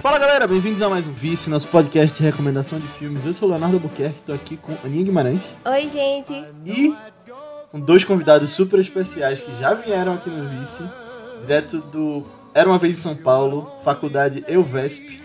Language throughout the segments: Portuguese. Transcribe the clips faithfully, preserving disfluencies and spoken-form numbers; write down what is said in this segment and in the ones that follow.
Fala galera, bem-vindos a mais um Vice, nosso podcast de recomendação de filmes. Eu sou o Leonardo Albuquerque, tô aqui com Aninha Guimarães. Oi, gente. E com dois convidados super especiais que já vieram aqui no Vice, direto do Era Uma Vez em São Paulo, Faculdade EUVESP,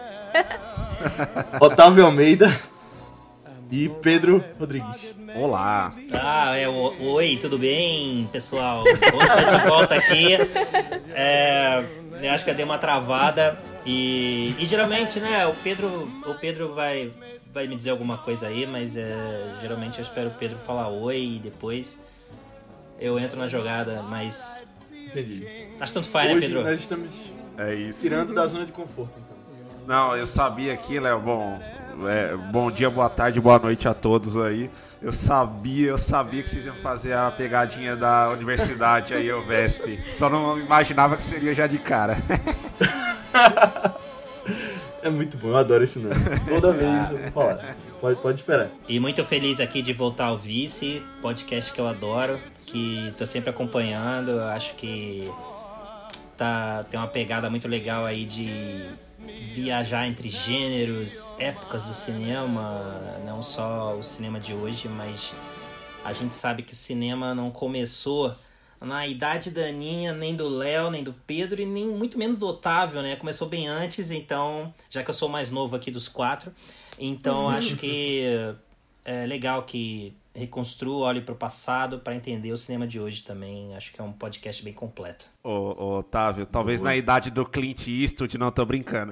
Otávio Almeida e Pedro Rodrigues. Olá. Ah, é, o, oi, tudo bem, pessoal? Bom estar de volta aqui. É, eu acho que eu dei uma travada e, e geralmente, né, o Pedro, o Pedro vai, vai me dizer alguma coisa aí, mas é, geralmente eu espero o Pedro falar oi e depois eu entro na jogada, mas... Entendi. Acho que tanto faz, Hoje né, Pedro? nós estamos É isso. tirando da zona de conforto, então. Não, eu sabia aqui, Léo, bom, é, bom dia, boa tarde, boa noite a todos aí. Eu sabia, eu sabia que vocês iam fazer a pegadinha da universidade aí, o VESP. Só não imaginava que seria já de cara. É muito bom, eu adoro esse nome. Toda vez eu vou falar. Pode, pode esperar. E muito feliz aqui de voltar ao Vice, podcast que eu adoro, que tô sempre acompanhando. Acho que tá, tem uma pegada muito legal aí de viajar entre gêneros, épocas do cinema, não só o cinema de hoje, mas a gente sabe que o cinema não começou na idade da Aninha, nem do Léo, nem do Pedro e nem muito menos do Otávio, né? Começou bem antes, então, já que eu sou o mais novo aqui dos quatro, então acho que é legal que reconstrua, olhe pro passado para entender o cinema de hoje também. Acho que é um podcast bem completo. Ô, ô Otávio, talvez Boa. Na idade do Clint Eastwood, não tô brincando.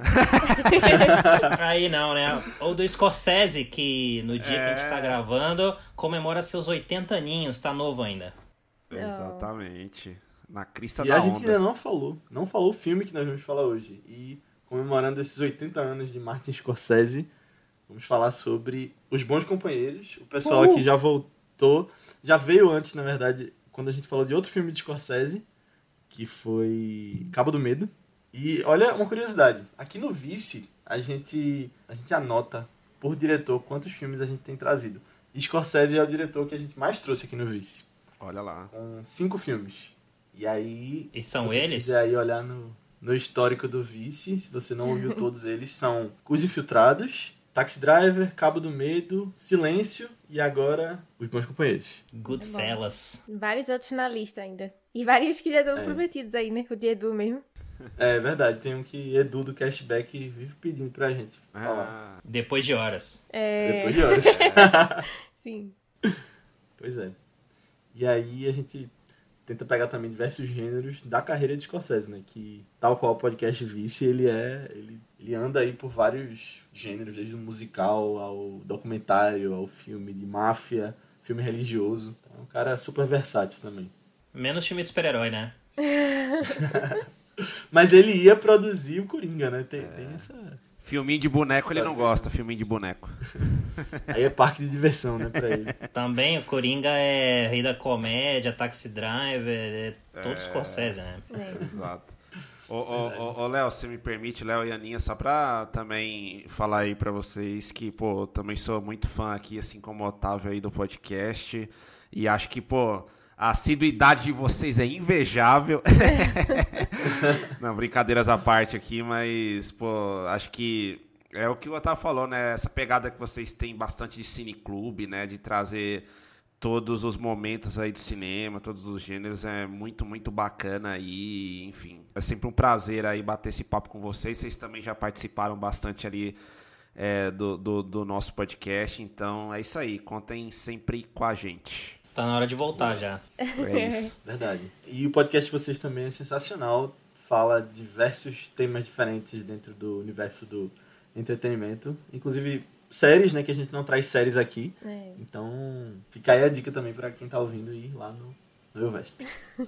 Aí não, né? Ou do Scorsese, que no dia é... que a gente tá gravando, comemora seus oitenta aninhos, tá novo ainda. Exatamente. Na crista e da onda. E a gente ainda não falou, não falou o filme que nós vamos falar hoje. E comemorando esses oitenta anos de Martin Scorsese, vamos falar sobre Os Bons Companheiros. O pessoal uh! aqui já voltou, já veio antes, na verdade, quando a gente falou de outro filme de Scorsese, que foi Cabo do Medo. E olha, uma curiosidade, aqui no Vice, a gente, a gente anota por diretor quantos filmes a gente tem trazido. E Scorsese é o diretor que a gente mais trouxe aqui no Vice. Olha lá. Com cinco filmes. E aí... E são se você eles? quiser aí olhar no, no histórico do Vice, se você não ouviu todos eles, são Os Infiltrados, Taxi Driver, Cabo do Medo, Silêncio e agora Os Bons Companheiros. Goodfellas. Vários outros na lista ainda. E vários que já estão É. prometidos aí, né? O de Edu mesmo. É verdade, tem um que Edu do Cashback vive pedindo pra gente falar. Ah. Depois de horas. É... Depois de horas. Sim. Pois é. E aí a gente tenta pegar também diversos gêneros da carreira de Scorsese, né? Que, tal qual o podcast Vice, ele é... Ele, ele anda aí por vários gêneros, desde o musical ao documentário, ao filme de máfia, filme religioso. Então é um cara super versátil também. Menos filme de super-herói, né? Mas ele ia produzir o Coringa, né? Tem, é. tem essa... Filminho de boneco ele não gosta, filminho de boneco. Aí é parque de diversão, né, pra ele. Também o Coringa é rei da comédia, Taxi Driver, é todo É. Scorsese, né? É. Exato. Ô, ô, ô, ô Léo, se me permite, Léo e Aninha, só pra também falar aí pra vocês que, pô, também sou muito fã aqui, assim como o Otávio aí do podcast, e acho que, pô, a assiduidade de vocês é invejável. Não, brincadeiras à parte aqui, mas, pô, acho que é o que o Otávio falou, né? Essa pegada que vocês têm bastante de cineclube, né? De trazer todos os momentos aí de cinema, todos os gêneros, é muito, muito bacana e, enfim, é sempre um prazer aí bater esse papo com vocês. Vocês também já participaram bastante ali é, do, do, do nosso podcast, então é isso aí, contem sempre com a gente. Tá na hora de voltar já. É isso. Verdade. E o podcast de vocês também é sensacional. Fala diversos temas diferentes dentro do universo do entretenimento. Inclusive séries, né? Que a gente não traz séries aqui. É. Então fica aí a dica também pra quem tá ouvindo ir lá no, no EUVESP.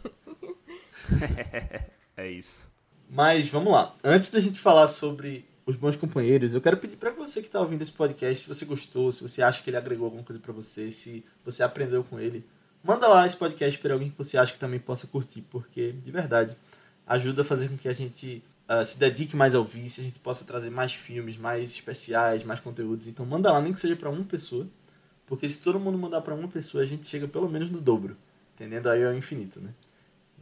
É isso. Mas vamos lá. Antes da gente falar sobre Os Bons Companheiros, eu quero pedir pra você que tá ouvindo esse podcast, se você gostou, se você acha que ele agregou alguma coisa pra você, se você aprendeu com ele, manda lá esse podcast pra alguém que você acha que também possa curtir, porque, de verdade, ajuda a fazer com que a gente uh, se dedique mais ao Vice, a gente possa trazer mais filmes, mais especiais, mais conteúdos. Então manda lá, nem que seja pra uma pessoa, porque se todo mundo mandar pra uma pessoa, a gente chega pelo menos no dobro, entendendo? Aí é o infinito, né?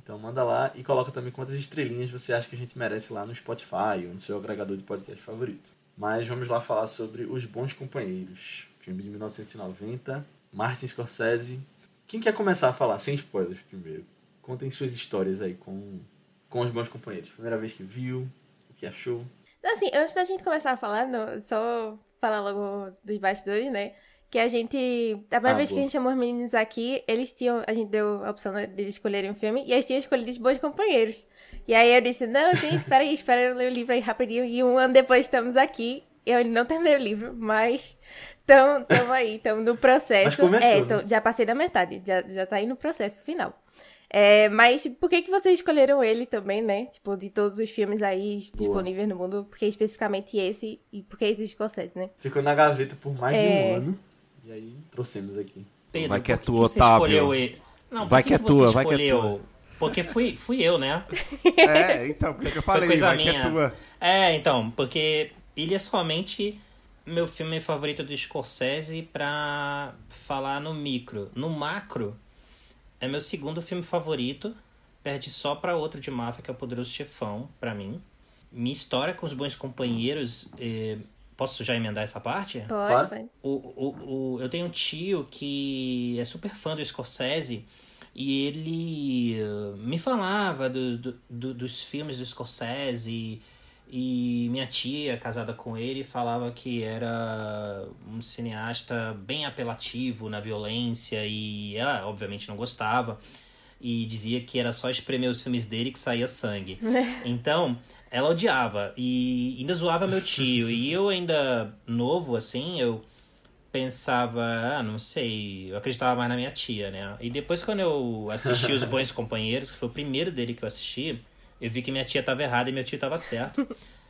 Então manda lá e coloca também quantas estrelinhas você acha que a gente merece lá no Spotify ou no seu agregador de podcast favorito. Mas vamos lá falar sobre Os Bons Companheiros, filme de mil novecentos e noventa, Martin Scorsese. Quem quer começar a falar, sem spoilers primeiro? Contem suas histórias aí com, com Os Bons Companheiros. Primeira vez que viu, o que achou? Assim, antes da gente começar a falar, não, só falar logo dos bastidores, né? Que a gente, a primeira Ah, vez que boa. a gente chamou os meninos aqui, eles tinham, a gente deu a opção né, de eles escolherem um filme, e eles tinham escolhido Os Bons Companheiros. E aí eu disse, não, gente, espera aí, espera eu ler o livro aí rapidinho. E um ano depois estamos aqui. Eu ainda não terminei o livro, mas estamos aí, estamos no processo. Mas começou, é, né? tô- já passei da metade, já, já tá aí no processo final. É, mas por que que vocês escolheram ele também, né? Tipo, de todos os filmes aí disponíveis no mundo, por que especificamente esse e por que esse Scorsese, né? Ficou na gaveta por mais de É. um ano. E aí trouxemos aqui. Pedro, Vai que é por tua, você Otávio. escolheu ele? Não, Vai por que é você tua, vai que é escolheu? tua. Porque fui, fui eu, né? É, então, por que eu Foi falei, coisa vai minha. que é tua. É, então, porque ele é somente meu filme favorito do Scorsese pra falar no micro. No macro, é meu segundo filme favorito. Perde só pra outro de máfia, que é o Poderoso Chefão, pra mim. Minha história com Os Bons Companheiros... eh, posso já emendar essa parte? Pode, Claro. pode. O, o, o, eu tenho um tio que é super fã do Scorsese e ele uh, me falava do, do, do- dos filmes do Scorsese e minha tia, casada com ele, falava que era um cineasta bem apelativo na violência e ela obviamente não gostava e dizia que era só espremer os filmes dele que saía sangue. Então, ela odiava e ainda zoava meu tio. E eu ainda novo, assim, eu pensava, ah, não sei, eu acreditava mais na minha tia, né? E depois quando eu assisti Os Bons Companheiros, que foi o primeiro dele que eu assisti, eu vi que minha tia estava errada e meu tio estava certo.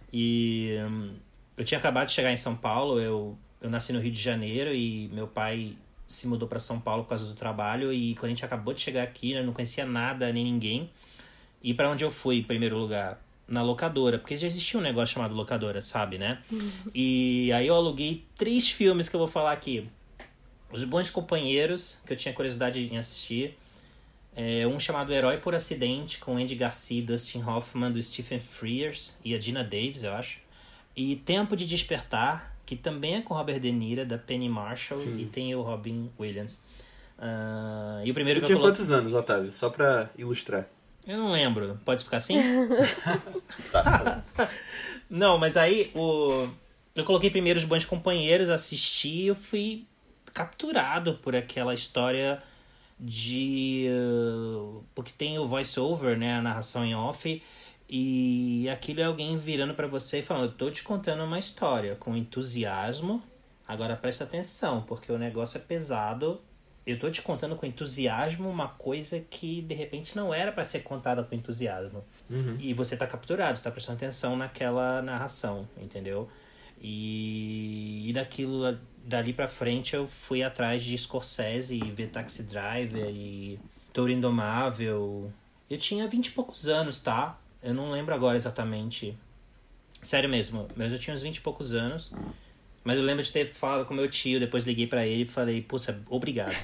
E hum, eu tinha acabado de chegar em São Paulo, eu, eu nasci no Rio de Janeiro e meu pai se mudou para São Paulo por causa do trabalho. E quando a gente acabou de chegar aqui, eu não conhecia nada nem ninguém. E para onde eu fui, em primeiro lugar? Na locadora, porque já existia um negócio chamado locadora, sabe, né? E aí eu aluguei três filmes que eu vou falar aqui. Os Bons Companheiros, que eu tinha curiosidade em assistir. É, um chamado Herói por Acidente, com Andy Garcia e Dustin Hoffman, do Stephen Frears e a Gina Davis, eu acho. E Tempo de Despertar, que também é com Robert De Niro, da Penny Marshall, Sim. e tem o Robin Williams. Ah, e o primeiro Tu que eu tinha coloquei... quantos anos, Otávio? Só pra ilustrar. Eu não lembro. Pode ficar assim? Tá. Não, mas aí o... eu coloquei primeiro Os Bons Companheiros, assisti e eu fui capturado por aquela história de... uh, porque tem o voice-over, né? A narração em off. E aquilo é alguém virando pra você e falando, eu tô te contando uma história com entusiasmo. Agora presta atenção, porque o negócio é pesado. Eu tô te contando com entusiasmo uma coisa que, de repente, não era pra ser contada com entusiasmo. Uhum. E você tá capturado, você tá prestando atenção naquela narração, entendeu? E, e daquilo, dali pra frente, eu fui atrás de Scorsese, e ver Taxi Driver e Touro Indomável. Eu tinha vinte e poucos anos, tá? Eu não lembro agora exatamente. Sério mesmo, mas eu tinha uns vinte e poucos anos. Mas eu lembro de ter falado com meu tio, depois liguei pra ele e falei, puxa, obrigado.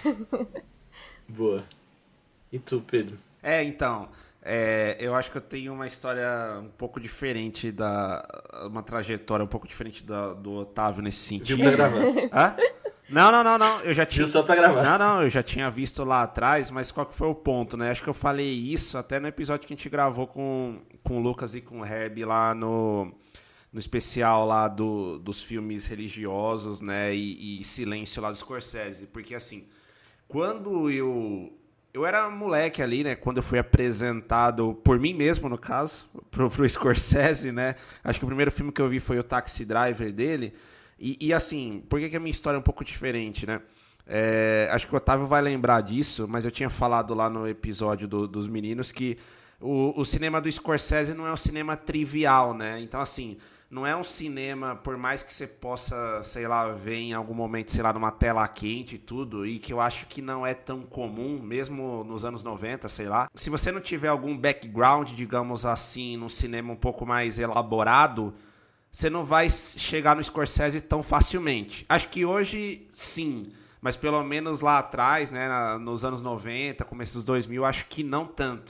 Boa. E tu, Pedro? É, então, é, eu acho que eu tenho uma história um pouco diferente da... uma trajetória um pouco diferente da, do Otávio nesse Viu sentido. pra gravar? Hã? Não, não, não, não, eu já tinha... Viu só pra gravar? Não, não, eu já tinha visto lá atrás, mas qual que foi o ponto, né? Acho que eu falei isso até no episódio que a gente gravou com, com o Lucas e com o Herb lá no... no especial lá do, dos filmes religiosos, né, e, e Silêncio lá do Scorsese, porque assim, quando eu, eu era moleque ali, né, quando eu fui apresentado, por mim mesmo no caso, pro, pro Scorsese, né, acho que o primeiro filme que eu vi foi o Taxi Driver dele, e, e assim, por que, que a minha história é um pouco diferente, né, é, acho que o Otávio vai lembrar disso, mas eu tinha falado lá no episódio do, dos meninos que o, o cinema do Scorsese não é um cinema trivial, né, então assim, não é um cinema, por mais que você possa, sei lá, ver em algum momento, sei lá, numa tela quente e tudo, e que eu acho que não é tão comum, mesmo nos anos noventa, sei lá. Se você não tiver algum background, digamos assim, num cinema um pouco mais elaborado, você não vai chegar no Scorsese tão facilmente. Acho que hoje, sim, mas pelo menos lá atrás, né, nos anos noventa, começo dos dois mil, acho que não tanto.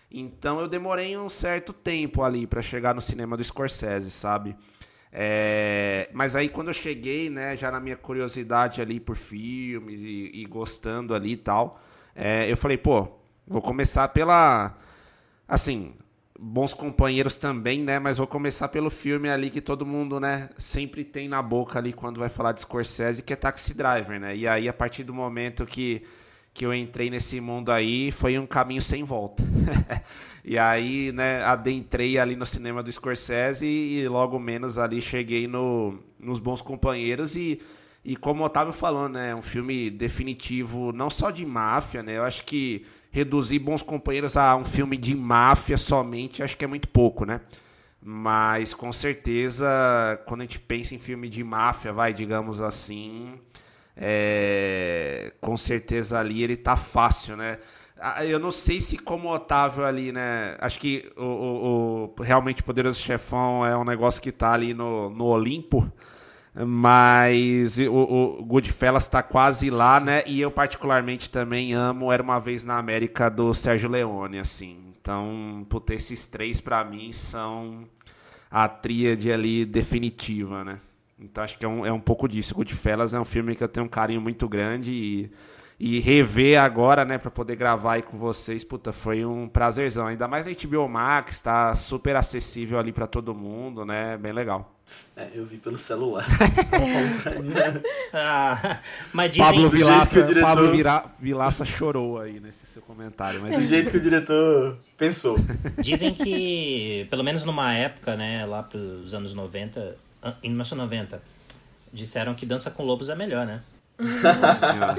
Então eu demorei um certo tempo ali pra chegar no cinema do Scorsese, sabe? É, mas aí quando eu cheguei, né, já na minha curiosidade ali por filmes e, e gostando ali e tal, é, eu falei, pô, vou começar pela, assim, Bons Companheiros também, né, mas vou começar pelo filme ali que todo mundo, né, sempre tem na boca ali quando vai falar de Scorsese, que é Taxi Driver, né, e aí a partir do momento que que eu entrei nesse mundo aí, foi um caminho sem volta. E aí, né, adentrei ali no cinema do Scorsese e logo menos ali cheguei no, nos Bons Companheiros e, e como o Otávio falou, né, um filme definitivo não só de máfia, né, eu acho que reduzir Bons Companheiros a um filme de máfia somente, acho que é muito pouco, né, mas com certeza, quando a gente pensa em filme de máfia, vai, digamos assim... É, com certeza ali ele tá fácil, né? Eu não sei se como o Otávio ali, né? Acho que o, o, o realmente Poderoso Chefão é um negócio que tá ali no, no Olimpo, mas o, o Goodfellas tá quase lá, né? E eu particularmente também amo Era Uma Vez na América do Sérgio Leone, assim. Então, puta, esses três pra mim são a tríade ali definitiva, né? Então acho que é um, é um pouco disso. Goodfellas é um filme que eu tenho um carinho muito grande e, e rever agora, né, pra poder gravar aí com vocês, puta, foi um prazerzão. Ainda mais na H B O Max, tá super acessível ali pra todo mundo, né, bem legal. É, eu vi pelo celular. ah, mas dizem... Pablo Vilaça, diretor... Pablo Vira... Vilaça chorou aí nesse seu comentário. Mas... Do jeito que o diretor pensou. Dizem que, pelo menos numa época, né, lá pros anos noventa... Em mil novecentos e noventa, disseram que Dança com Lobos é melhor, né? Nossa senhora.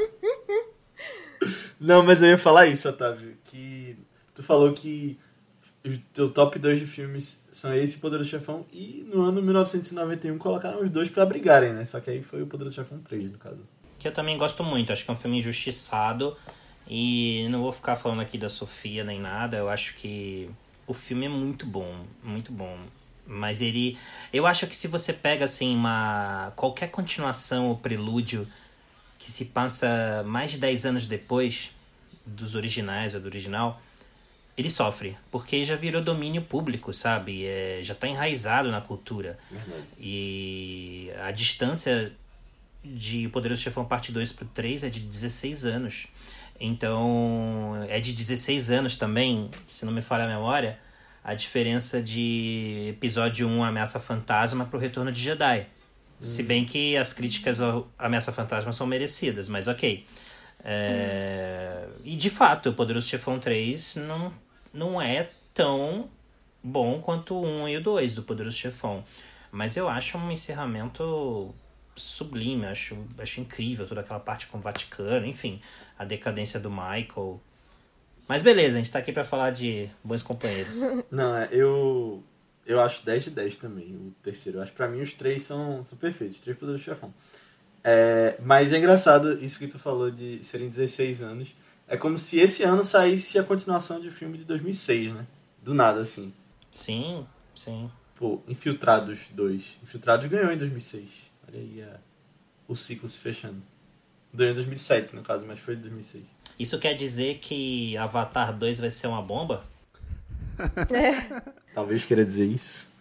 Não, mas eu ia falar isso, Otávio. Que tu falou que o teu top dois de filmes são esse e o Poderoso Chefão. E no ano mil novecentos e noventa e um colocaram os dois pra brigarem, né? Só que aí foi o Poderoso Chefão três, no caso. Que eu também gosto muito. Acho que é um filme injustiçado. E não vou ficar falando aqui da Sofia nem nada. Eu acho que o filme é muito bom. Muito bom. Mas ele... Eu acho que se você pega, assim, uma... qualquer continuação ou prelúdio que se passa mais de dez anos depois dos originais ou do original, ele sofre. Porque já virou domínio público, sabe? É, já tá enraizado na cultura. Verdade. E a distância de Poderoso Chefão Parte dois pro três é de dezesseis anos. Então, é de dezesseis anos também, se não me falha a memória... a diferença de episódio um Ameaça Fantasma pro Retorno de Jedi. Hum. Se bem que as críticas ao Ameaça Fantasma são merecidas, mas ok. É... Hum. E de fato, o Poderoso Chefão três não, não é tão bom quanto o um e o dois do Poderoso Chefão. Mas eu acho um encerramento sublime, acho, acho incrível toda aquela parte com o Vaticano, enfim, a decadência do Michael... Mas beleza, a gente tá aqui pra falar de Bons Companheiros. Não, é, eu, eu acho dez de dez também, o terceiro. Eu acho que pra mim os três são, são perfeitos, os três Poderosos Chefão. É, mas é engraçado isso que tu falou de serem dezesseis anos. É como se esse ano saísse a continuação de um filme de dois mil e seis, né? Do nada, assim. Sim, sim. Pô, Infiltrados dois. Infiltrados ganhou em dois mil e seis. Olha aí a, o ciclo se fechando. Ganhou em dois mil e sete, no caso, mas foi de dois mil e seis. Isso quer dizer que Avatar dois vai ser uma bomba? É. Talvez queira dizer isso.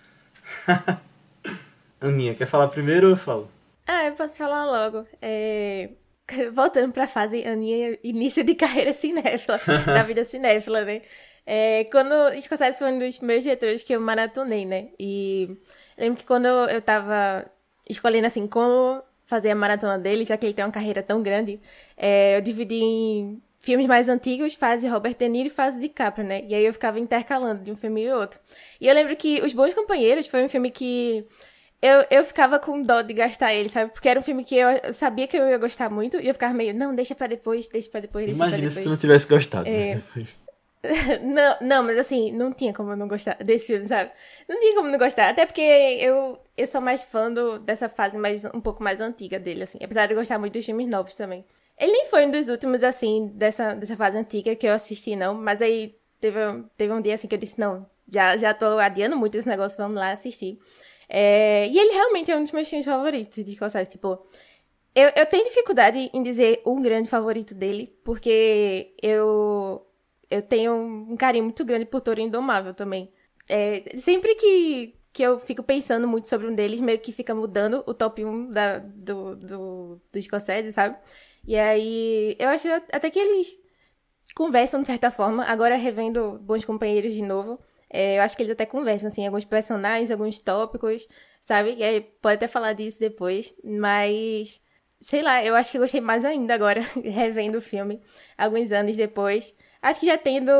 Aninha, quer falar primeiro ou eu falo? Ah, eu posso falar logo. É... Voltando pra fase Aninha, início de carreira cinéfila, da vida cinéfila, né? É, quando Scorsese foi um dos meus diretores que eu maratonei, né? E eu lembro que quando eu tava escolhendo, assim, como fazer a maratona dele, já que ele tem uma carreira tão grande, é, eu dividi em filmes mais antigos, fase Robert De Niro e fase DiCaprio, né? E aí eu ficava intercalando de um filme e outro. E eu lembro que Os Bons Companheiros foi um filme que eu, eu ficava com dó de gastar ele, sabe? Porque era um filme que eu sabia que eu ia gostar muito e eu ficava meio, não, deixa pra depois, deixa pra depois, deixa Imagina pra depois. se tu não tivesse gostado. É... Né? não, não, mas assim, não tinha como eu não gostar desse filme, sabe? Não tinha como não gostar, até porque eu, eu sou mais fã do, dessa fase mais, um pouco mais antiga dele, assim. Apesar de eu gostar muito dos filmes novos também. Ele nem foi um dos últimos, assim, dessa, dessa fase antiga que eu assisti, não. Mas aí teve, teve um dia, assim, que eu disse, não, já, já tô adiando muito esse negócio, vamos lá assistir. É, e ele realmente é um dos meus filmes favoritos de Scorsese, tipo... Eu, eu tenho dificuldade em dizer um grande favorito dele, porque eu... eu tenho um carinho muito grande por Toro Indomável também. É, sempre que, que eu fico pensando muito sobre um deles, meio que fica mudando o top um da, do, do, do Scorsese, sabe? E aí, eu acho até que eles conversam de certa forma. Agora, revendo Bons Companheiros de novo, é, eu acho que eles até conversam, assim, alguns personagens, alguns tópicos, sabe? E aí, pode até falar disso depois, mas... Sei lá, eu acho que eu gostei mais ainda agora, revendo o filme, alguns anos depois. Acho que já tendo,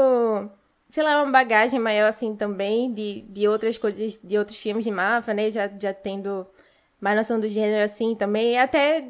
sei lá, uma bagagem maior, assim, também, de, de outras coisas, de outros filmes de máfia, né? Já, já tendo mais noção do gênero, assim, também. Até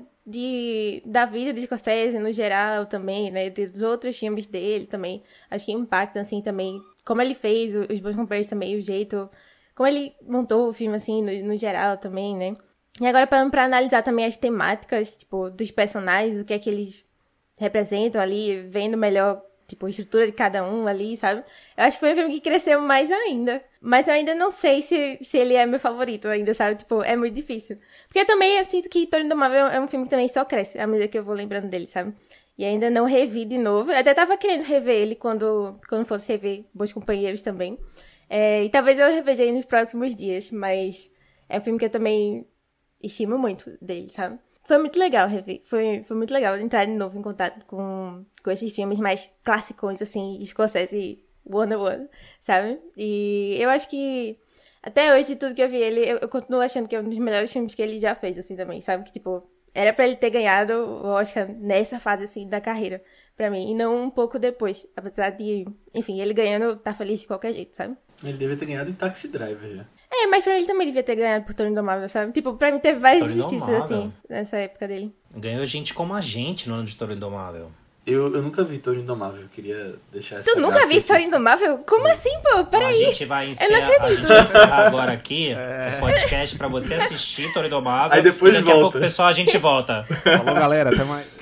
de, da vida de Scorsese, no geral, também, né? Dos outros filmes dele também. Acho que impactam, assim, também. Como ele fez os Bons Companheiros também, o jeito... Como ele montou o filme, assim, no, no geral também, né? E agora, parando pra analisar também as temáticas, tipo, dos personagens, o que é que eles representam ali, vendo melhor, tipo, a estrutura de cada um ali, sabe? Eu acho que foi um filme que cresceu mais ainda. Mas eu ainda não sei se, se ele é meu favorito ainda, sabe? Tipo, é muito difícil. Porque também eu sinto que Toro Indomável é um filme que também só cresce, à medida que eu vou lembrando dele, sabe? E ainda não revi de novo. Eu até tava querendo rever ele quando, quando fosse rever Bons Companheiros também. É, e talvez eu reveja ele nos próximos dias, mas é um filme que eu também... estimo muito dele, sabe? Foi muito legal rever. Foi, foi muito legal entrar de novo em contato com, com esses filmes mais classicões, assim, Scorsese one on one, sabe? E eu acho que até hoje, tudo que eu vi ele, eu, eu continuo achando que é um dos melhores filmes que ele já fez, assim, também, sabe? Que, tipo, era pra ele ter ganhado o Oscar nessa fase, assim, da carreira, pra mim. E não um pouco depois. Apesar de, enfim, ele ganhando, tá feliz de qualquer jeito, sabe? Ele devia ter ganhado em Taxi Driver já. É, mas pra ele também devia ter ganhado por Toro Indomável, sabe? Tipo, pra mim teve várias Toro injustiças, Indomável. assim, nessa época dele. Ganhou gente como a gente no ano de Toro Indomável. Eu, eu nunca vi Toro Indomável, eu queria deixar essa Tu nunca gráfica viu Toro aqui. Indomável? Como assim, pô? Então, a Peraí. gente vai não encerrar, a acredito. gente vai encerrar agora aqui o podcast pra você assistir Toro Indomável. Aí depois e daqui volta. a pouco, pessoal, a gente volta. Falou, galera, até mais.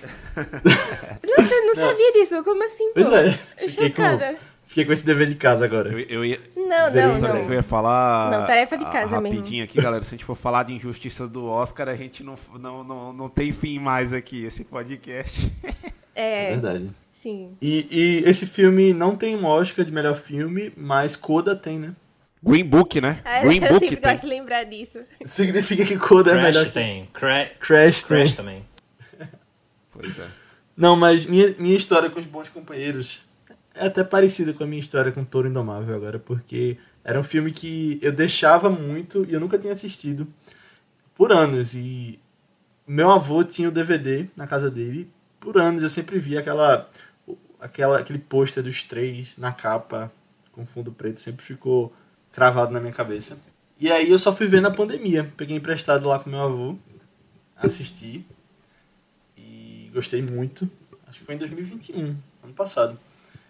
Nossa, eu não, sabia disso. Como assim, pô? Pois é, Eu fiquei com, chocada. fiquei com esse dever de casa agora. Eu, eu ia. Não, Verei não, os Sabe o que eu não. ia falar? Não, tarefa de ah, casa mesmo. Rapidinho aqui, galera. Se a gente for falar de injustiças do Oscar, a gente não, não, não, não tem fim mais aqui, esse podcast. É É, verdade. sim. E, e esse filme não tem um Oscar de melhor filme, mas Coda tem, né? Green Book, né? Ah, Green eu Book sempre tem. gosto de lembrar disso. Significa que Coda é melhor Crash que... tem. Cra Crash tem. Crash também. Pois é. Não, mas minha, minha história com Os Bons Companheiros é até parecida com a minha história com Toro Indomável agora, porque era um filme que eu deixava muito e eu nunca tinha assistido por anos. E meu avô tinha o D V D na casa dele. Por anos eu sempre via aquela, aquela, aquele pôster dos três na capa com fundo preto, sempre ficou cravado na minha cabeça. E aí eu só fui ver na pandemia. Peguei emprestado lá com meu avô, assisti e gostei muito. Acho que foi em dois mil e vinte e um, ano passado.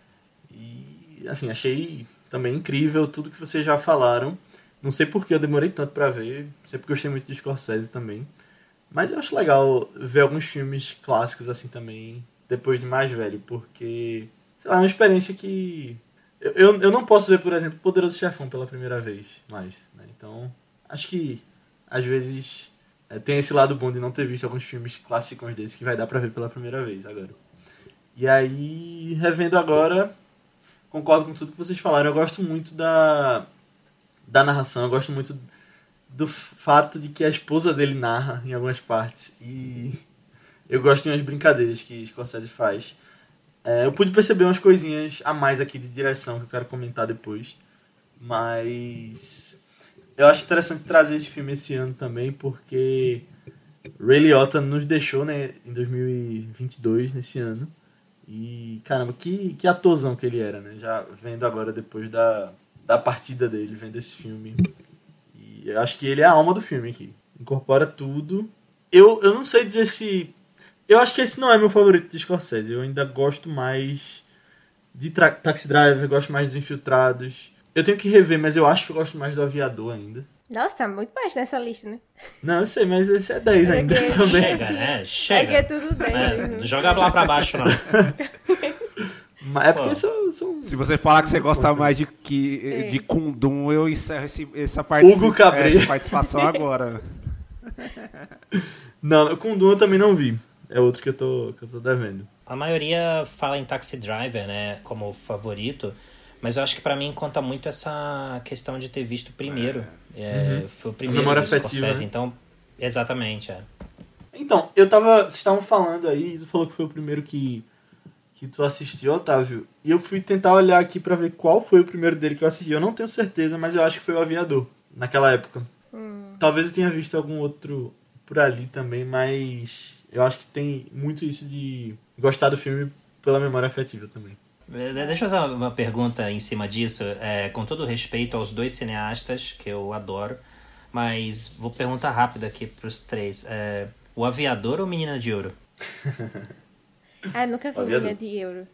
E assim, achei também incrível tudo que vocês já falaram. Não sei por que eu demorei tanto pra ver. Sempre gostei muito de Scorsese também. Mas eu acho legal ver alguns filmes clássicos assim também, depois de mais velho, porque, sei lá, é uma experiência que... Eu, eu, eu não posso ver, por exemplo, Poderoso Chefão pela primeira vez mais, né? Então, acho que, às vezes, é, tem esse lado bom de não ter visto alguns filmes clássicos desses que vai dar pra ver pela primeira vez agora. E aí, revendo agora, concordo com tudo que vocês falaram. Eu gosto muito da, da narração, eu gosto muito do fato de que a esposa dele narra em algumas partes. E eu gosto de umas brincadeiras que Scorsese faz. É, eu pude perceber umas coisinhas a mais aqui de direção que eu quero comentar depois. Mas eu acho interessante trazer esse filme esse ano também, porque Ray Liotta nos deixou, né, em dois mil e vinte e dois, nesse ano. E, caramba, que, que atorzão que ele era, né? Já vendo agora, depois da, da partida dele, vendo esse filme. E eu acho que ele é a alma do filme aqui. Incorpora tudo. Eu, eu não sei dizer se... Eu acho que esse não é meu favorito de Scorsese. Eu ainda gosto mais de tra- Taxi Driver, gosto mais dos Infiltrados. Eu tenho que rever, mas eu acho que eu gosto mais do Aviador ainda. Nossa, tá muito baixo nessa lista, né? Não, eu sei, mas esse é dez ainda É que- também. Chega, né? É que Chega. é tudo bem. É, né? não joga lá pra baixo, não. Mas é porque Pô. são... são... Se você falar que você gosta mais de, que, de Kundum, eu encerro esse, essa, parte, Hugo Cabret. essa participação agora. Não, com Duna eu também não vi. É outro que eu tô, que eu tô devendo. A maioria fala em Taxi Driver, né, como favorito, mas eu acho que pra mim conta muito essa questão de ter visto primeiro. É. É, uhum. Foi o primeiro do Scorsese, né? Então, exatamente, é. Então, eu tava... Vocês estavam falando aí, tu falou que foi o primeiro que, que tu assistiu, Otávio, e eu fui tentar olhar aqui pra ver qual foi o primeiro dele que eu assisti. Eu não tenho certeza, mas eu acho que foi O Aviador, naquela época. Hum. Talvez eu tenha visto algum outro por ali também, mas eu acho que tem muito isso de gostar do filme pela memória afetiva também. Deixa eu fazer uma pergunta em cima disso, é, com todo respeito aos dois cineastas, que eu adoro, mas vou perguntar rápido aqui pros três. É, O Aviador ou Menina de Ouro? Ah, nunca vi Menina de Ouro.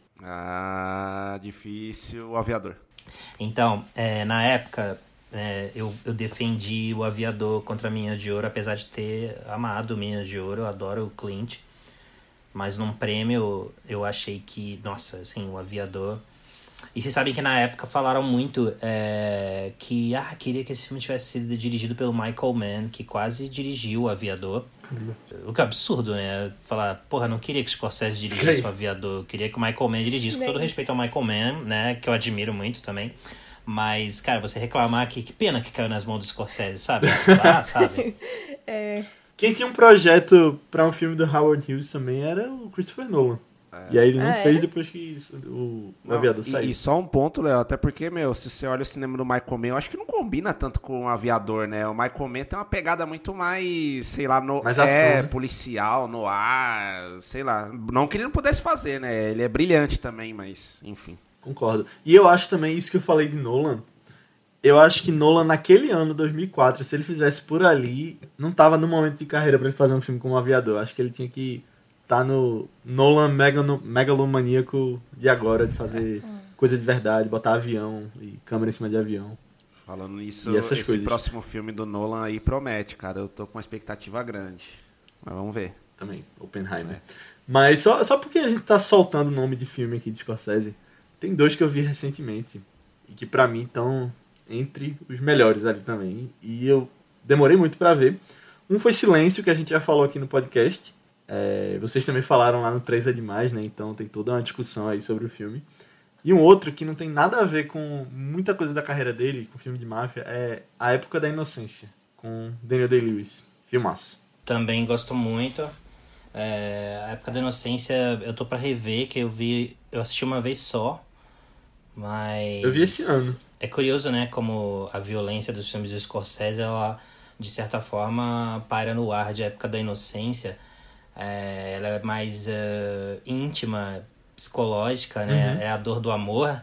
Ah, difícil. O Aviador. Então, é, na época, é, eu, eu defendi O Aviador contra a Menina de Ouro, apesar de ter amado Menina de Ouro, eu adoro o Clint. Mas num prêmio eu achei que, nossa, assim, O Aviador... E vocês sabem que na época falaram muito é, que, ah, queria que esse filme tivesse sido dirigido pelo Michael Mann, que quase dirigiu O Aviador. O que é absurdo, né? Falar, porra, não queria que o Scorsese dirigisse O Aviador, eu queria que o Michael Mann dirigisse, com todo respeito ao Michael Mann, né, que eu admiro muito também. Mas, cara, você reclamar que, que pena que caiu nas mãos do Scorsese, sabe? Ah, sabe? É... Quem tinha um projeto pra um filme do Howard Hughes também era o Christopher Nolan. É. E aí ele não ah, fez é? depois que o, o não, Aviador saiu. E, e só um ponto, Léo, até porque, meu, se você olha o cinema do Michael Mann, eu acho que não combina tanto com o Aviador, né? O Michael Mann tem uma pegada muito mais, sei lá, no, mais é, ação, né? policial, no ar, sei lá. Não que ele não pudesse fazer, né? Ele é brilhante também, mas, enfim. Concordo. E eu acho também, isso que eu falei de Nolan, eu acho que Nolan, naquele ano, dois mil e quatro, se ele fizesse por ali, não tava no momento de carreira pra ele fazer um filme como Aviador. Acho que ele tinha que estar tá no Nolan megalo, megalomaníaco de agora, de fazer coisa de verdade, botar avião e câmera em cima de avião. Falando nisso, esse coisas. próximo filme do Nolan aí promete, cara. Eu tô com uma expectativa grande. Mas vamos ver. Também, Oppenheimer. É. Mas só, só porque a gente tá soltando o nome de filme aqui de Scorsese, tem dois que eu vi recentemente e que pra mim estão entre os melhores ali também. E eu demorei muito pra ver. Um foi Silêncio, que a gente já falou aqui no podcast. É, vocês também falaram lá no três é Demais, né? Então tem toda uma discussão aí sobre o filme. E um outro que não tem nada a ver com muita coisa da carreira dele, com filme de máfia, é A Época da Inocência, com Daniel Day-Lewis. Filmaço. Também gosto muito. É, A Época da Inocência eu tô pra rever, que eu vi... Eu assisti uma vez só, mas... Eu vi esse ano. É curioso, né, como a violência dos filmes do Scorsese, ela, de certa forma, para no ar de A Época da Inocência. É, ela é mais uh, íntima, psicológica, né? Uhum. É a dor do amor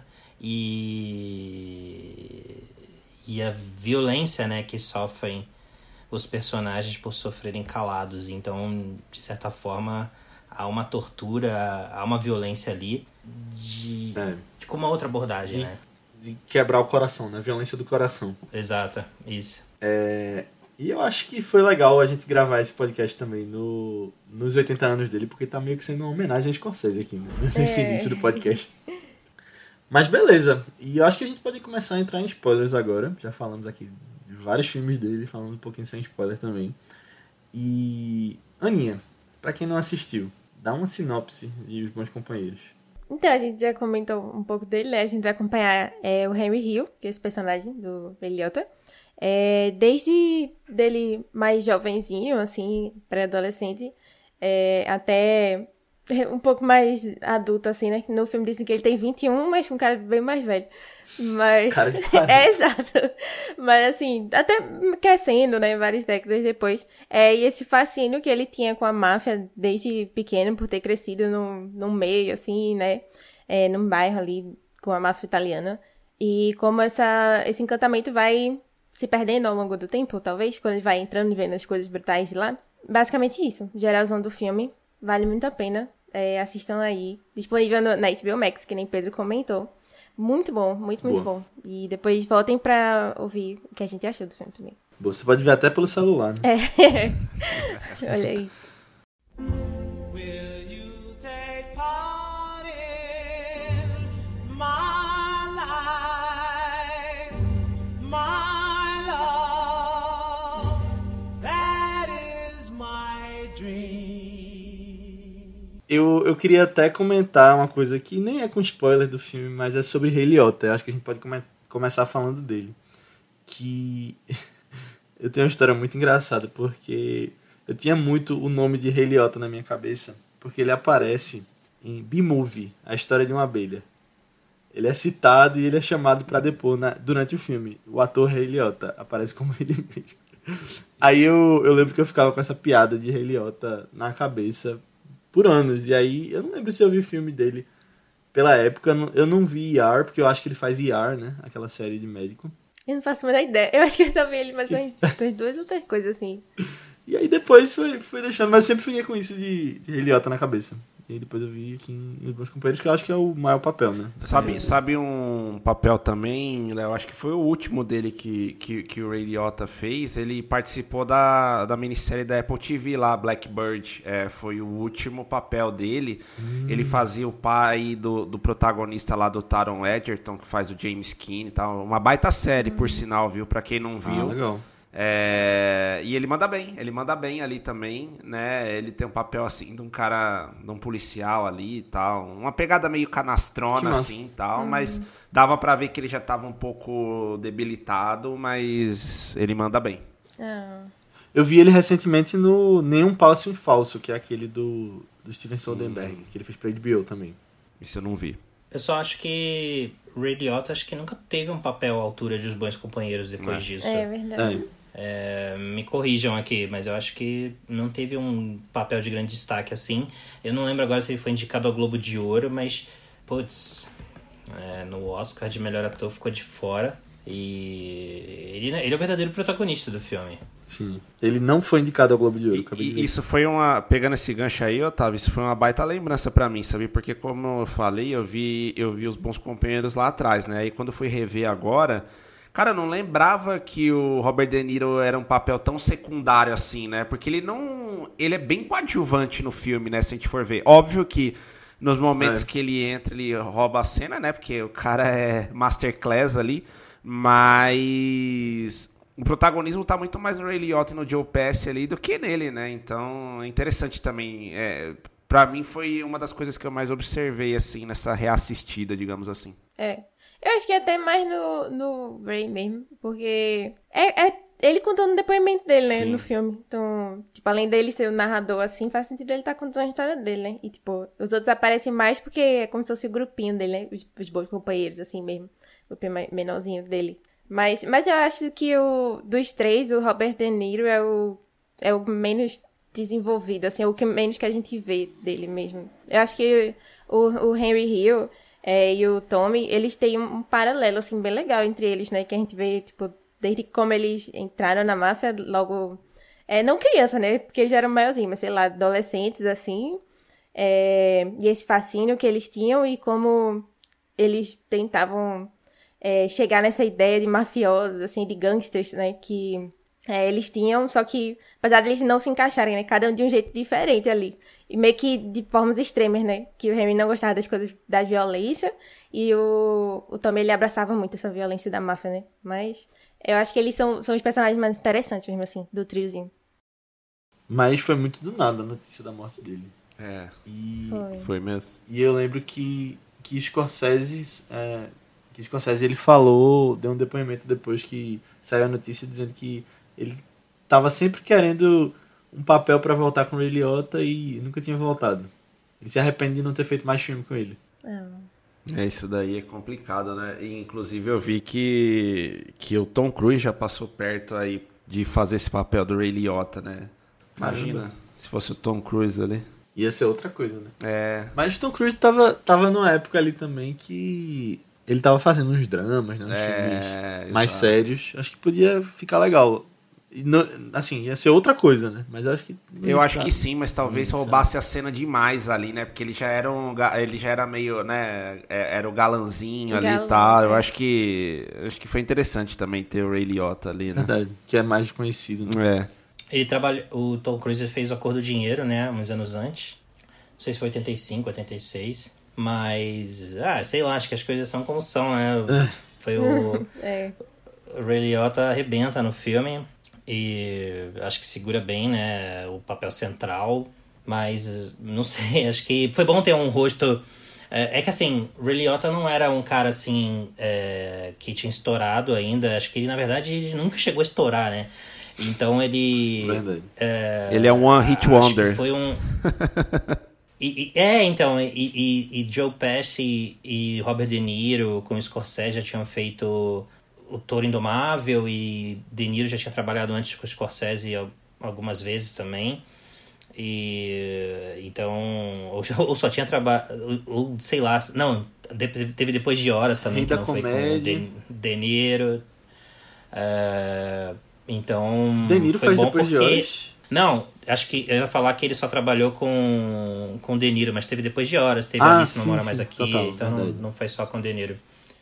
e... e a violência, né, que sofrem os personagens por sofrerem calados. Então, de certa forma, há uma tortura, há uma violência ali de, é. de com uma outra abordagem, de... né? de quebrar o coração, né? Violência do coração. Exato, isso. É, e eu acho que foi legal a gente gravar esse podcast também no, nos oitenta anos dele, porque tá meio que sendo uma homenagem a Scorsese aqui, né? Nesse é. início do podcast. Mas beleza, e eu acho que a gente pode começar a entrar em spoilers agora. Já falamos aqui de vários filmes dele, falando um pouquinho sem spoiler também. E, Aninha, pra quem não assistiu, dá uma sinopse de Os Bons Companheiros. Então, a gente já comentou um pouco dele, né? A gente vai acompanhar é, o Henry Hill, que é esse personagem do Ray Liotta. É, desde dele mais jovenzinho, assim, pré-adolescente, é, até um pouco mais adulto, assim, né? No filme dizem que ele tem vinte e um, mas com um cara bem mais velho. Mas... Cara de quarenta. É, exato. Mas, assim, até crescendo, né? Várias décadas depois. É, e esse fascínio que ele tinha com a máfia desde pequeno, por ter crescido num, num meio, assim, né? É, num bairro ali com a máfia italiana. E como essa, esse encantamento vai se perdendo ao longo do tempo, talvez, quando ele vai entrando e vendo as coisas brutais de lá. Basicamente isso. Geralzão do filme. Vale muito a pena. É, assistam aí. Disponível no, na H B O Max, que nem Pedro comentou. Muito bom, muito, muito Boa. bom. E depois voltem pra ouvir o que a gente achou do filme também. Boa, você pode ver até pelo celular, né? É. Olha aí. Eu, eu queria até comentar uma coisa que nem é com spoiler do filme, mas é sobre Ray Liotta. Eu acho que a gente pode come- começar falando dele. Que eu tenho uma história muito engraçada, porque eu tinha muito o nome de Ray Liotta na minha cabeça, porque ele aparece em B-Movie, A História de uma Abelha. Ele é citado e ele é chamado pra depor na, durante o filme. O ator Ray Liotta aparece como ele mesmo. Aí eu, eu lembro que eu ficava com essa piada de Ray Liotta na cabeça por anos. E aí eu não lembro se eu vi o filme dele pela época. Eu não vi E R, porque eu acho que ele faz E R, né? Aquela série de médico. Eu não faço a menor ideia. Eu acho que eu só vi ele mais umas duas ou três coisas assim. E aí depois foi, foi deixando, mas eu sempre fiquei com isso de, de Ray Liotta na cabeça. E aí depois eu vi aqui em Os Bons Companheiros, que eu acho que é o maior papel, né? Sabe, É. sabe um papel também, Léo? Acho que foi o último dele que, que, que o Ray Liotta fez. Ele participou da, da minissérie da Apple T V lá, Blackbird. É, foi o último papel dele. Hum. Ele fazia o pai do, do protagonista lá do Taron Egerton, que faz o James Keane e tal. Uma baita série, hum. por sinal, viu? Pra quem não viu. Ah, legal. É, e ele manda bem, ele manda bem ali também, né? Ele tem um papel assim de um cara, de um policial ali e tal, uma pegada meio canastrona assim e tal, hum. mas dava pra ver que ele já tava um pouco debilitado, mas ele manda bem. Ah. Eu vi ele recentemente no Nenhum Passo em Falso, que é aquele do, do Steven Soderbergh, hum. que ele fez pra H B O também. Isso eu não vi. Eu só acho que Ray Liotta acho que nunca teve um papel à altura de Os Bons Companheiros depois é. disso. É verdade. É. É, me corrijam aqui, mas eu acho que não teve um papel de grande destaque assim. Eu não lembro agora se ele foi indicado ao Globo de Ouro, mas, putz, é, no Oscar de melhor ator ficou de fora. E ele, ele é o verdadeiro protagonista do filme. Sim, ele não foi indicado ao Globo de Ouro. E, e isso foi uma... Pegando esse gancho aí, Otávio, isso foi uma baita lembrança pra mim, sabe? Porque como eu falei, eu vi, eu vi Os Bons Companheiros lá atrás, né? E quando fui rever agora... Cara, eu não lembrava que o Robert De Niro era um papel tão secundário assim, né? Porque ele não... Ele é bem coadjuvante no filme, né? Se a gente for ver. Óbvio que nos momentos é. que ele entra, ele rouba a cena, né? Porque o cara é masterclass ali. Mas... o protagonismo tá muito mais no Ray Liotta e no Joe Pesci ali do que nele, né? Então, é interessante também. É, pra mim, foi uma das coisas que eu mais observei, assim, nessa reassistida, digamos assim. É. Eu acho que até mais no, no Ray mesmo, porque é, é ele contando o depoimento dele, né, Sim. no filme. Então, tipo, além dele ser o narrador, assim, faz sentido ele estar tá contando a história dele, né? E, tipo, os outros aparecem mais porque é como se fosse o grupinho dele, né? Os, os bons companheiros, assim mesmo. O grupinho menorzinho dele. Mas, mas eu acho que o dos três, o Robert De Niro é o, é o menos desenvolvido, assim, é o que menos que a gente vê dele mesmo. Eu acho que o, o Henry Hill... É, e o Tommy, eles têm um paralelo, assim, bem legal entre eles, né? Que a gente vê, tipo, desde como eles entraram na máfia, logo... É, não criança, né? Porque eles já eram maiorzinhos, mas, sei lá, adolescentes, assim. É, e esse fascínio que eles tinham e como eles tentavam é, chegar nessa ideia de mafiosos, assim, de gangsters, né? Que é, eles tinham, só que, apesar de eles não se encaixarem, né? Cada um de um jeito diferente ali. E meio que de formas extremas, né? Que o Henry não gostava das coisas da violência e o, o Tommy, ele abraçava muito essa violência da máfia, né? Mas eu acho que eles são, são os personagens mais interessantes mesmo, assim, do triozinho. Mas foi muito do nada a notícia da morte dele. É, e, foi. foi mesmo. E eu lembro que, que Scorsese, é, que Scorsese, ele falou, deu um depoimento depois que saiu a notícia dizendo que ele tava sempre querendo... um papel pra voltar com o Ray Liotta e nunca tinha voltado. Ele se arrepende de não ter feito mais filme com ele. É, isso daí é complicado, né? E, inclusive eu vi que, que o Tom Cruise já passou perto aí de fazer esse papel do Ray Liotta, né? Imagina Caramba. Se fosse o Tom Cruise ali. Ia ser outra coisa, né? É. Mas o Tom Cruise tava, tava numa época ali também que ele tava fazendo uns dramas, né? Uns é, filmes mais sérios. Acho que podia ficar legal. Não, assim, ia ser outra coisa, né? Mas eu acho que... Eu acho que sim, mas talvez roubasse a cena demais ali, né? Porque ele já era um... Ele já era meio, né? Era o galanzinho ali e tal. Eu acho que... Acho que foi interessante também ter o Ray Liotta ali, né? Verdade, que é mais conhecido, né? É. Ele trabalha... O Tom Cruise fez o Acordo do Dinheiro, né? Uns anos antes. Não sei se foi oitenta e cinco, oitenta e seis. Mas... Ah, sei lá, acho que as coisas são como são, né? Foi o... é. O Ray Liotta arrebenta no filme... E acho que segura bem, né, o papel central. Mas, não sei, acho que foi bom ter um rosto... É, é que assim, Ray Liotta não era um cara assim é, que tinha estourado ainda. Acho que ele, na verdade, ele nunca chegou a estourar, né? Então ele... Verdade. É, ele é um one hit wonder. Foi um... e, e, é, então, e, e, e Joe Pesci e Robert De Niro com Scorsese já tinham feito o Toro Indomável, e De Niro já tinha trabalhado antes com o Scorsese algumas vezes também. E então, ou, ou só tinha trabalho, ou, ou sei lá, não, teve Depois de Horas também, que não foi com De, De Niro. Uh, então, De Niro foi faz bom Depois porque... de Horas? Não, acho que eu ia falar que ele só trabalhou com, com De Niro, mas teve Depois de Horas, teve ah, Alice Não sim, Mora sim, Mais Aqui, total, então não, não foi só com De Niro.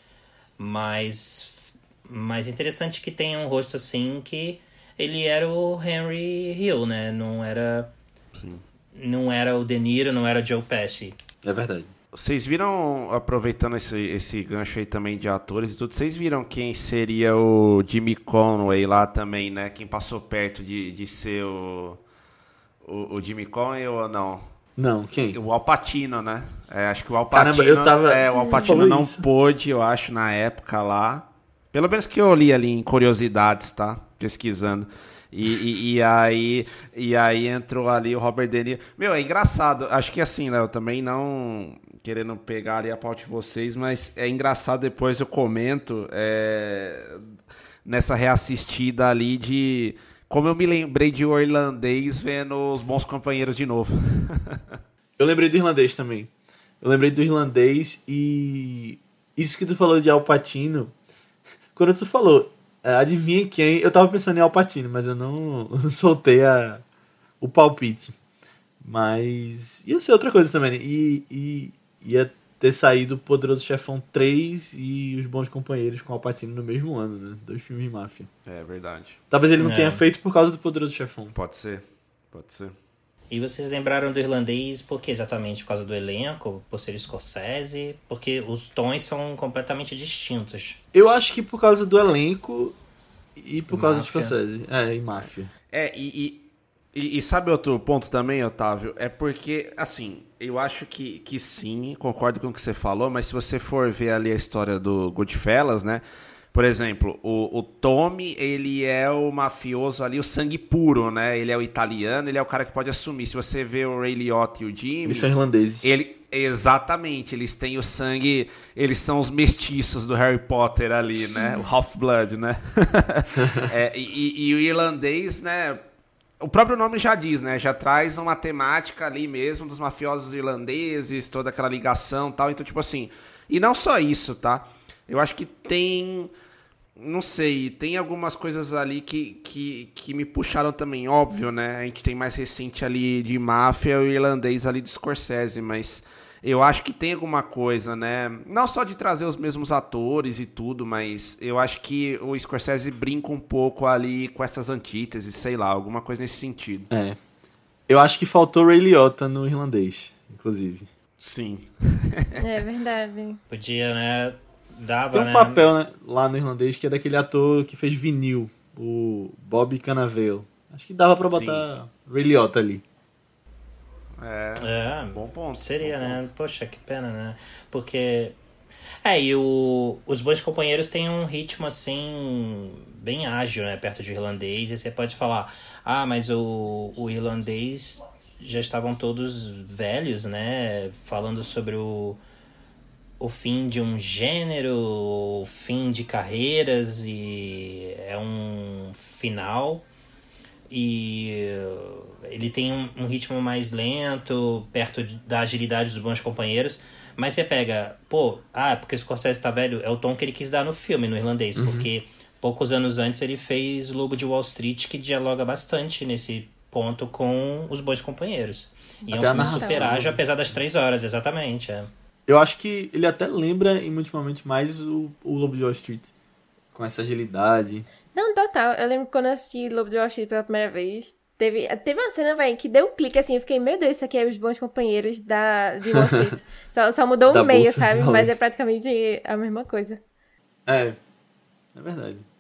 Mas, mas interessante que tenha um rosto assim, que ele era o Henry Hill, né? Não era... Sim. Não era o De Niro, não era o Joe Pesci. É verdade. Vocês viram, aproveitando esse, esse gancho aí também de atores e tudo, vocês viram quem seria o Jimmy Conway lá também, né? Quem passou perto de, de ser o, o, o Jimmy Conway ou não? Não, quem? O Al Pacino, né? É, acho que o Al Pacino... Caramba, eu tava... É, o Al Pacino não isso. pôde, eu acho, na época lá. Pelo menos que eu li ali em curiosidades, tá? Pesquisando. E, e, e, aí, e aí entrou ali o Robert De Niro. Meu, é engraçado. Acho que assim, Léo, também não querendo pegar ali a pauta de vocês, mas é engraçado, depois eu comento é, nessa reassistida ali de como eu me lembrei de O Irlandês vendo Os Bons Companheiros de novo. Eu lembrei do Irlandês também. Eu lembrei do Irlandês e isso que tu falou de Al Pacino, quando tu falou... Adivinha quem? Eu tava pensando em Al Pacino, mas eu não, não soltei a, o palpite. Mas ia ser outra coisa também. E, e ia ter saído o Poderoso Chefão três e Os Bons Companheiros com Al Pacino no mesmo ano, né? Dois filmes de máfia. É verdade. Talvez ele não é. tenha feito por causa do Poderoso Chefão. Pode ser, pode ser. E vocês lembraram do Irlandês por que exatamente? Por causa do elenco? Por ser Scorsese? Porque os tons são completamente distintos. Eu acho que por causa do elenco e por E causa máfia. do Scorsese. É, e máfia. É, e, e, e, e sabe outro ponto também, Otávio? É porque, assim, eu acho que, que sim, concordo com o que você falou, mas se você for ver ali a história do Goodfellas, né? Por exemplo, o, o Tommy, ele é o mafioso ali, o sangue puro, né? Ele é o italiano, ele é o cara que pode assumir. Se você vê o Ray Liotta e o Jimmy... Eles são irlandeses. Ele, exatamente, eles têm o sangue... Eles são os mestiços do Harry Potter ali, né? O Half-Blood, né? é, e, e o irlandês, né? O próprio nome já diz, né? Já traz uma temática ali mesmo dos mafiosos irlandeses, toda aquela ligação e tal. Então, tipo assim... E não só isso, tá? Eu acho que tem, não sei, tem algumas coisas ali que, que, que me puxaram também, óbvio, né? A gente tem mais recente ali de máfia, o irlandês ali do Scorsese, mas eu acho que tem alguma coisa, né? Não só de trazer os mesmos atores e tudo, mas eu acho que o Scorsese brinca um pouco ali com essas antíteses, sei lá, alguma coisa nesse sentido. É. Eu acho que faltou Ray Liotta no irlandês, inclusive. Sim. É verdade. Podia, né? Dava, Tem um né? papel, né, lá no irlandês que é daquele ator que fez Vinil, o Bob Cannavale. Acho que dava pra botar Sim. Ray Liotta ali. É, é, bom ponto. Seria, bom né? ponto. Poxa, que pena, né? Porque... É, e o, os Bons Companheiros têm um ritmo, assim, bem ágil, né? Perto do irlandês. E você pode falar, ah, mas o, o irlandês já estavam todos velhos, né? Falando sobre o... o fim de um gênero, o fim de carreiras, e é um final, e ele tem um, um ritmo mais lento, perto de, da agilidade dos Bons Companheiros, mas você pega, pô, ah, porque o Scorsese tá velho, é o tom que ele quis dar no filme, no irlandês, uhum. Porque poucos anos antes ele fez Lobo de Wall Street, que dialoga bastante nesse ponto com os Bons Companheiros. E Até é um filme super ágil, apesar das três horas, exatamente, é. Eu acho que ele até lembra, em muitos momentos, mais o, o Lobo de Wall Street. Com essa agilidade. Não, total. Eu lembro que quando eu assisti Lobo de Wall Street pela primeira vez, teve, teve uma cena, velho, que deu um clique, assim, eu fiquei, meu Deus, isso aqui é Os Bons Companheiros da, de Wall Street. só, só mudou Da um meio, Bolsa de sabe? Valores. Mas é praticamente a mesma coisa. É, é verdade.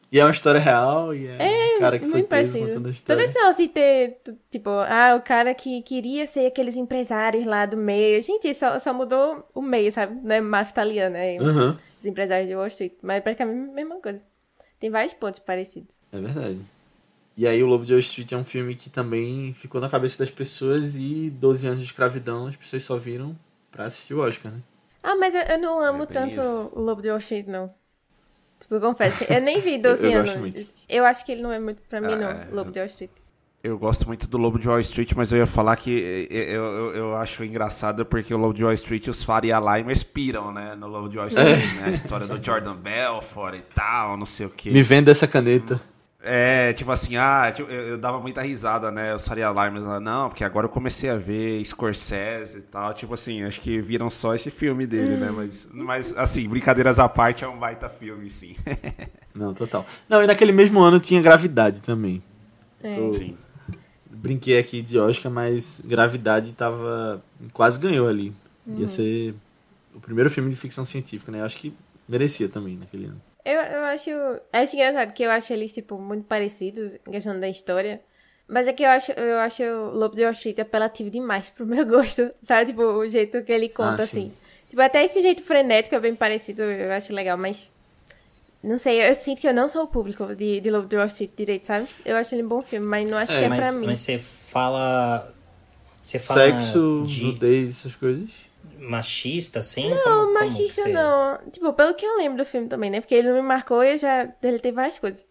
E é uma história real, e é, É, um cara que foi muito preso parecido. contando a Toda história. essa assim ter, t- tipo, ah, o cara que queria ser aqueles empresários lá do meio. Gente, só, só mudou o meio, sabe? Não é máfia italiana, é Aham, os empresários de Wall Street. Mas é praticamente a mesma coisa. Tem vários pontos parecidos. é verdade. E aí o Lobo de Wall Street é um filme que também ficou na cabeça das pessoas e doze anos de escravidão as pessoas só viram pra assistir o Oscar, né? Ah, mas eu, eu não amo É bem tanto isso. o Lobo de Wall Street, não. Tipo, eu confesso. Eu nem vi Eu- doze eu anos. gosto muito. Eu acho que ele não é muito pra mim, Ah, não, é, o Lobo de Wall Street. Eu gosto muito do Lobo de Wall Street, mas eu ia falar que eu, eu, eu acho engraçado porque o Lobo de Wall Street os Faria Limers piram, né? No Lobo de Wall Street, né? A história do Jordan Belfort e tal, não sei o quê. Me venda essa caneta. É, tipo assim, ah, tipo, eu, eu dava muita risada, né? Os Faria Limers lá, não, porque agora eu comecei a ver Scorsese e tal. Tipo assim, acho que viram só esse filme dele, né? Mas, mas, assim, brincadeiras à parte, é um baita filme, sim. Não, total. Não, e naquele mesmo ano tinha Gravidade também. É. Tô- Sim. Brinquei aqui de Oscar, mas Gravidade tava... quase ganhou ali. Uhum. Ia ser o primeiro filme de ficção científica, né? Eu acho que merecia também naquele ano. Eu, eu acho, acho engraçado que eu acho eles, tipo, muito parecidos em questão da história. Mas é que eu acho, eu acho o Lobo de Wall Street apelativo demais pro meu gosto. Sabe? Tipo, o jeito que ele conta, Ah, assim. sim. Tipo, até esse jeito frenético é bem parecido, eu acho legal, mas... Não sei, eu sinto que eu não sou o público de, de Lobo de Wall Street direito, sabe? Eu acho ele um bom filme, mas não acho É, que é mas, pra mim. mas você fala. Você fala Sexo, de nudez, essas coisas. machista, assim? Não, Como- como machista você- não. Tipo, pelo que eu lembro do filme também, né? Porque ele não me marcou e eu já deletei várias coisas.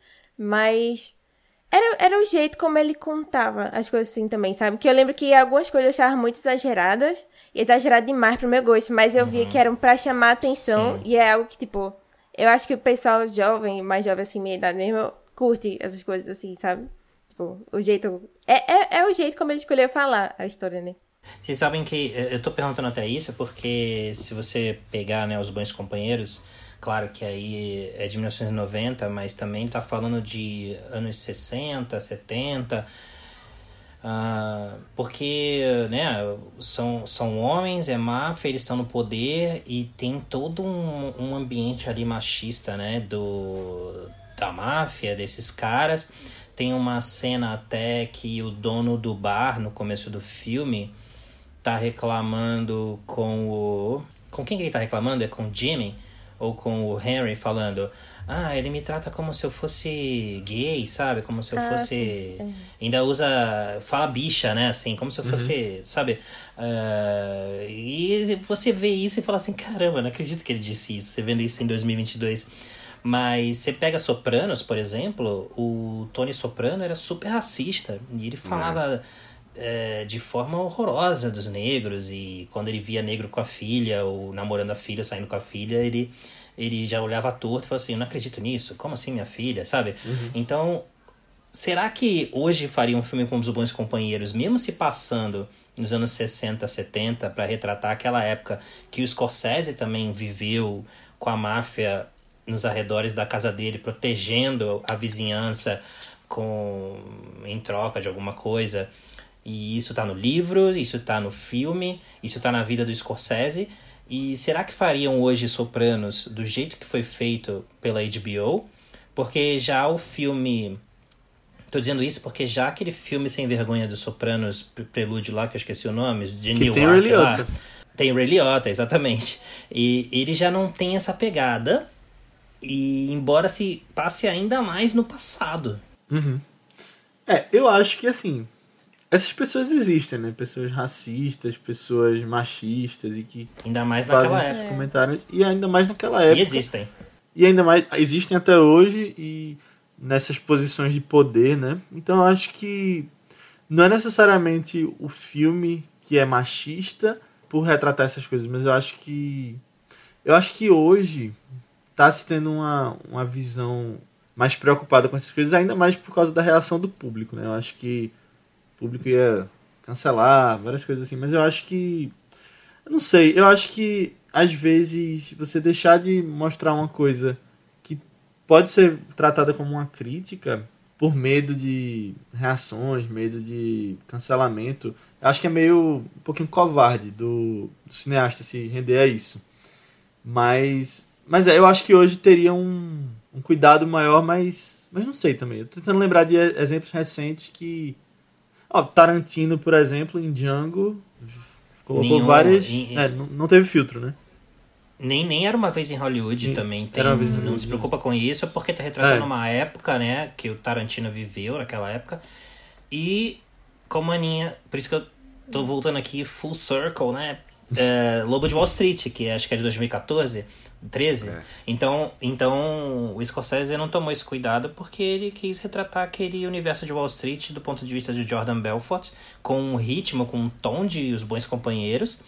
Mas era, era o jeito como ele contava as coisas assim também, sabe? Que eu lembro que algumas coisas eu achava muito exageradas. E exagerado demais pro meu gosto. Mas eu via que eram pra chamar a atenção. Sim. E é algo que, tipo... Eu acho que o pessoal jovem, mais jovem assim, minha idade mesmo, curte essas coisas assim, sabe? Tipo, o jeito... É, é, é o jeito como ele escolheu falar a história, né? Vocês sabem que eh, eu tô perguntando até isso porque se você pegar, né, Os Bons Companheiros, claro que aí é de mil novecentos e noventa, mas também tá falando de anos sessenta, setenta, ah, porque, né, são, são homens, é máfia, eles estão no poder e tem todo um, um ambiente ali machista, né, do, da máfia, desses caras. Tem uma cena até que o dono do bar, no começo do filme, tá reclamando com o... Com quem que ele tá reclamando? É com o Jimmy? Ou com o Henry falando... Ah, ele me trata como se eu fosse gay, sabe? Como se eu Ah, fosse... sim. Ainda usa... Fala bicha, né? Assim, como se eu fosse... Sabe? Ah, e você vê isso e fala assim... Caramba, não acredito que ele disse isso. Você vendo isso em dois mil e vinte e dois. Mas você pega Sopranos, por exemplo... O Tony Soprano era super racista. E ele falava... É, de forma horrorosa dos negros, e quando ele via negro com a filha ou namorando a filha, saindo com a filha, ele, ele já olhava torto e falava assim, eu não acredito nisso, como assim minha filha, sabe? Uhum. Então, será que hoje faria um filme como Os Bons Companheiros, mesmo se passando nos anos sessenta, setenta, para retratar aquela época que o Scorsese também viveu com a máfia nos arredores da casa dele, protegendo a vizinhança com, em troca de alguma coisa? E isso tá no livro, isso tá no filme, isso tá na vida do Scorsese. E será que fariam hoje Sopranos do jeito que foi feito pela H B O? Porque já o filme... Tô dizendo isso porque já aquele filme Sem Vergonha dos Sopranos, Prelúdio lá, que eu esqueci o nome, de que Neil tem o Ray Walker lá. Liotta. Tem o Ray Liotta, exatamente. E ele já não tem essa pegada, e embora se passe ainda mais no passado. Uhum. É, eu acho que assim... Essas pessoas existem, né? Pessoas racistas, pessoas machistas e que Ainda mais fazem naquela esses época. comentários. E ainda mais naquela época. E existem. E ainda mais, existem até hoje e nessas posições de poder, né? Então eu acho que não é necessariamente o filme que é machista por retratar essas coisas, mas eu acho que eu acho que hoje tá se tendo uma, uma visão mais preocupada com essas coisas, ainda mais por causa da reação do público, né? Eu acho que o público ia cancelar, várias coisas assim, mas eu acho que... Eu não sei, eu acho que às vezes você deixar de mostrar uma coisa que pode ser tratada como uma crítica por medo de reações, medo de cancelamento, eu acho que é meio um pouquinho covarde do, do cineasta se render a isso. Mas, mas é, eu acho que hoje teria um, um cuidado maior, mas, mas não sei também. Eu tô tentando lembrar de exemplos recentes que... Ó, Tarantino, por exemplo, em Django, colocou Nenhum, várias... em, É, não, não teve filtro, né? Nem, nem Era Uma Vez em Hollywood Nem, também. Tem, Era Uma Vez em não Hollywood, se preocupa com isso, porque tá retratando É. uma época, né, que o Tarantino viveu naquela época. E, como a Aninha... Por isso que eu tô voltando aqui full circle, né? É, Lobo de Wall Street, que acho que é de dois mil e quatorze, treze. É. Então, então, o Scorsese não tomou esse cuidado porque ele quis retratar aquele universo de Wall Street do ponto de vista de Jordan Belfort, com um ritmo, com um tom de Os Bons Companheiros.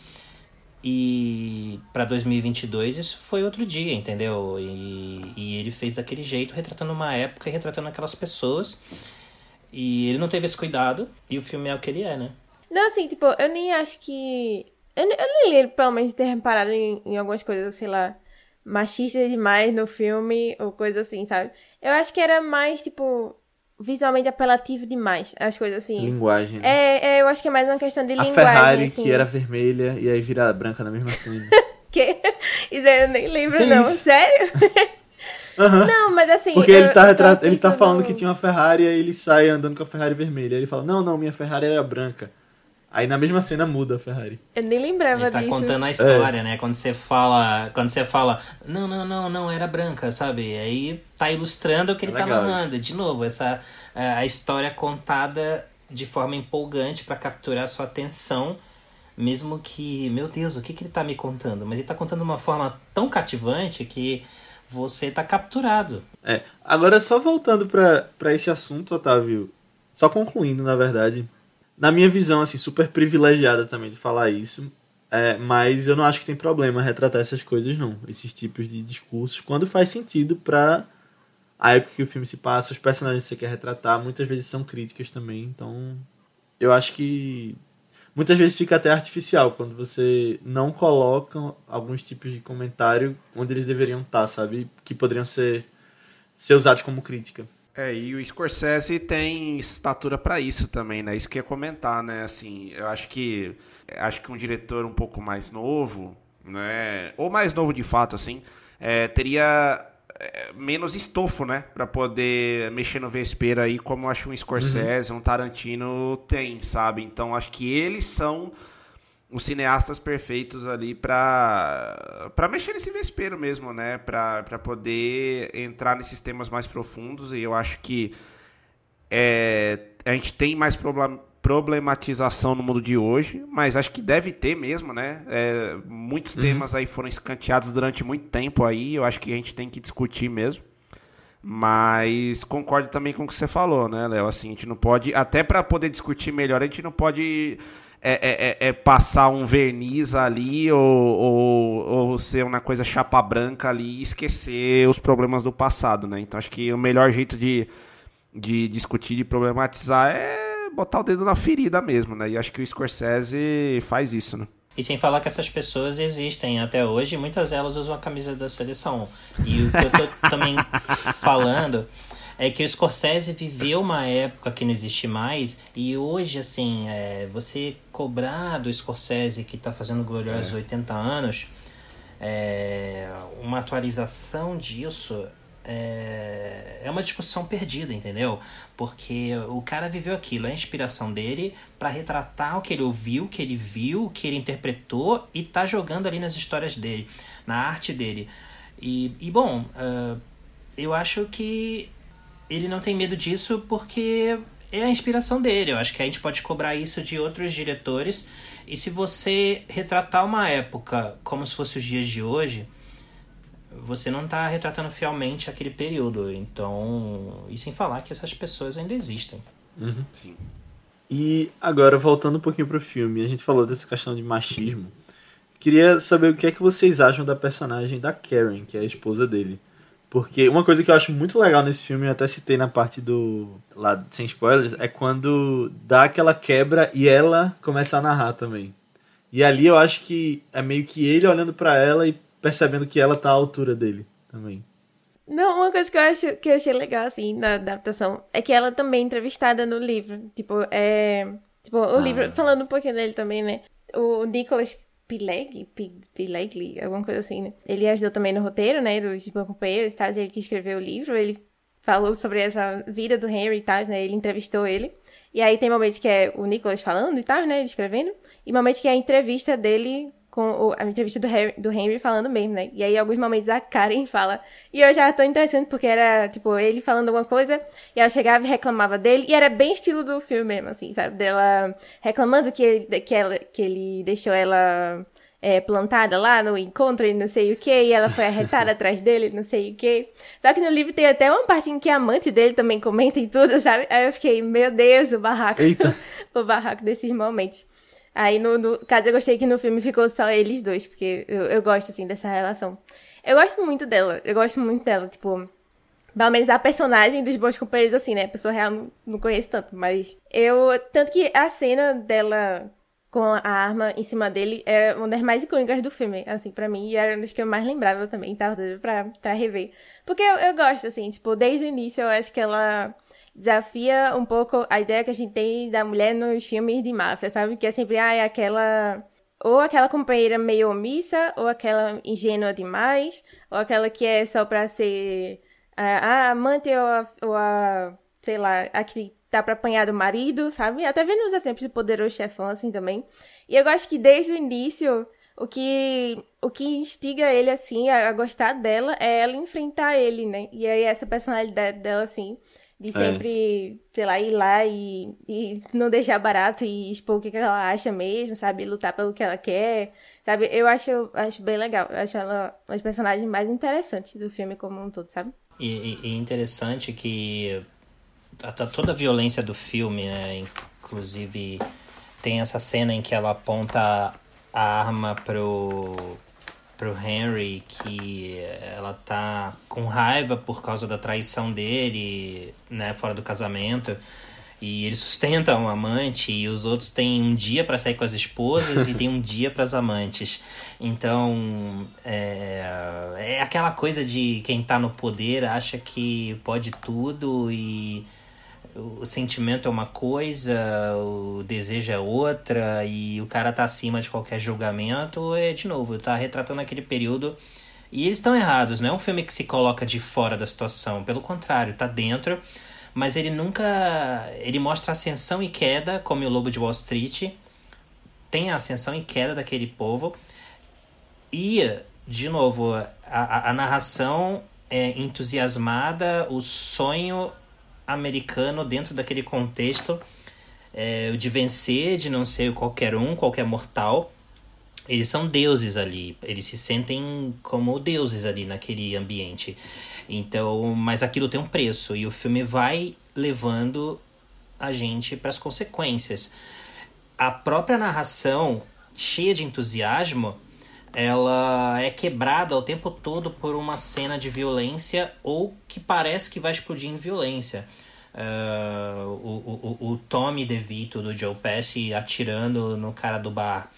E para dois mil e vinte e dois isso foi outro dia, entendeu? E, e ele fez daquele jeito, retratando uma época e retratando aquelas pessoas. E ele não teve esse cuidado, e o filme é o que ele é, né? Não, assim, tipo, eu nem acho que... Eu, eu nem lembro, pelo menos, de ter reparado em, em algumas coisas, sei lá, machistas demais no filme, ou coisa assim, sabe? Eu acho que era mais, tipo, visualmente apelativo demais, as coisas assim. Linguagem. Né? É, é, eu acho que é mais uma questão de A linguagem, Ferrari, assim. que era vermelha, e aí vira branca na mesma cena. Que? Isso aí eu nem lembro, Que não. isso? Sério? Uhum. Não, mas assim... Porque eu, ele tá, eu retra... tava ele tá pensando- falando que tinha uma Ferrari, aí ele sai andando com a Ferrari vermelha. Aí ele fala, não, não, minha Ferrari era branca. Aí na mesma cena muda a Ferrari. Eu nem lembrava Ele tá disso. contando a história, né? Quando você fala, quando você fala, não, não, não, não, era branca, sabe? Aí tá ilustrando o que ele É tá legal narrando. isso. De novo, essa a a história contada de forma empolgante pra capturar a sua atenção, mesmo que, meu Deus, o que que ele tá me contando? Mas ele tá contando de uma forma tão cativante que você tá capturado. É. Agora, só voltando pra, pra esse assunto, Otávio, só concluindo, na verdade, na minha visão, assim, super privilegiada também de falar isso, é, mas eu não acho que tem problema retratar essas coisas, não. Esses tipos de discursos, quando faz sentido pra a época que o filme se passa, os personagens que você quer retratar, muitas vezes são críticas também, então eu acho que muitas vezes fica até artificial quando você não coloca alguns tipos de comentário onde eles deveriam estar, sabe? Que poderiam ser, ser usados como crítica. É, e o Scorsese tem estatura pra isso também, né? Isso que eu ia comentar, né? Assim, eu acho que acho que um diretor um pouco mais novo, né? Ou mais novo de fato, assim, é, teria é, menos estofo, né? Pra poder mexer no vespeiro aí, como eu acho um Scorsese, uhum. um Tarantino tem, sabe? Então acho que eles são os cineastas perfeitos ali pra, pra mexer nesse vespeiro mesmo, né? Pra, pra poder entrar nesses temas mais profundos. E eu acho que é, a gente tem mais problem, problematização no mundo de hoje, mas acho que deve ter mesmo, né? É, muitos uhum. temas aí foram escanteados durante muito tempo aí. Eu acho que a gente tem que discutir mesmo. Mas concordo também com o que você falou, né, Léo? Assim, a gente não pode... Até pra poder discutir melhor, a gente não pode... É, é, é passar um verniz ali ou, ou, ou ser uma coisa chapa branca ali e esquecer os problemas do passado, né? Então acho que o melhor jeito de, de discutir, de problematizar é botar o dedo na ferida mesmo, né? E acho que o Scorsese faz isso, né? E sem falar que essas pessoas existem até hoje, muitas delas usam a camisa da seleção. E o que eu tô também falando... é que o Scorsese viveu uma época que não existe mais, e hoje, assim, é, você cobrar do Scorsese, que está fazendo gloriosos é. oitenta anos, é, uma atualização disso é, é uma discussão perdida, entendeu? Porque o cara viveu aquilo, é a inspiração dele para retratar o que ele ouviu, o que ele viu, o que ele interpretou, e tá jogando ali nas histórias dele, na arte dele. E, e bom, uh, eu acho que ele não tem medo disso porque é a inspiração dele. Eu acho que a gente pode cobrar isso de outros diretores. E se você retratar uma época como se fosse os dias de hoje, você não está retratando fielmente aquele período. Então, e sem falar que essas pessoas ainda existem. Uhum. Sim. E agora, voltando um pouquinho pro filme, a gente falou dessa questão de machismo. Queria saber o que é que vocês acham da personagem da Karen, que é a esposa dele. Porque uma coisa que eu acho muito legal nesse filme, eu até citei na parte do... lá sem spoilers, é quando dá aquela quebra e ela começa a narrar também. E ali eu acho que é meio que ele olhando pra ela e percebendo que ela tá à altura dele também. Não, uma coisa que eu acho que eu achei legal, assim, na adaptação, é que ela também é entrevistada no livro. Tipo, é... Tipo, o Ah. livro, falando um pouquinho dele também, né? O Nicholas Pileggi, Pileggi, alguma coisa assim, né? Ele ajudou também no roteiro, né, dos Bons Companheiros e tal, ele que escreveu o livro, ele falou sobre essa vida do Henry e tal, né, ele entrevistou ele. E aí tem momentos que é o Nicholas falando e tal, né, ele escrevendo, e momentos que é a entrevista dele com o, a entrevista do, Harry, do Henry falando mesmo, né? E aí, em alguns momentos, a Karen fala. E eu já tô interessante, porque era, tipo, ele falando alguma coisa, e ela chegava e reclamava dele, e era bem estilo do filme mesmo, assim, sabe? Dela reclamando que ele, que ela, que ele deixou ela é, plantada lá no encontro e não sei o que, e ela foi arretada atrás dele, não sei o que. Só que no livro tem até uma parte em que a amante dele também comenta e tudo, sabe? Aí eu fiquei, meu Deus, o barraco. Eita. O barraco desses momentos. Aí, no, no caso, eu gostei que no filme ficou só eles dois, porque eu, eu gosto, assim, dessa relação. Eu gosto muito dela, eu gosto muito dela, tipo... Pelo menos a personagem dos Bons Companheiros, assim, né? A pessoa real não, não conheço tanto, mas... Eu... Tanto que a cena dela com a arma em cima dele é uma das mais icônicas do filme, assim, pra mim. E era uma das que eu mais lembrava também, tava doida pra, pra rever. Porque eu, eu gosto, assim, tipo, desde o início eu acho que ela... desafia um pouco a ideia que a gente tem da mulher nos filmes de máfia, sabe? Que é sempre, ah, é aquela... Ou aquela companheira meio omissa, ou aquela ingênua demais, ou aquela que é só pra ser a, a amante ou a, ou a, sei lá, a que tá pra apanhar do marido, sabe? Até vendo os exemplos do Poderoso Chefão, assim, também. E eu gosto que desde o início... O que, o que instiga ele, assim, a, a gostar dela é ela enfrentar ele, né? E aí essa personalidade dela, assim... De sempre, é. sei lá, ir lá e, e não deixar barato e expor o que ela acha mesmo, sabe? Lutar pelo que ela quer, sabe? Eu acho, acho bem legal. Eu acho ela uma das personagens mais interessantes do filme como um todo, sabe? E, e interessante que a, toda a violência do filme, né? Inclusive, tem essa cena em que ela aponta a arma pro... pro Henry, que ela tá com raiva por causa da traição dele, né, fora do casamento, e ele sustenta um amante, e os outros têm um dia para sair com as esposas e tem um dia para as amantes. Então, é, é aquela coisa de quem tá no poder acha que pode tudo e o sentimento é uma coisa, o desejo é outra, e o cara tá acima de qualquer julgamento. É, de novo, tá retratando aquele período. E eles estão errados, não é um filme que se coloca de fora da situação. Pelo contrário, tá dentro. Mas ele nunca... Ele mostra ascensão e queda, como o Lobo de Wall Street. Tem a ascensão e queda daquele povo. E, de novo, a, a, a narração é entusiasmada, o sonho... americano dentro daquele contexto é, de vencer, de não ser qualquer um, qualquer mortal. Eles são deuses ali, eles se sentem como deuses ali naquele ambiente. Então, mas aquilo tem um preço e o filme vai levando a gente para as consequências. A própria narração, cheia de entusiasmo, ela é quebrada o tempo todo por uma cena de violência ou que parece que vai explodir em violência. Uh, o, o, o Tommy DeVito do Joe Pesci atirando no cara do bar.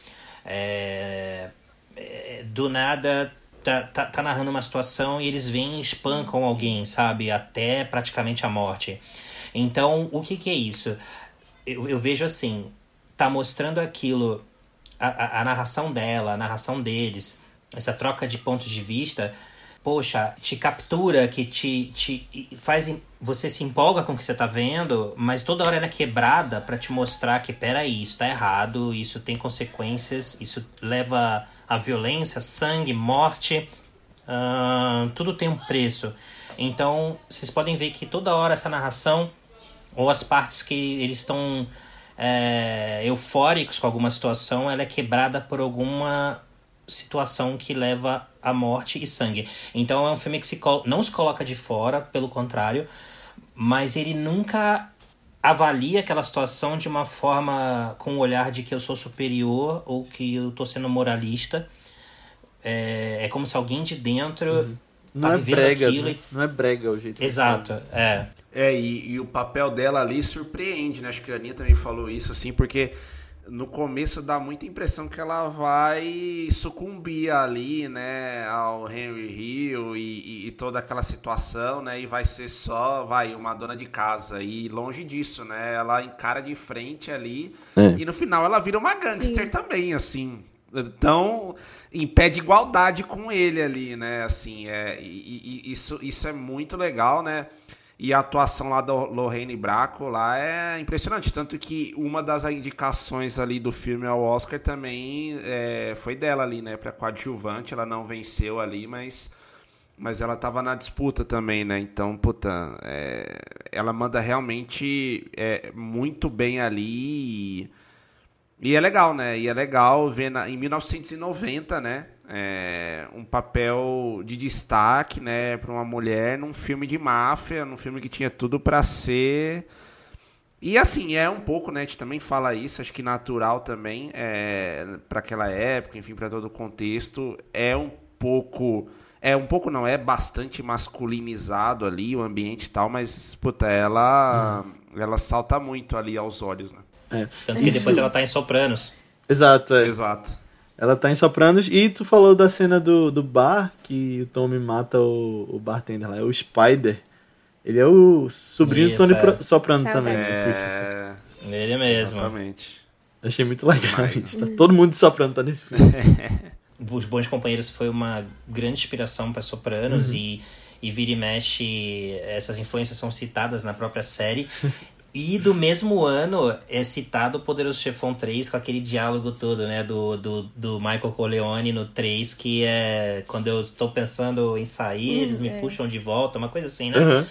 É, é, do nada tá, tá, tá narrando uma situação e eles vêm e espancam alguém, sabe? Até praticamente a morte. Então, o que que é isso? Eu, eu vejo assim, tá mostrando aquilo... A, a, a narração dela, a narração deles, essa troca de pontos de vista, poxa, te captura, que te, te faz... Você se empolga com o que você tá vendo, mas toda hora ela é quebrada pra te mostrar que, peraí, isso tá errado, isso tem consequências, isso leva a violência, sangue, morte, uh, tudo tem um preço. Então, vocês podem ver que toda hora essa narração, ou as partes que eles estão... É, eufóricos com alguma situação, ela é quebrada por alguma situação que leva à morte e sangue. Então é um filme que se col- não se coloca de fora, pelo contrário, mas ele nunca avalia aquela situação de uma forma com o olhar de que eu sou superior ou que eu tô sendo moralista. É, é como se alguém de dentro uhum. tá não vivendo é brega, aquilo. Não, e... não é brega o jeito. Exato, é. É, e, e o papel dela ali surpreende, né? Acho que a Aninha também falou isso, assim, porque no começo dá muita impressão que ela vai sucumbir ali, né, ao Henry Hill e, e, e toda aquela situação, né? E vai ser só, vai, uma dona de casa. E longe disso, né? Ela encara de frente ali é. E no final ela vira uma gangster Sim. também, assim. tão em pé de igualdade com ele ali, né? Assim, é, e, e, isso, isso é muito legal, né? E a atuação lá da Lorraine Bracco lá é impressionante. Tanto que uma das indicações ali do filme ao Oscar também é, foi dela ali, né? Pra coadjuvante, ela não venceu ali, mas, mas ela tava na disputa também, né? Então, puta, é, ela manda realmente é, muito bem ali e, e é legal, né? E é legal ver na, em mil novecentos e noventa, né? É, um papel de destaque, né, para uma mulher num filme de máfia, num filme que tinha tudo para ser. E assim, é um pouco, né, a gente também fala isso, acho que natural também, é, para aquela época, enfim, para todo o contexto, é um pouco, é um pouco não, é bastante masculinizado ali o ambiente e tal, mas, puta, ela, hum. ela salta muito ali aos olhos, né. É. Tanto que isso. Depois ela tá em Sopranos. Exato, é. Exato. Ela tá em Sopranos. E tu falou da cena do, do bar, que o Tommy mata o, o bartender lá. É o Spider. Ele é o sobrinho Isso, do Tony é. Soprano também. É... Ele mesmo. Exatamente. Achei muito legal Demais, isso. Tá todo mundo de Soprano tá nesse filme. Os Bons Companheiros foi uma grande inspiração para Sopranos. Uhum. e, e vira e mexe, essas influências são citadas na própria série. E do mesmo ano é citado o Poderoso Chefão três com aquele diálogo todo, né, do, do, do Michael Corleone no três, que é quando eu estou pensando em sair, hum, eles me é. puxam de volta, uma coisa assim, né? Uhum.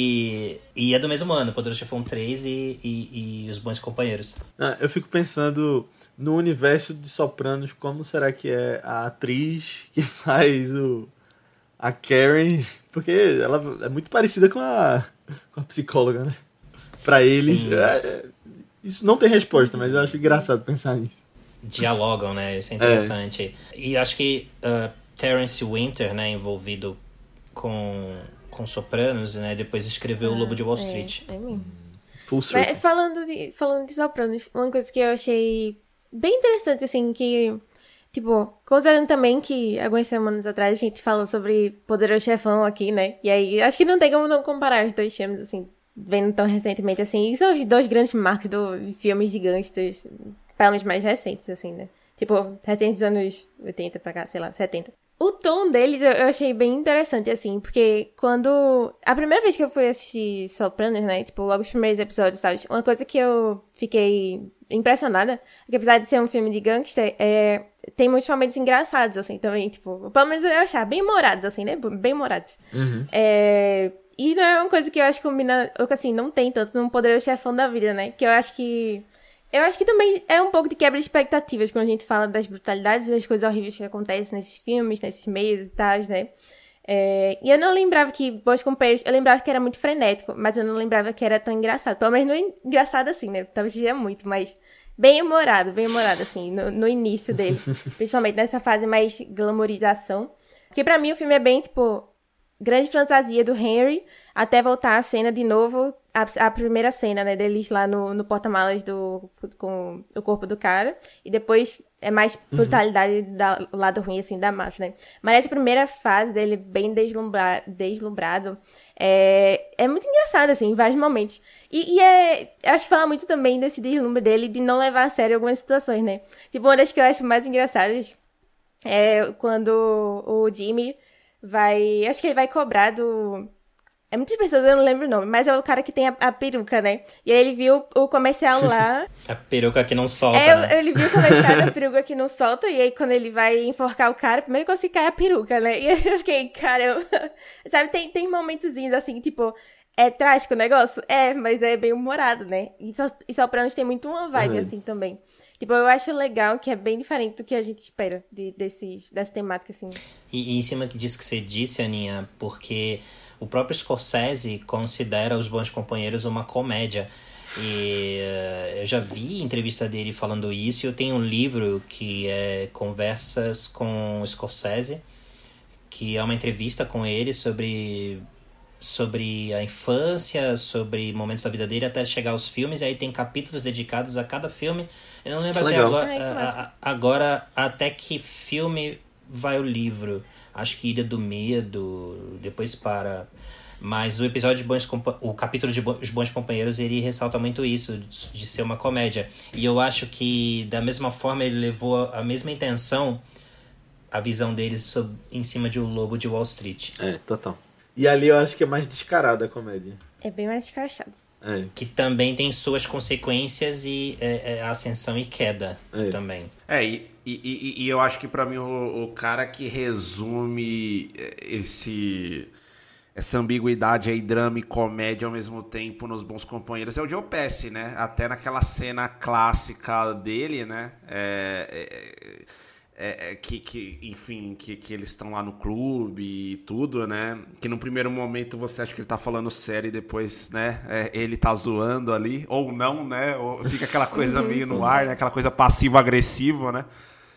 E, e é do mesmo ano, Poderoso Chefão três e, e, e Os Bons Companheiros. Ah, eu fico pensando no universo de Sopranos, como será que é a atriz que faz o, a Karen, porque ela é muito parecida com a, com a psicóloga, né? Pra eles, é, isso não tem resposta, mas eu acho engraçado pensar nisso. Dialogam, né? Isso é interessante. É. E acho que uh, Terence Winter, né, envolvido com, com Sopranos, né, depois escreveu ah, O Lobo de Wall Street. É, é mesmo. Full circle. Mas, falando, de, falando de Sopranos, uma coisa que eu achei bem interessante, assim, que, tipo, considerando também que algumas semanas atrás a gente falou sobre Poderoso Chefão aqui, né? E aí, acho que não tem como não comparar os dois filmes, assim, vendo tão recentemente, assim. E são os dois grandes marcos do, de filmes de gangsters, pelo menos mais recentes, assim, né? Tipo, recentes dos anos oitenta pra cá, sei lá, setenta. O tom deles eu, eu achei bem interessante, assim, porque quando... A primeira vez que eu fui assistir Sopranos, né, tipo, logo os primeiros episódios, sabe? Uma coisa que eu fiquei impressionada é que, apesar de ser um filme de gangster, é... tem muitos momentos engraçados, assim, também, tipo... Pelo menos eu achar, bem humorados, assim, né? Bem humorados. Uhum. É... E não é uma coisa que eu acho que combina... Assim, não tem tanto no Poderoso Chefão da vida, né? Que eu acho que... Eu acho que também é um pouco de quebra de expectativas quando a gente fala das brutalidades e das coisas horríveis que acontecem nesses filmes, nesses meios e tal, né? É, e eu não lembrava que Bons Companheiros... Eu lembrava que era muito frenético, mas eu não lembrava que era tão engraçado. Pelo menos não é engraçado assim, né? Talvez seja muito, mas... Bem humorado, bem humorado, assim, no, no início dele. Principalmente nessa fase mais glamorização. Porque pra mim o filme é bem, tipo... Grande fantasia do Henry, até voltar a cena de novo, a, a primeira cena, né, deles lá no, no porta-malas do, com o corpo do cara, e depois é mais brutalidade uhum. da, do lado ruim, assim, da máfia, né. Mas essa primeira fase dele, bem deslumbra, deslumbrado, é, é muito engraçado, assim, em vários momentos. E, e é, acho que fala muito também desse deslumbre dele, de não levar a sério algumas situações, né. Tipo, uma das que eu acho mais engraçadas é quando o Jimmy... vai... Acho que ele vai cobrar do... É muitas pessoas, eu não lembro o nome, mas é o cara que tem a, a peruca, né? E aí ele viu o comercial lá... A peruca que não solta, é, né? Ele viu o comercial da peruca que não solta, e aí quando ele vai enforcar o cara, primeiro que se cai a peruca, né? E aí eu fiquei, caramba... Sabe, tem, tem momentozinhos assim, tipo... É trágico o negócio? É, mas é bem humorado, né? E, só, e Sopranos tem muito uma vibe, uhum. assim, também. Tipo, eu acho legal que é bem diferente do que a gente espera de, desses, dessa temática, assim. E, e em cima disso que você disse, Aninha, porque o próprio Scorsese considera Os Bons Companheiros uma comédia. E uh, eu já vi entrevista dele falando isso, e eu tenho um livro que é Conversas com o Scorsese, que é uma entrevista com ele sobre... sobre a infância, sobre momentos da vida dele até chegar aos filmes, e aí tem capítulos dedicados a cada filme. Eu não lembro que até legal. agora, Ai, a, a, agora até que filme vai o livro. Acho que Ilha do Medo, depois para... Mas o episódio de Bons Compa- o capítulo de Bo- Os Bons Companheiros, ele ressalta muito isso, de ser uma comédia. E eu acho que, da mesma forma, ele levou a mesma intenção, a visão dele sobre, em cima de O Lobo de Wall Street. É, total. E ali eu acho que é mais descarada a comédia. É bem mais escrachado. É. Que também tem suas consequências e é, é, ascensão e queda É. também. É, e, e, e, e eu acho que pra mim o, o cara que resume esse... essa ambiguidade aí, drama e comédia ao mesmo tempo nos Bons Companheiros é o Joe Pesci, né? Até naquela cena clássica dele, né? É, é, é, é, que, que, enfim, que, que eles estão lá no clube e tudo, né? Que no primeiro momento você acha que ele tá falando sério e depois, né? É, ele tá zoando ali, ou não, né? Ou fica aquela coisa meio no ar, né? Aquela coisa passivo-agressiva, né?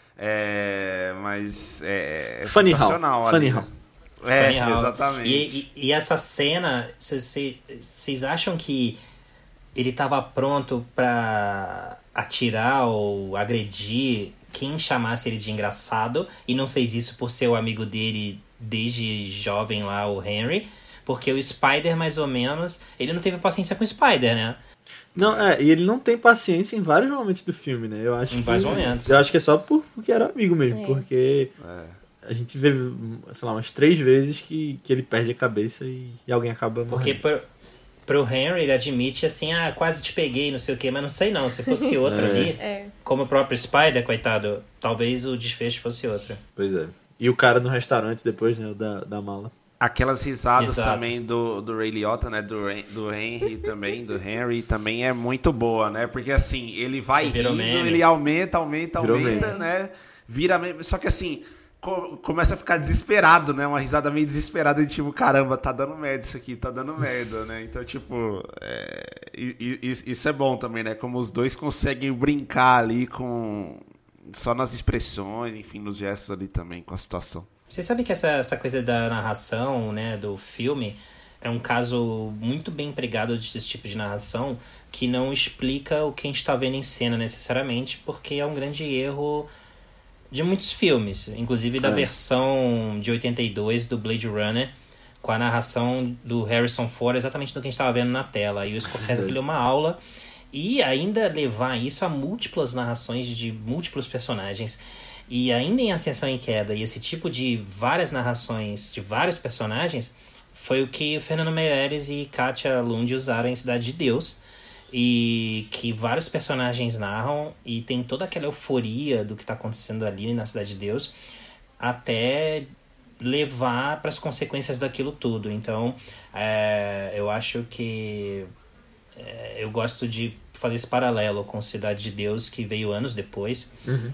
É, mas é, é Funny sensacional how. ali. Funny how. É, Funny how. exatamente. E, e, e essa cena, vocês acham que ele tava pronto pra atirar ou agredir quem chamasse ele de engraçado e não fez isso por ser o amigo dele desde jovem lá, o Henry? Porque o Spider, mais ou menos, ele não teve paciência com o Spider, né? Não, é, e ele não tem paciência em vários momentos do filme, né? Eu acho Em que, vários momentos. Eu acho que é só por, porque era amigo mesmo, É. porque É. a gente vê, sei lá, umas três vezes que, que ele perde a cabeça e, e alguém acaba Porque morrendo. pro, pro Henry, ele admite assim, ah, quase te peguei, não sei o quê, mas não sei não, se fosse outro É. ali, É. como o próprio Spider, coitado, talvez o desfecho fosse outro. Pois é. E o cara no restaurante depois, né, o da, da mala. Aquelas risadas Exato. também do, do Ray Liotta, né? Do, Ren- do Henry também, do Henry também é muito boa, né? Porque assim, ele vai Virou rindo, meme. ele aumenta, aumenta, Virou aumenta, meme. né? Vira meme. Só que assim, co- começa a ficar desesperado, né? Uma risada meio desesperada de tipo, caramba, tá dando merda isso aqui, tá dando merda, né? Então, tipo, é, e- e- isso é bom também, né? Como os dois conseguem brincar ali com... Só nas expressões, enfim, nos gestos ali também, com a situação. Você sabe que essa, essa coisa da narração, né, do filme, é um caso muito bem empregado desse tipo de narração que não explica o que a gente está vendo em cena necessariamente, porque é um grande erro de muitos filmes, inclusive da É. versão de oitenta e dois do Blade Runner, com a narração do Harrison Ford exatamente do que a gente estava vendo na tela. E o Scorsese aquilo é uma aula. E ainda levar isso a múltiplas narrações de múltiplos personagens. E ainda em Ascensão e Queda, e esse tipo de várias narrações de vários personagens, foi o que o Fernando Meirelles e Katia Lund usaram em Cidade de Deus. E que vários personagens narram e tem toda aquela euforia do que está acontecendo ali na Cidade de Deus, até levar para as consequências daquilo tudo. Então, é, eu acho que é, eu gosto de fazer esse paralelo com Cidade de Deus, que veio anos depois. Uhum.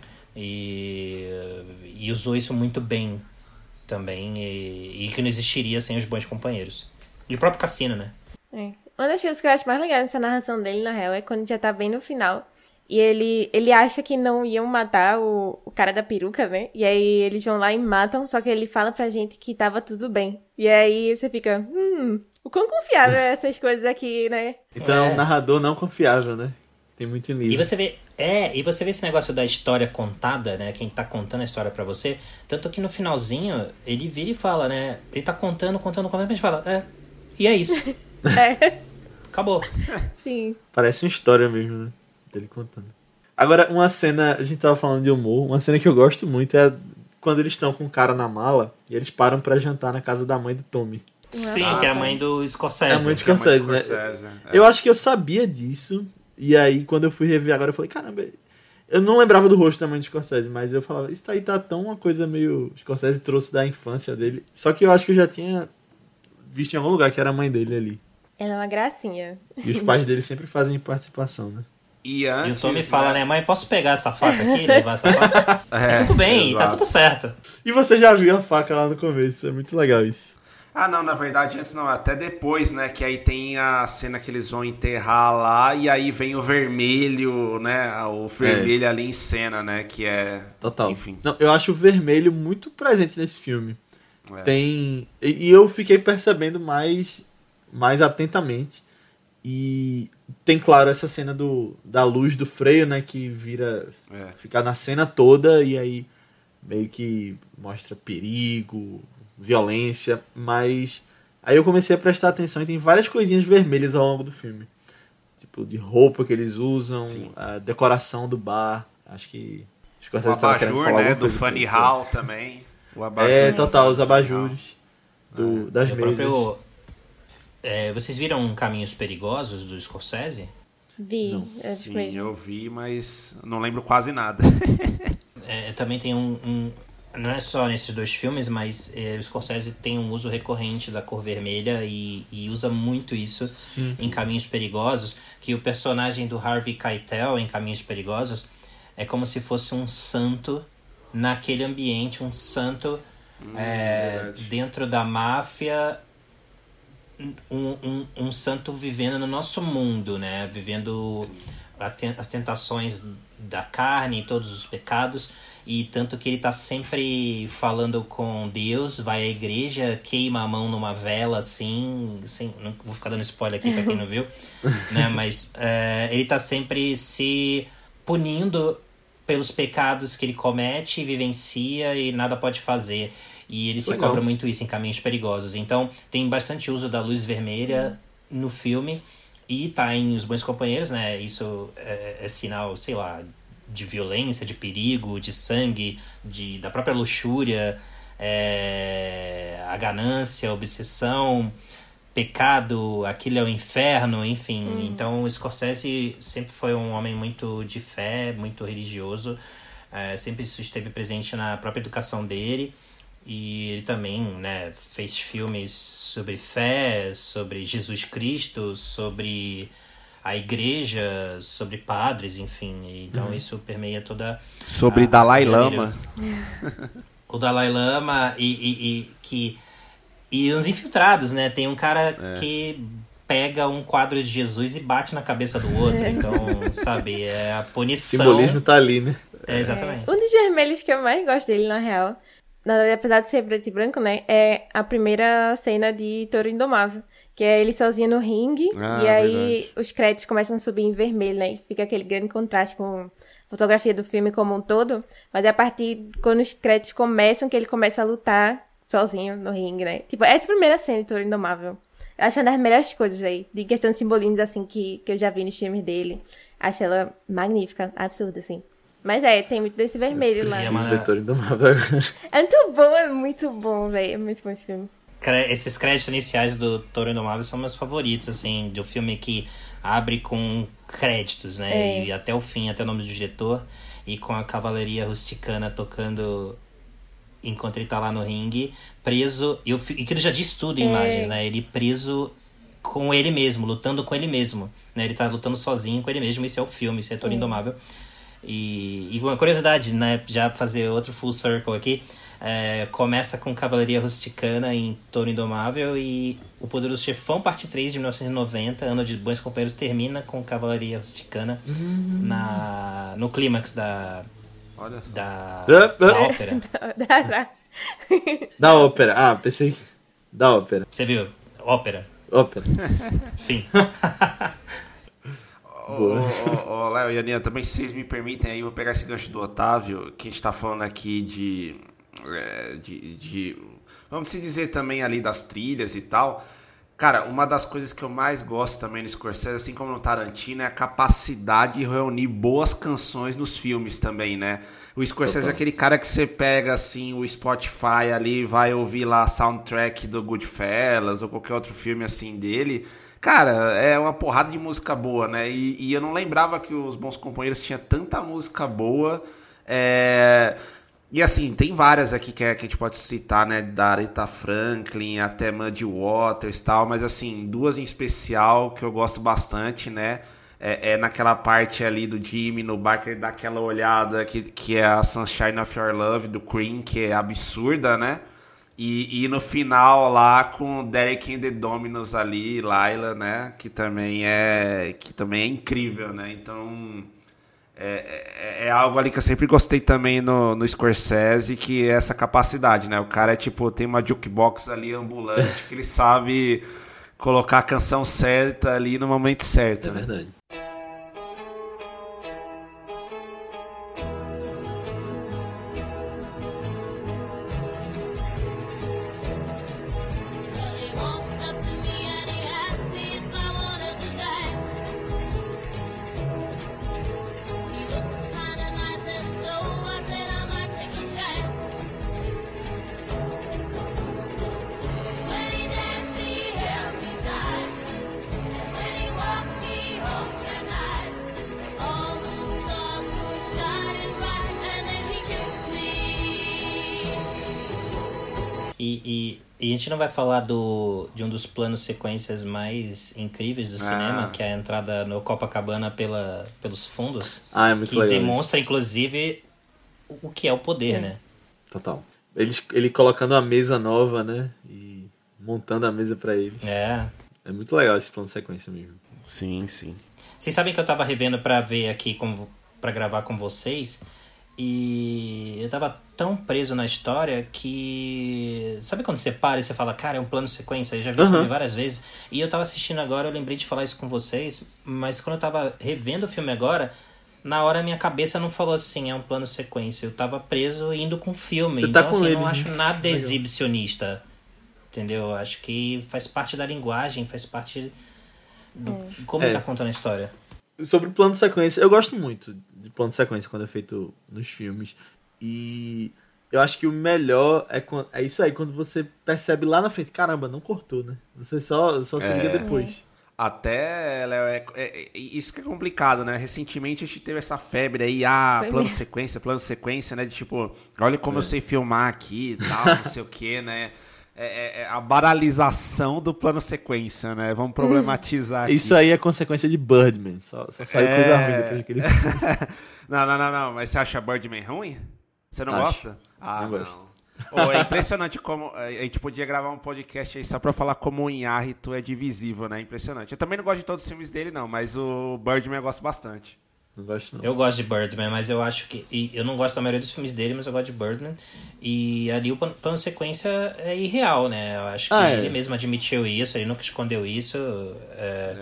E, e usou isso muito bem também, e, e que não existiria sem os Bons Companheiros. E o próprio Cassino, né? É. Uma das coisas que eu acho mais legal nessa narração dele, na real, é quando já tá bem no final. E ele, ele acha que não iam matar o, o cara da peruca, né? E aí eles vão lá e matam, só que ele fala pra gente que tava tudo bem. E aí você fica, hum, o quão confiável é essas coisas aqui, né? Então é É. um narrador não confiável, né? Tem muito em livro. E você vê, é, e você vê esse negócio da história contada, né? Quem tá contando a história pra você. Tanto que no finalzinho, ele vira e fala, né? Ele tá contando, contando, contando, e a gente fala, é, e é isso. É, Acabou. sim. Parece uma história mesmo, né? Dele contando. Agora, uma cena, a gente tava falando de humor, uma cena que eu gosto muito é quando eles estão com o cara na mala e eles param pra jantar na casa da mãe do Tommy. Sim, Ah, que é a sim. mãe do Scorsese. É muito Que é muito Scorsese, né? Scorsese, é. Eu acho que eu sabia disso, e aí quando eu fui rever agora eu falei, caramba, eu não lembrava do rosto da mãe do Scorsese, mas eu falava, isso aí tá tão uma coisa meio... Scorsese trouxe da infância dele. Só que eu acho que eu já tinha visto em algum lugar que era a mãe dele ali. Ela é uma gracinha. E os pais dele sempre fazem participação, né? E E antes, o Tommy fala, né? Mãe, posso pegar essa faca aqui e levar essa faca? É, Tudo bem, exato. tá tudo certo. E você já viu a faca lá no começo, é muito legal isso. Ah, não, na verdade, antes não, até depois, né? Que aí tem a cena que eles vão enterrar lá e aí vem o vermelho, né? O vermelho ali em cena, né? Que é. Total. Enfim. Não, eu acho o vermelho muito presente nesse filme. É. Tem. E, e eu fiquei percebendo mais, mais atentamente. E tem, claro, essa cena do, da luz do freio, né? Que vira. É. Fica na cena toda e aí meio que mostra perigo, violência. Mas Aí eu comecei a prestar atenção e tem várias coisinhas vermelhas ao longo do filme. Tipo, de roupa que eles usam, Sim. a decoração do bar. Acho que... O abajur, né? Do Funny Hall também. O abajur. É, total, os abajures do, das o mesas. Próprio, é, vocês viram Caminhos Perigosos do Scorsese? Vi. Não. Sim, eu vi, mas não lembro quase nada. é, também tem um, um... Não é só nesses dois filmes, mas é, o Scorsese tem um uso recorrente da cor vermelha e, e usa muito isso sim, em Caminhos Perigosos, que o personagem do Harvey Keitel em Caminhos Perigosos é como se fosse um santo naquele ambiente, um santo hum, é, dentro da máfia, um, um, um santo vivendo no nosso mundo, né? Vivendo as tentações da carne, todos os pecados, e tanto que ele tá sempre falando com Deus, vai à igreja, queima a mão numa vela assim, sem, não vou ficar dando spoiler aqui pra quem não viu, né? Mas é, ele tá sempre se punindo pelos pecados que ele comete, vivencia e nada pode fazer. E ele se Legal. cobra muito isso em Caminhos Perigosos. Então tem bastante uso da luz vermelha hum. no filme. E tá em Os Bons Companheiros, né? Isso é, é sinal, sei lá, de violência, de perigo, de sangue, de, da própria luxúria, é, a ganância, a obsessão, pecado, aquilo é o inferno, enfim. Uhum. Então o Scorsese sempre foi um homem muito de fé, muito religioso. É, sempre isso esteve presente na própria educação dele. E ele também, né, fez filmes sobre fé, sobre Jesus Cristo, sobre a igreja, sobre padres, enfim. Então uhum. isso permeia toda... Sobre a, Dalai a Lama. O Dalai Lama e, e, e, que, e os infiltrados, né? Tem um cara é. que pega um quadro de Jesus e bate na cabeça do outro. Então, sabe, é a punição... O simbolismo tá ali, né? É, exatamente. É. Um dos vermelhos que eu mais gosto dele, na real... Na verdade, apesar de ser preto e branco, né? É a primeira cena de Touro Indomável. Que é ele sozinho no ringue. Ah, e aí verdade. Os créditos começam a subir em vermelho, né? E fica aquele grande contraste com a fotografia do filme como um todo. Mas é a partir quando os créditos começam que ele começa a lutar sozinho no ringue, né? Tipo, essa é a primeira cena de Touro Indomável. Eu acho uma das melhores coisas, velho. De questão de simbolismos, assim, que, que eu já vi nos filmes dele. Acho ela magnífica, absurda, assim. Mas é, tem muito desse vermelho lá. É muito bom, é muito bom, velho. É muito bom esse filme. Esses créditos iniciais do Touro Indomável são meus favoritos, assim, do filme que abre com créditos, né? É. E até o fim, até o nome do diretor. E com a cavalaria rusticana tocando enquanto ele tá lá no ringue, preso. E, o, e que ele já diz tudo em é. imagens, né? Ele preso com ele mesmo, lutando com ele mesmo. Né? Ele tá lutando sozinho com ele mesmo. Isso é o filme, isso é Touro é. Indomável. E, e uma curiosidade, né, já fazer outro full circle aqui, é, começa com Cavalaria Rusticana em Touro Indomável e O Poderoso Chefão, parte três de mil novecentos e noventa, Ano de Bons Companheiros, termina com Cavalaria Rusticana uhum. na, no clímax da, Olha só. da, da ópera. da, da. da ópera, ah, pensei da ópera. Você viu? Ópera. Ópera. Fim. Ô, Léo e Aninha, também se vocês me permitem aí, eu vou pegar esse gancho do Otávio, que a gente tá falando aqui de, de, de vamos se dizer também ali das trilhas e tal. Cara, uma das coisas que eu mais gosto também no Scorsese, assim como no Tarantino, é a capacidade de reunir boas canções nos filmes também, né? O Scorsese é aquele cara que você pega, assim, o Spotify ali, vai ouvir lá a soundtrack do Goodfellas ou qualquer outro filme, assim, dele... Cara, é uma porrada de música boa, né? E, e eu não lembrava que Os Bons Companheiros tinha tanta música boa. É... E assim, tem várias aqui que, é, que a gente pode citar, né? Da Aretha Franklin até Muddy Waters e tal. Mas assim, duas em especial que eu gosto bastante, né? É, é naquela parte ali do Jimmy no bar que ele dá aquela olhada que, que é a Sunshine of Your Love do Cream, que é absurda, né? E, e no final lá com Derek and the Dominos ali, Laila, né? Que também é, que também é incrível, né? Então é, é, é algo ali que eu sempre gostei também no, no Scorsese, que é essa capacidade, né? O cara é tipo, tem uma jukebox ali ambulante que ele sabe colocar a canção certa ali no momento certo. É né? verdade. E, e, e a gente não vai falar do, de um dos planos sequências mais incríveis do Ah. cinema, que é a entrada no Copacabana pela, pelos fundos. Ah, é muito que legal demonstra, inclusive, o, o que é o poder, né? Total. Ele, ele colocando uma mesa nova, né? E montando a mesa pra ele. É. É muito legal esse plano de sequência mesmo. Sim, sim. Vocês sabem que eu tava revendo pra ver aqui, com, pra gravar com vocês, e eu tava tão preso na história que... Sabe quando você para e você fala, cara, é um plano sequência? Eu já vi o Uhum. filme várias vezes. E eu tava assistindo agora, eu lembrei de falar isso com vocês, mas quando eu tava revendo o filme agora, na hora minha cabeça não falou assim, é um plano sequência. Eu tava preso indo com o filme. Você tá então, com assim, ele, eu não né? acho nada Legal. exibicionista. Entendeu? Eu acho que faz parte da linguagem, faz parte do como É. ele tá contando a história. Sobre o plano de sequência, eu gosto muito de plano de sequência quando é feito nos filmes. E eu acho que o melhor é, quando, é isso aí, quando você percebe lá na frente, caramba, não cortou, né? Você só, só se liga É. depois. Até, Léo, é, é- é- isso que é complicado, né? Recentemente a gente teve essa febre aí, ah, Foi plano mesmo. sequência, plano sequência, né? De tipo, olha como eu sei filmar aqui e tal, não sei o que, né? É, é- é a baralização do plano sequência, né? Vamos problematizar aqui. Isso aí é consequência de Birdman. Só, só saiu É. coisa ruim depois daquele filme. não, não, não, não. Mas você acha Birdman ruim? Você não Acho. gosta? Ah, Não não. gosto. Ô, é impressionante como a gente podia gravar um podcast aí só pra falar como o Inhárrito é divisível, né? Impressionante. Eu também não gosto de todos os filmes dele, não, mas o Birdman eu gosto bastante. Não gosto, não. Eu gosto de Birdman, mas eu acho que... E eu não gosto da maioria dos filmes dele, mas eu gosto de Birdman. E ali o plano plano sequência é irreal, né? Eu acho que Ah, é. ele mesmo admitiu isso, ele nunca escondeu isso. É...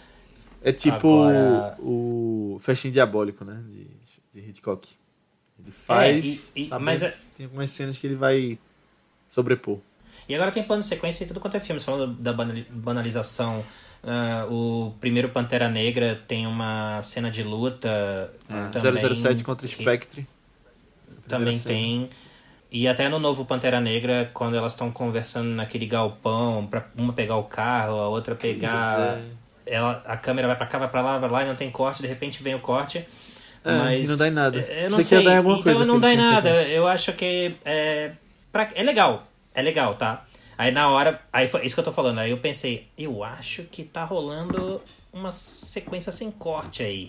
É tipo Agora- o, o Festim Diabólico, né? De, de Hitchcock. Ele faz, É, e- e- sabendo mas é- que tem algumas cenas que ele vai sobrepor. E agora tem plano sequência e tudo quanto é filme. Você falando da banali- banalização... ah, o primeiro Pantera Negra tem uma cena de luta É, também, zero zero sete contra que- Spectre. Também cena. tem. E até no novo Pantera Negra, quando elas estão conversando naquele galpão, pra uma pegar o carro, a outra pegar. Ela, a câmera vai pra cá, vai pra lá, vai lá e não tem corte, de repente vem o corte. É, mas e não dá em nada. Eu não Você sei. quer dar em alguma então coisa não dá em aquele nada. plano Eu acho que é, pra, é legal. É legal, tá? Aí na hora. Aí foi isso que eu tô falando. Aí eu pensei, eu acho que tá rolando uma sequência sem corte aí.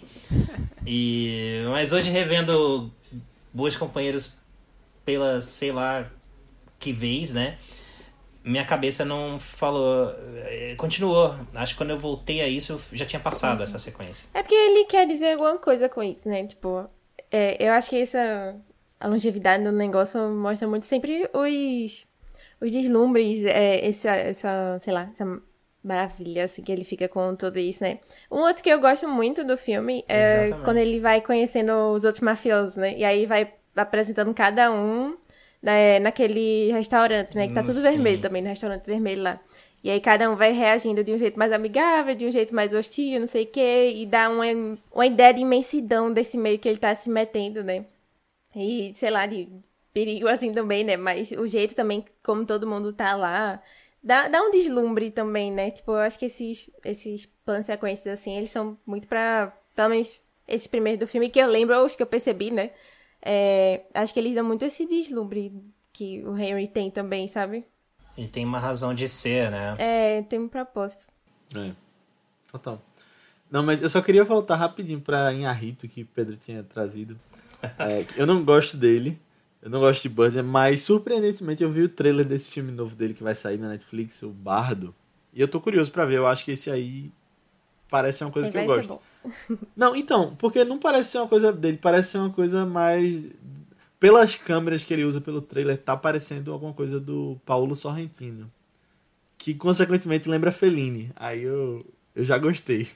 E, mas hoje revendo Bons Companheiros pela, sei lá, que vez, né? Minha cabeça não falou. eh, Continuou. Acho que quando eu voltei a isso, já tinha passado essa sequência. É porque ele quer dizer alguma coisa com isso, né? Tipo, é, eu acho que essa a longevidade do negócio mostra muito sempre os, os deslumbres, é, essa, essa, sei lá, essa maravilha assim, que ele fica com tudo isso, né? Um outro que eu gosto muito do filme é Exatamente. quando ele vai conhecendo os outros mafiosos, né? E aí vai apresentando cada um né, naquele restaurante, né? Que tá tudo Sim. vermelho também, no restaurante vermelho lá. E aí cada um vai reagindo de um jeito mais amigável, de um jeito mais hostil, não sei o quê, e dá uma, uma ideia de imensidão desse meio que ele tá se metendo, né? E, sei lá, de perigo assim também, né? Mas o jeito também como todo mundo tá lá, dá, dá um deslumbre também, né? Tipo, eu acho que esses, esses planos sequências, assim, eles são muito pra, pelo menos esses primeiros do filme, que eu lembro, os que eu percebi, né? É, acho que eles dão muito esse deslumbre que o Henry tem também, sabe? E tem uma razão de ser, né? É, tem um propósito. É, total. Não, mas eu só queria voltar rapidinho pra Inharrito, que o Pedro tinha trazido. É, eu não gosto dele, eu não gosto de Birdman, mas surpreendentemente eu vi o trailer desse filme novo dele que vai sair na Netflix, o Bardo. E eu tô curioso pra ver, eu acho que esse aí parece ser uma coisa Sim, que eu vai ser gosto. bom. Não, então, porque não parece ser uma coisa dele, parece ser uma coisa mais... Pelas câmeras que ele usa pelo trailer, tá parecendo alguma coisa do Paulo Sorrentino. Que, consequentemente, lembra Fellini. Aí eu, eu já gostei.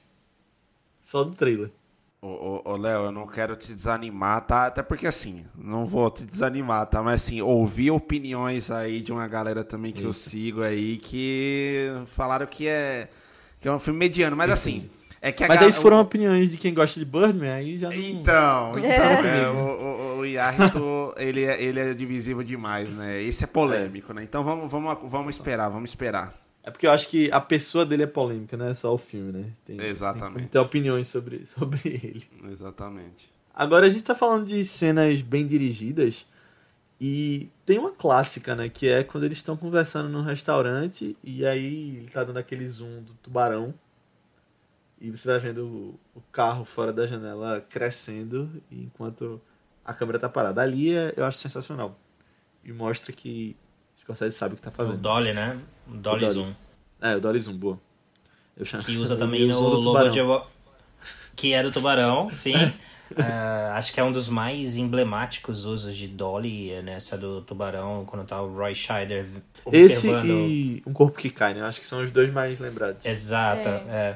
Só do trailer. Ô, ô, ô, Léo, eu não quero te desanimar, tá? Até porque, assim, não vou te desanimar, tá? Mas, assim, ouvi opiniões aí de uma galera também que eu sigo aí que falaram que é, que é um filme mediano. Mas, assim, é que a Mas ga- aí se foram o- opiniões de quem gosta de Birdman, aí já não... Então, então É. é, o, o, o Inharrito, ele, é- ele é divisível demais, né? Esse é polêmico, né? Então vamos, vamos, vamos esperar, vamos esperar. É porque eu acho que a pessoa dele é polêmica, não é só o filme, né? Tem, Exatamente. Tem, tem opiniões sobre, sobre ele. Exatamente. Agora a gente tá falando de cenas bem dirigidas E tem uma clássica, né? Que é quando eles estão conversando num restaurante e aí ele tá dando aquele zoom do tubarão. E você vai vendo o, o carro fora da janela crescendo enquanto a câmera tá parada. Ali é, eu acho sensacional. E mostra que Scorsese sabe o que tá fazendo. O Dolly, né? O Dolly, O Dolly. Zoom. É, o Dolly Zoom, boa. Eu chamo... Que usa eu também no uso do logo tubarão. de... Que é do tubarão, sim. Uh, acho que é um dos mais emblemáticos usos de Dolly, é nessa do tubarão, quando tá o Roy Scheider Esse observando... e Um Corpo que Cai, né? Eu acho que são os dois mais lembrados. Exato, É. é.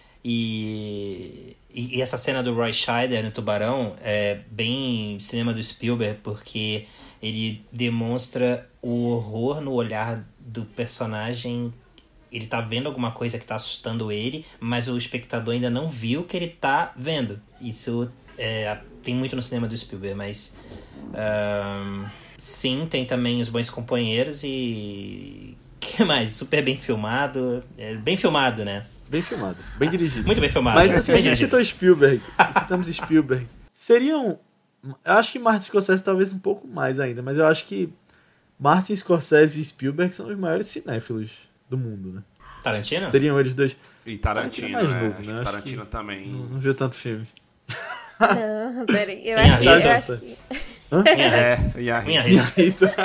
E, e, e essa cena do Roy Scheider no tubarão é bem cinema do Spielberg, porque ele demonstra o horror no olhar do personagem. Ele tá vendo alguma coisa que tá assustando ele, mas o espectador ainda não viu que ele tá vendo. Isso é, tem muito no cinema do Spielberg, mas... Um, sim, tem também Os Bons Companheiros e... que mais? Super bem filmado. É, bem filmado, né? Bem filmado, bem dirigido. Muito bem filmado. Mas assim, bem a gente dirigido. citou Spielberg, citamos Spielberg. Seriam... Eu acho que Martin Scorsese talvez um pouco mais ainda, mas eu acho que Martin Scorsese e Spielberg são os maiores cinéfilos do mundo, né? Tarantino? Seriam eles dois. E Tarantino, mais né? novo, Acho né? que Acho Tarantino que também. Não, não viu tanto filme. Não, peraí. Eu Minha acho que... Eu Rita. acho que... Minha É, Rita. e a Minha E Rita. aí, tu...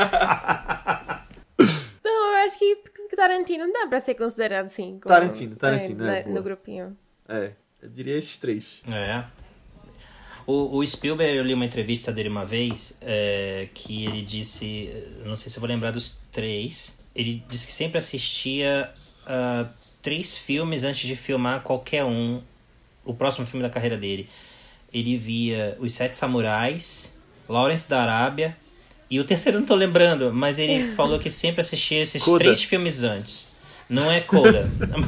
Não, eu acho que Tarantino não dá pra ser considerado assim. como- Tarantino, Tarantino, é, é, na- boa. no grupinho. É, eu diria esses três. É. O, o Spielberg, eu li uma entrevista dele uma vez, é, que ele disse, não sei se eu vou lembrar dos três, ele disse que sempre assistia a três filmes antes de filmar qualquer um, o próximo filme da carreira dele. Ele via Os Sete Samurais, Lawrence da Arábia, e o terceiro eu não tô lembrando, mas ele falou que sempre assistia esses Coda. três filmes antes. Não é Coda.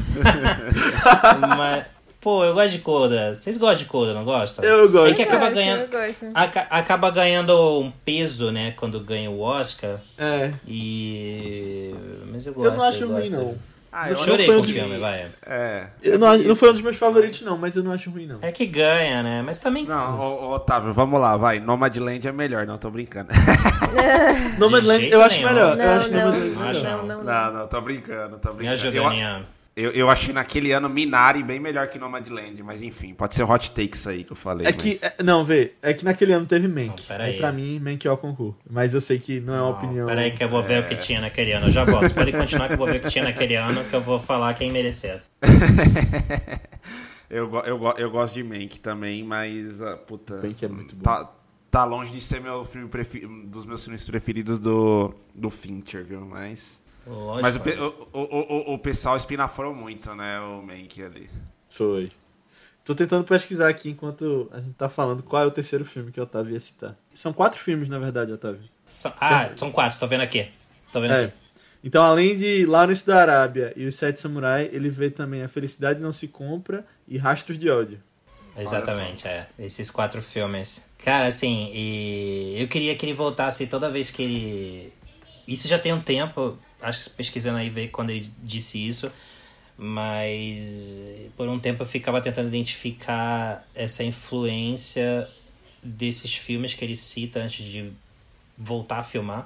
Mas, pô, eu gosto de Coda. Vocês gostam de Coda, não gostam? Eu gosto. É que acaba gosto, ganhando, eu gosto. aca- acaba ganhando um peso, né, quando ganha o Oscar. É, E... Mas eu gosto. eu não acho ruim, gosto. não. Ah, Eu eu Chorei foi com um o de- filme, vai. É. Eu não, acho- não foi um dos meus favoritos, não, mas eu não acho ruim, não. É que ganha, né? Mas também... Não, ô, ô, Otávio, vamos lá, vai. Nomadland é melhor, não, tô brincando. Nomadland jeito eu acho nenhum. melhor. Não, eu acho não, Nomadland não acho melhor. não, não, não. Não, não, tô brincando, tô Me brincando. ajuda, Eu, Aninha. eu, eu achei naquele ano Minari bem melhor que Nomadland, mas enfim, pode ser hot take isso aí que eu falei. É que, mas- é- não, vê, é que naquele ano teve Mank. Não, pera Aí aí. pra mim, Mank é o concurso. Mas eu sei que não é uma opinião. Peraí que eu vou ver o que tinha naquele ano. Eu já volto. Pode continuar que eu vou ver o que tinha naquele ano, que eu vou falar quem merecer. eu, go- eu, go- eu gosto de Mank também, mas, ah, puta... Mank é muito bom. Tá, tá longe de ser meu filme prefi- um dos meus filmes preferidos do, do Fincher, viu? Mas... Lógico. Mas o, pe- o, o, o, o pessoal espinafrou muito, né, o Mank ali. Foi. Tô tentando pesquisar aqui enquanto a gente tá falando qual é o terceiro filme que o Otávio ia citar. São quatro filmes, na verdade, Otávio. São- Ah, são quatro. Tô vendo aqui. Tô vendo É. aqui. Então, além de Lawrence da Arábia e Os Sete Samurai, ele vê também A Felicidade Não Se Compra e Rastros de Ódio. Exatamente, é. Esses quatro filmes. Cara, assim, e eu queria que ele voltasse toda vez que ele... Isso já tem um tempo, acho que pesquisando aí ver quando ele disse isso, mas por um tempo eu ficava tentando identificar essa influência desses filmes que ele cita antes de voltar a filmar,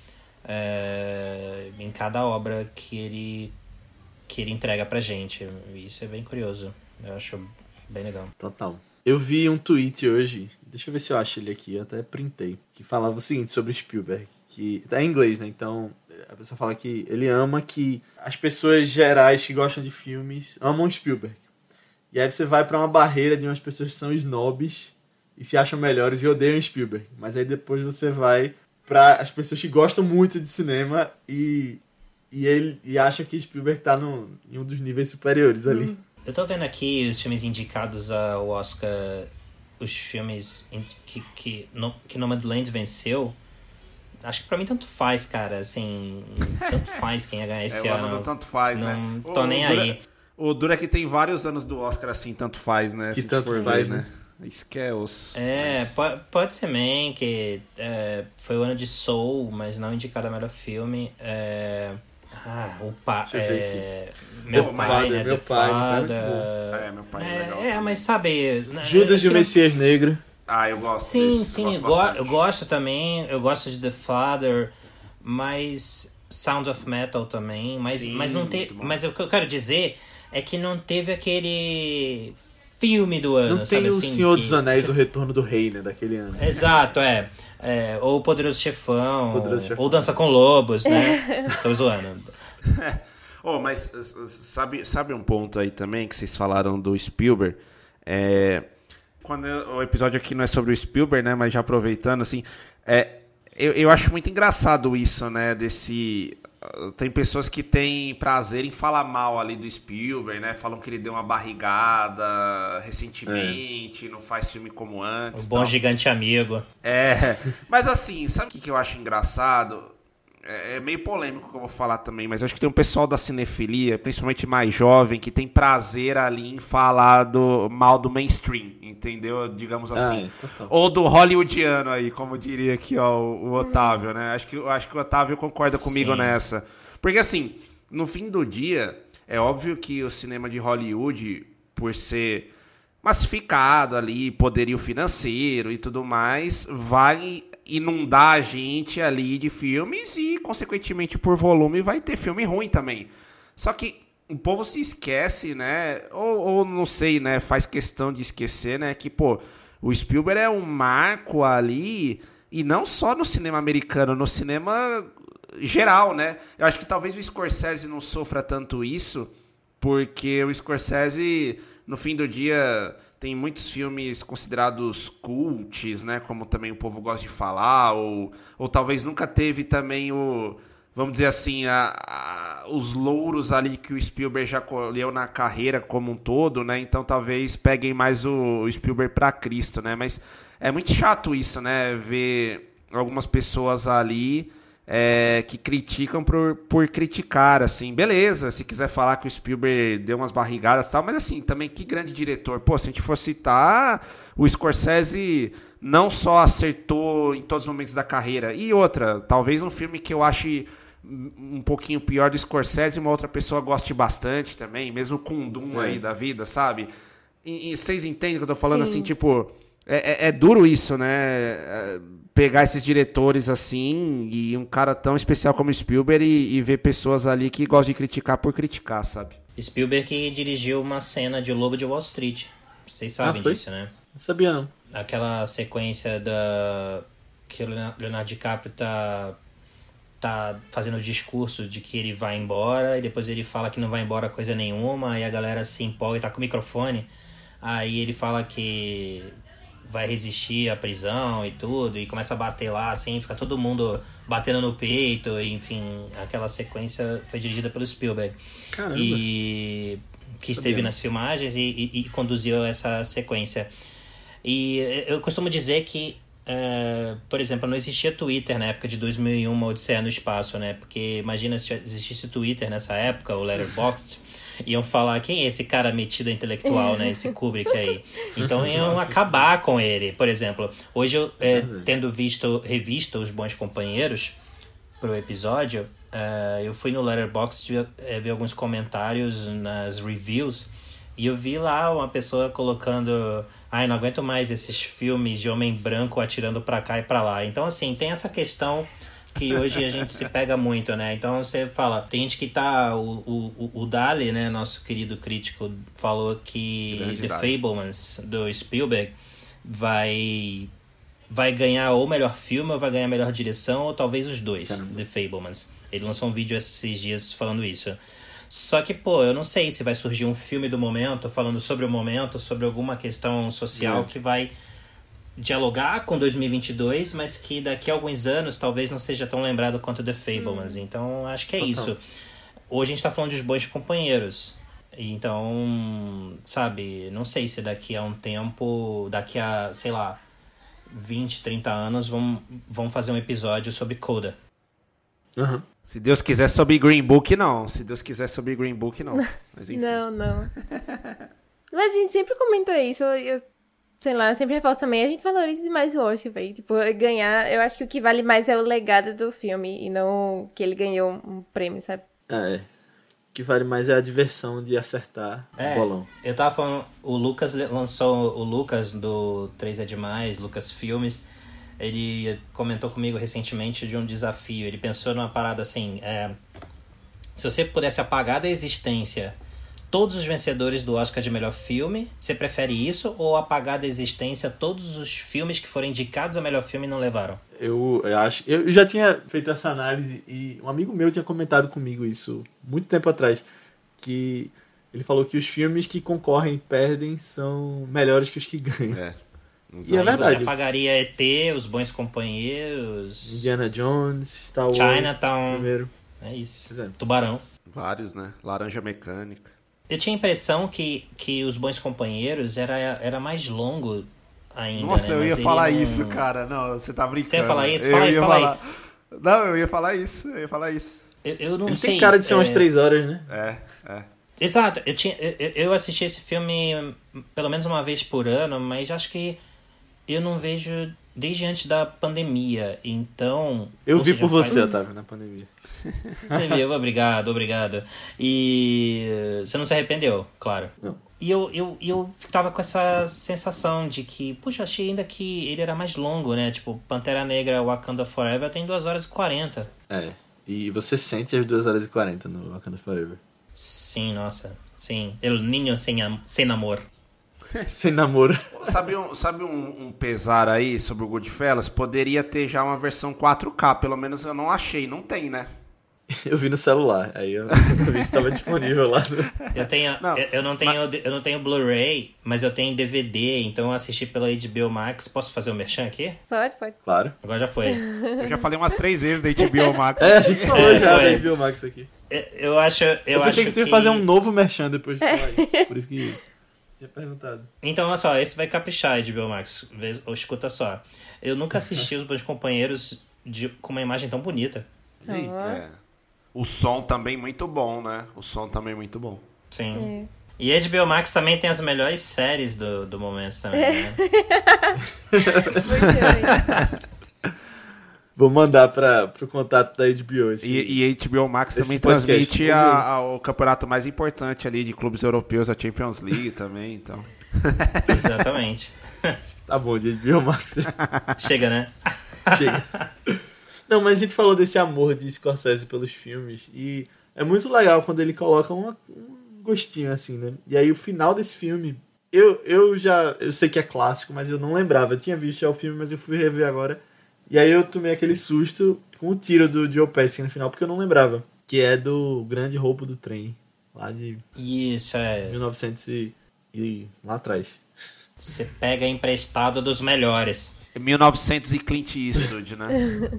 é, em cada obra que ele, que ele entrega pra gente. Isso é bem curioso, eu acho bem legal. Total. Eu vi um tweet hoje, deixa eu ver se eu acho ele aqui, eu até printei, que falava o seguinte sobre Spielberg, que tá em inglês, né? Então a pessoa fala que ele ama que as pessoas gerais que gostam de filmes amam Spielberg. E aí você vai pra uma barreira de umas pessoas que são snobs e se acham melhores e odeiam Spielberg. Mas aí depois você vai pra as pessoas que gostam muito de cinema e, e ele e acha que Spielberg tá no, em um dos níveis superiores ali. Eu tô vendo aqui os filmes indicados ao Oscar, os filmes in- que, que, no, que Nomadland venceu. Acho que pra mim tanto faz, cara, assim, tanto faz quem ia ganhar esse é o ano. ano do tanto faz, não né? tô O- nem o dura- aí. O duro é que tem vários anos do Oscar assim, tanto faz, né? Que Se tanto for faz, ver, né? Isso que é os... É, mas- po- pode ser Man, que é, foi o ano de Soul, mas não indicado a melhor filme. É, ah, o pa, Deixa eu ver é, Meu The Pai, Father, né? Meu The Pai, meu pai é Father. muito É, meu pai é, É, legal. é, também. mas sabe... né, Judas acho e o que não- Messias Negro. Ah, eu gosto Sim, desse, sim, eu eu, gosto, go- eu gosto também. Eu gosto de The Father, mas Sound of Metal também. Mas, Sim, mas, não te, muito bom. mas o que eu quero dizer é que não teve aquele filme do ano, Não sabe tem o assim? Senhor que, dos Anéis, que... o Retorno do Rei, né, daquele ano. Exato, é. é. Ou o Poderoso Chefão, Poderoso Chefão. ou Dança com Lobos, né? Tô zoando. Oh, mas sabe, sabe um ponto aí também que vocês falaram do Spielberg? É, quando eu, o episódio aqui não é sobre o Spielberg, né? Mas já aproveitando, assim, é, eu, eu acho muito engraçado isso, né? Desse, tem pessoas que têm prazer em falar mal ali do Spielberg, né? Falam que ele deu uma barrigada recentemente, é. não faz filme como antes. O bom tal. gigante amigo. É, mas assim, sabe o que, que eu acho engraçado? É meio polêmico o que eu vou falar também, mas eu acho que tem um pessoal da cinefilia, principalmente mais jovem, que tem prazer ali em falar do mal do mainstream, entendeu? Digamos assim. Ah, é, ou do hollywoodiano aí, como diria aqui ó, o, o Otávio, né? Acho que, acho que o Otávio concorda comigo Sim. nessa. Porque assim, no fim do dia, é óbvio que o cinema de Hollywood, por ser massificado ali, poderio financeiro e tudo mais, vai inundar a gente ali de filmes e, consequentemente, por volume, vai ter filme ruim também. Só que o povo se esquece, né? Ou, ou não sei, né? Faz questão de esquecer, né? Que, pô, o Spielberg é um marco ali, e não só no cinema americano, no cinema geral, né? Eu acho que talvez o Scorsese não sofra tanto isso, porque o Scorsese, no fim do dia, tem muitos filmes considerados cults, né? Como também o povo gosta de falar, ou, ou talvez nunca teve também o, vamos dizer assim, a, a, os louros ali que o Spielberg já colheu na carreira como um todo, né? Então talvez peguem mais o, o Spielberg pra Cristo, né? Mas é muito chato isso, né? Ver algumas pessoas ali é, que criticam por, por criticar, assim. Beleza, se quiser falar que o Spielberg deu umas barrigadas e tal, mas assim, também que grande diretor. Pô, se a gente for citar, o Scorsese não só acertou em todos os momentos da carreira. E outra, talvez um filme que eu ache um pouquinho pior do Scorsese, uma outra pessoa goste bastante também, mesmo com um Doom é. aí da vida, sabe? E, e vocês entendem o que eu tô falando? Sim. Assim, tipo, é, é, é duro isso, né? É, pegar esses diretores assim e um cara tão especial como Spielberg e, e ver pessoas ali que gostam de criticar por criticar, sabe? Spielberg que dirigiu uma cena de O Lobo de Wall Street. Vocês sabem ah, disso, né? Não sabia, não. Aquela sequência da que o Leonardo DiCaprio tá, tá fazendo o discurso de que ele vai embora e depois ele fala que não vai embora coisa nenhuma e a galera se empolga e tá com o microfone. Aí ele fala que vai resistir à prisão e tudo, e começa a bater lá, assim, fica todo mundo batendo no peito, e, enfim, aquela sequência foi dirigida pelo Spielberg. Caramba. E que esteve Sabia. nas filmagens e, e, e conduziu essa sequência. E eu costumo dizer que, uh, por exemplo, não existia Twitter na época de dois mil e um, uma Odisseia no Espaço, né? Porque imagina se existisse Twitter nessa época, o Letterboxd, iam falar, quem é esse cara metido intelectual, né? Esse Kubrick aí. Então iam acabar com ele. Por exemplo, hoje eu, é, tendo visto, revisto Os Bons Companheiros pro episódio, uh, eu fui no Letterboxd é, ver alguns comentários nas reviews e eu vi lá uma pessoa colocando, ai, não aguento mais esses filmes de homem branco atirando pra cá e pra lá. Então, assim, tem essa questão que hoje a gente se pega muito, né? Então você fala, tem gente que tá, o, o, o Dali, né, nosso querido crítico, falou que Grande The Dali. Fabelmans, do Spielberg, vai, vai ganhar ou melhor filme, ou vai ganhar melhor direção, ou talvez os dois, Caramba. The Fabelmans. Ele lançou um vídeo esses dias falando isso. Só que, pô, eu não sei se vai surgir um filme do momento, falando sobre o momento, sobre alguma questão social é. que vai dialogar com dois mil e vinte e dois, mas que daqui a alguns anos talvez não seja tão lembrado quanto The Fabelmans. Hum. Então, acho que é Total. isso. Hoje a gente tá falando dos Bons Companheiros. Então, sabe, não sei se daqui a um tempo, daqui a, sei lá, vinte, trinta anos, vão, vão fazer um episódio sobre Coda. Uhum. Se Deus quiser sobre Green Book, não. Se Deus quiser sobre Green Book, não. Mas enfim. Não, não. Mas a gente sempre comenta isso. Eu, sei lá, sempre reforço também. A gente valoriza demais o Oscar, velho. Tipo, ganhar... Eu acho que o que vale mais é o legado do filme e não que ele ganhou um prêmio, sabe? É. que vale mais é a diversão de acertar É, o bolão. eu tava falando, o Lucas lançou, o Lucas do três é Demais, Lucas Filmes, ele comentou comigo recentemente de um desafio. Ele pensou numa parada assim, é, se você pudesse apagar da existência todos os vencedores do Oscar de melhor filme, você prefere isso ou apagar da existência todos os filmes que foram indicados a melhor filme e não levaram? Eu, eu acho. Eu já tinha feito essa análise e um amigo meu tinha comentado comigo isso muito tempo atrás. Que ele falou que os filmes que concorrem e perdem são melhores que os que ganham. É. E é Aí verdade. você apagaria E T, Os Bons Companheiros, Indiana Jones, Star Wars. Chinatown. Primeiro. É isso. Pois é. Tubarão. Vários, né? Laranja Mecânica. Eu tinha a impressão que, que Os Bons Companheiros era, era mais longo ainda. Nossa, né? eu Mas ia ele falar não- isso, cara. Não, você tá brincando. Você ia falar isso? Eu Fala aí, ia fala aí. falar... Não, eu ia falar isso. Eu ia falar isso. Eu, eu não Ele sei. tem cara de ser é... umas três horas, né? É, é. Exato. Eu, tinha, eu, eu assisti esse filme hum, pelo menos uma vez por ano, mas acho que eu não vejo desde antes da pandemia. Então. Eu ou vi seja, por faz- você, Otávio, na pandemia. Você viu, obrigado, obrigado. E você não se arrependeu, claro. Não. E eu, eu, eu tava com essa sensação de que, puxa, achei ainda que ele era mais longo, né? Tipo, Pantera Negra Wakanda Forever tem duas horas e quarenta. É. E você sente as duas horas e quarenta no Wakanda Forever. Sim, nossa. Sim. El Niño sem, am- sem amor. Sem namoro. Sabe, um, sabe um, um pesar aí sobre o Goodfellas? Poderia ter já uma versão quatro K, pelo menos eu não achei. Não tem, né? Eu vi no celular. Aí eu eu vi se estava disponível lá. Eu tenho, Não, eu, eu não tenho, eu não tenho Blu-ray, mas eu tenho D V D, então eu assisti pela H B O Max. Posso fazer o merchan aqui? Pode, pode. Claro. Agora já foi. Eu já falei umas três vezes da H B O Max. É, a gente falou É, já foi. da H B O Max aqui. Eu, eu acho, eu, Eu, acho pensei que tu ia que... fazer um novo merchan depois de falar isso. Por isso que tinha perguntado. Então, olha só, esse vai caprichar, H B O Max. Vê- ou escuta só. Eu nunca assisti Os Bons Companheiros de, com uma imagem tão bonita. E aí? É. O som também muito bom, né? O som também muito bom. Sim. É. E H B O Max também tem as melhores séries do, do momento também, né? Muito bem. Vou mandar para pro contato da H B O. Esse... E, e H B O Max esse também podcast, transmite a, ouviu? a- o campeonato mais importante ali de clubes europeus, a Champions League também, então. Exatamente. Tá bom, de H B O Max. Chega, né? Chega. Não, mas a gente falou desse amor de Scorsese pelos filmes. E é muito legal quando ele coloca uma- um gostinho assim, né? E aí o final desse filme... Eu, eu já... Eu sei que é clássico, mas eu não lembrava. Eu tinha visto já o filme, mas eu fui rever agora. E aí eu tomei aquele susto com o tiro do Joe Pesci no final, porque eu não lembrava. Que é do Grande Roubo do Trem. Lá de Isso, é. mil e novecentos e... e lá atrás. Você pega emprestado dos melhores. mil e novecentos e Clint Eastwood, né?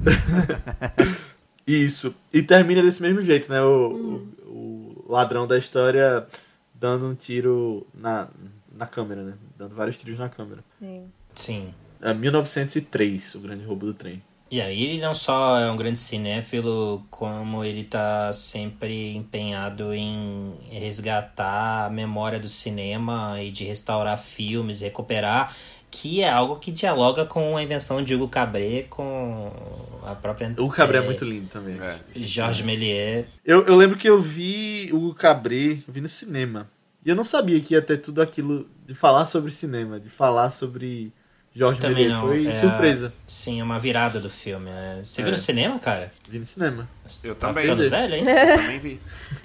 Isso. E termina desse mesmo jeito, né? O, o, o ladrão da história dando um tiro na, na câmera, né? Dando vários tiros na câmera. Sim. Sim. É mil novecentos e três, o Grande Roubo do Trem. E aí ele não só é um grande cinéfilo, como ele tá sempre empenhado em resgatar a memória do cinema e de restaurar filmes, recuperar, que é algo que dialoga com a invenção de Hugo Cabret, com a própria... O Cabré é, é, muito lindo também. É. esse- esse Georges filme. Méliès. Eu, eu lembro que eu vi o Cabré, eu vi no cinema. E eu não sabia que ia ter tudo aquilo de falar sobre cinema, de falar sobre Georges Também Méliès. não. Foi é, surpresa. Sim, é uma virada do filme, né? Você É. viu no cinema, cara? Vi no cinema. Eu Tá também. ficando velho, hein? Eu também vi.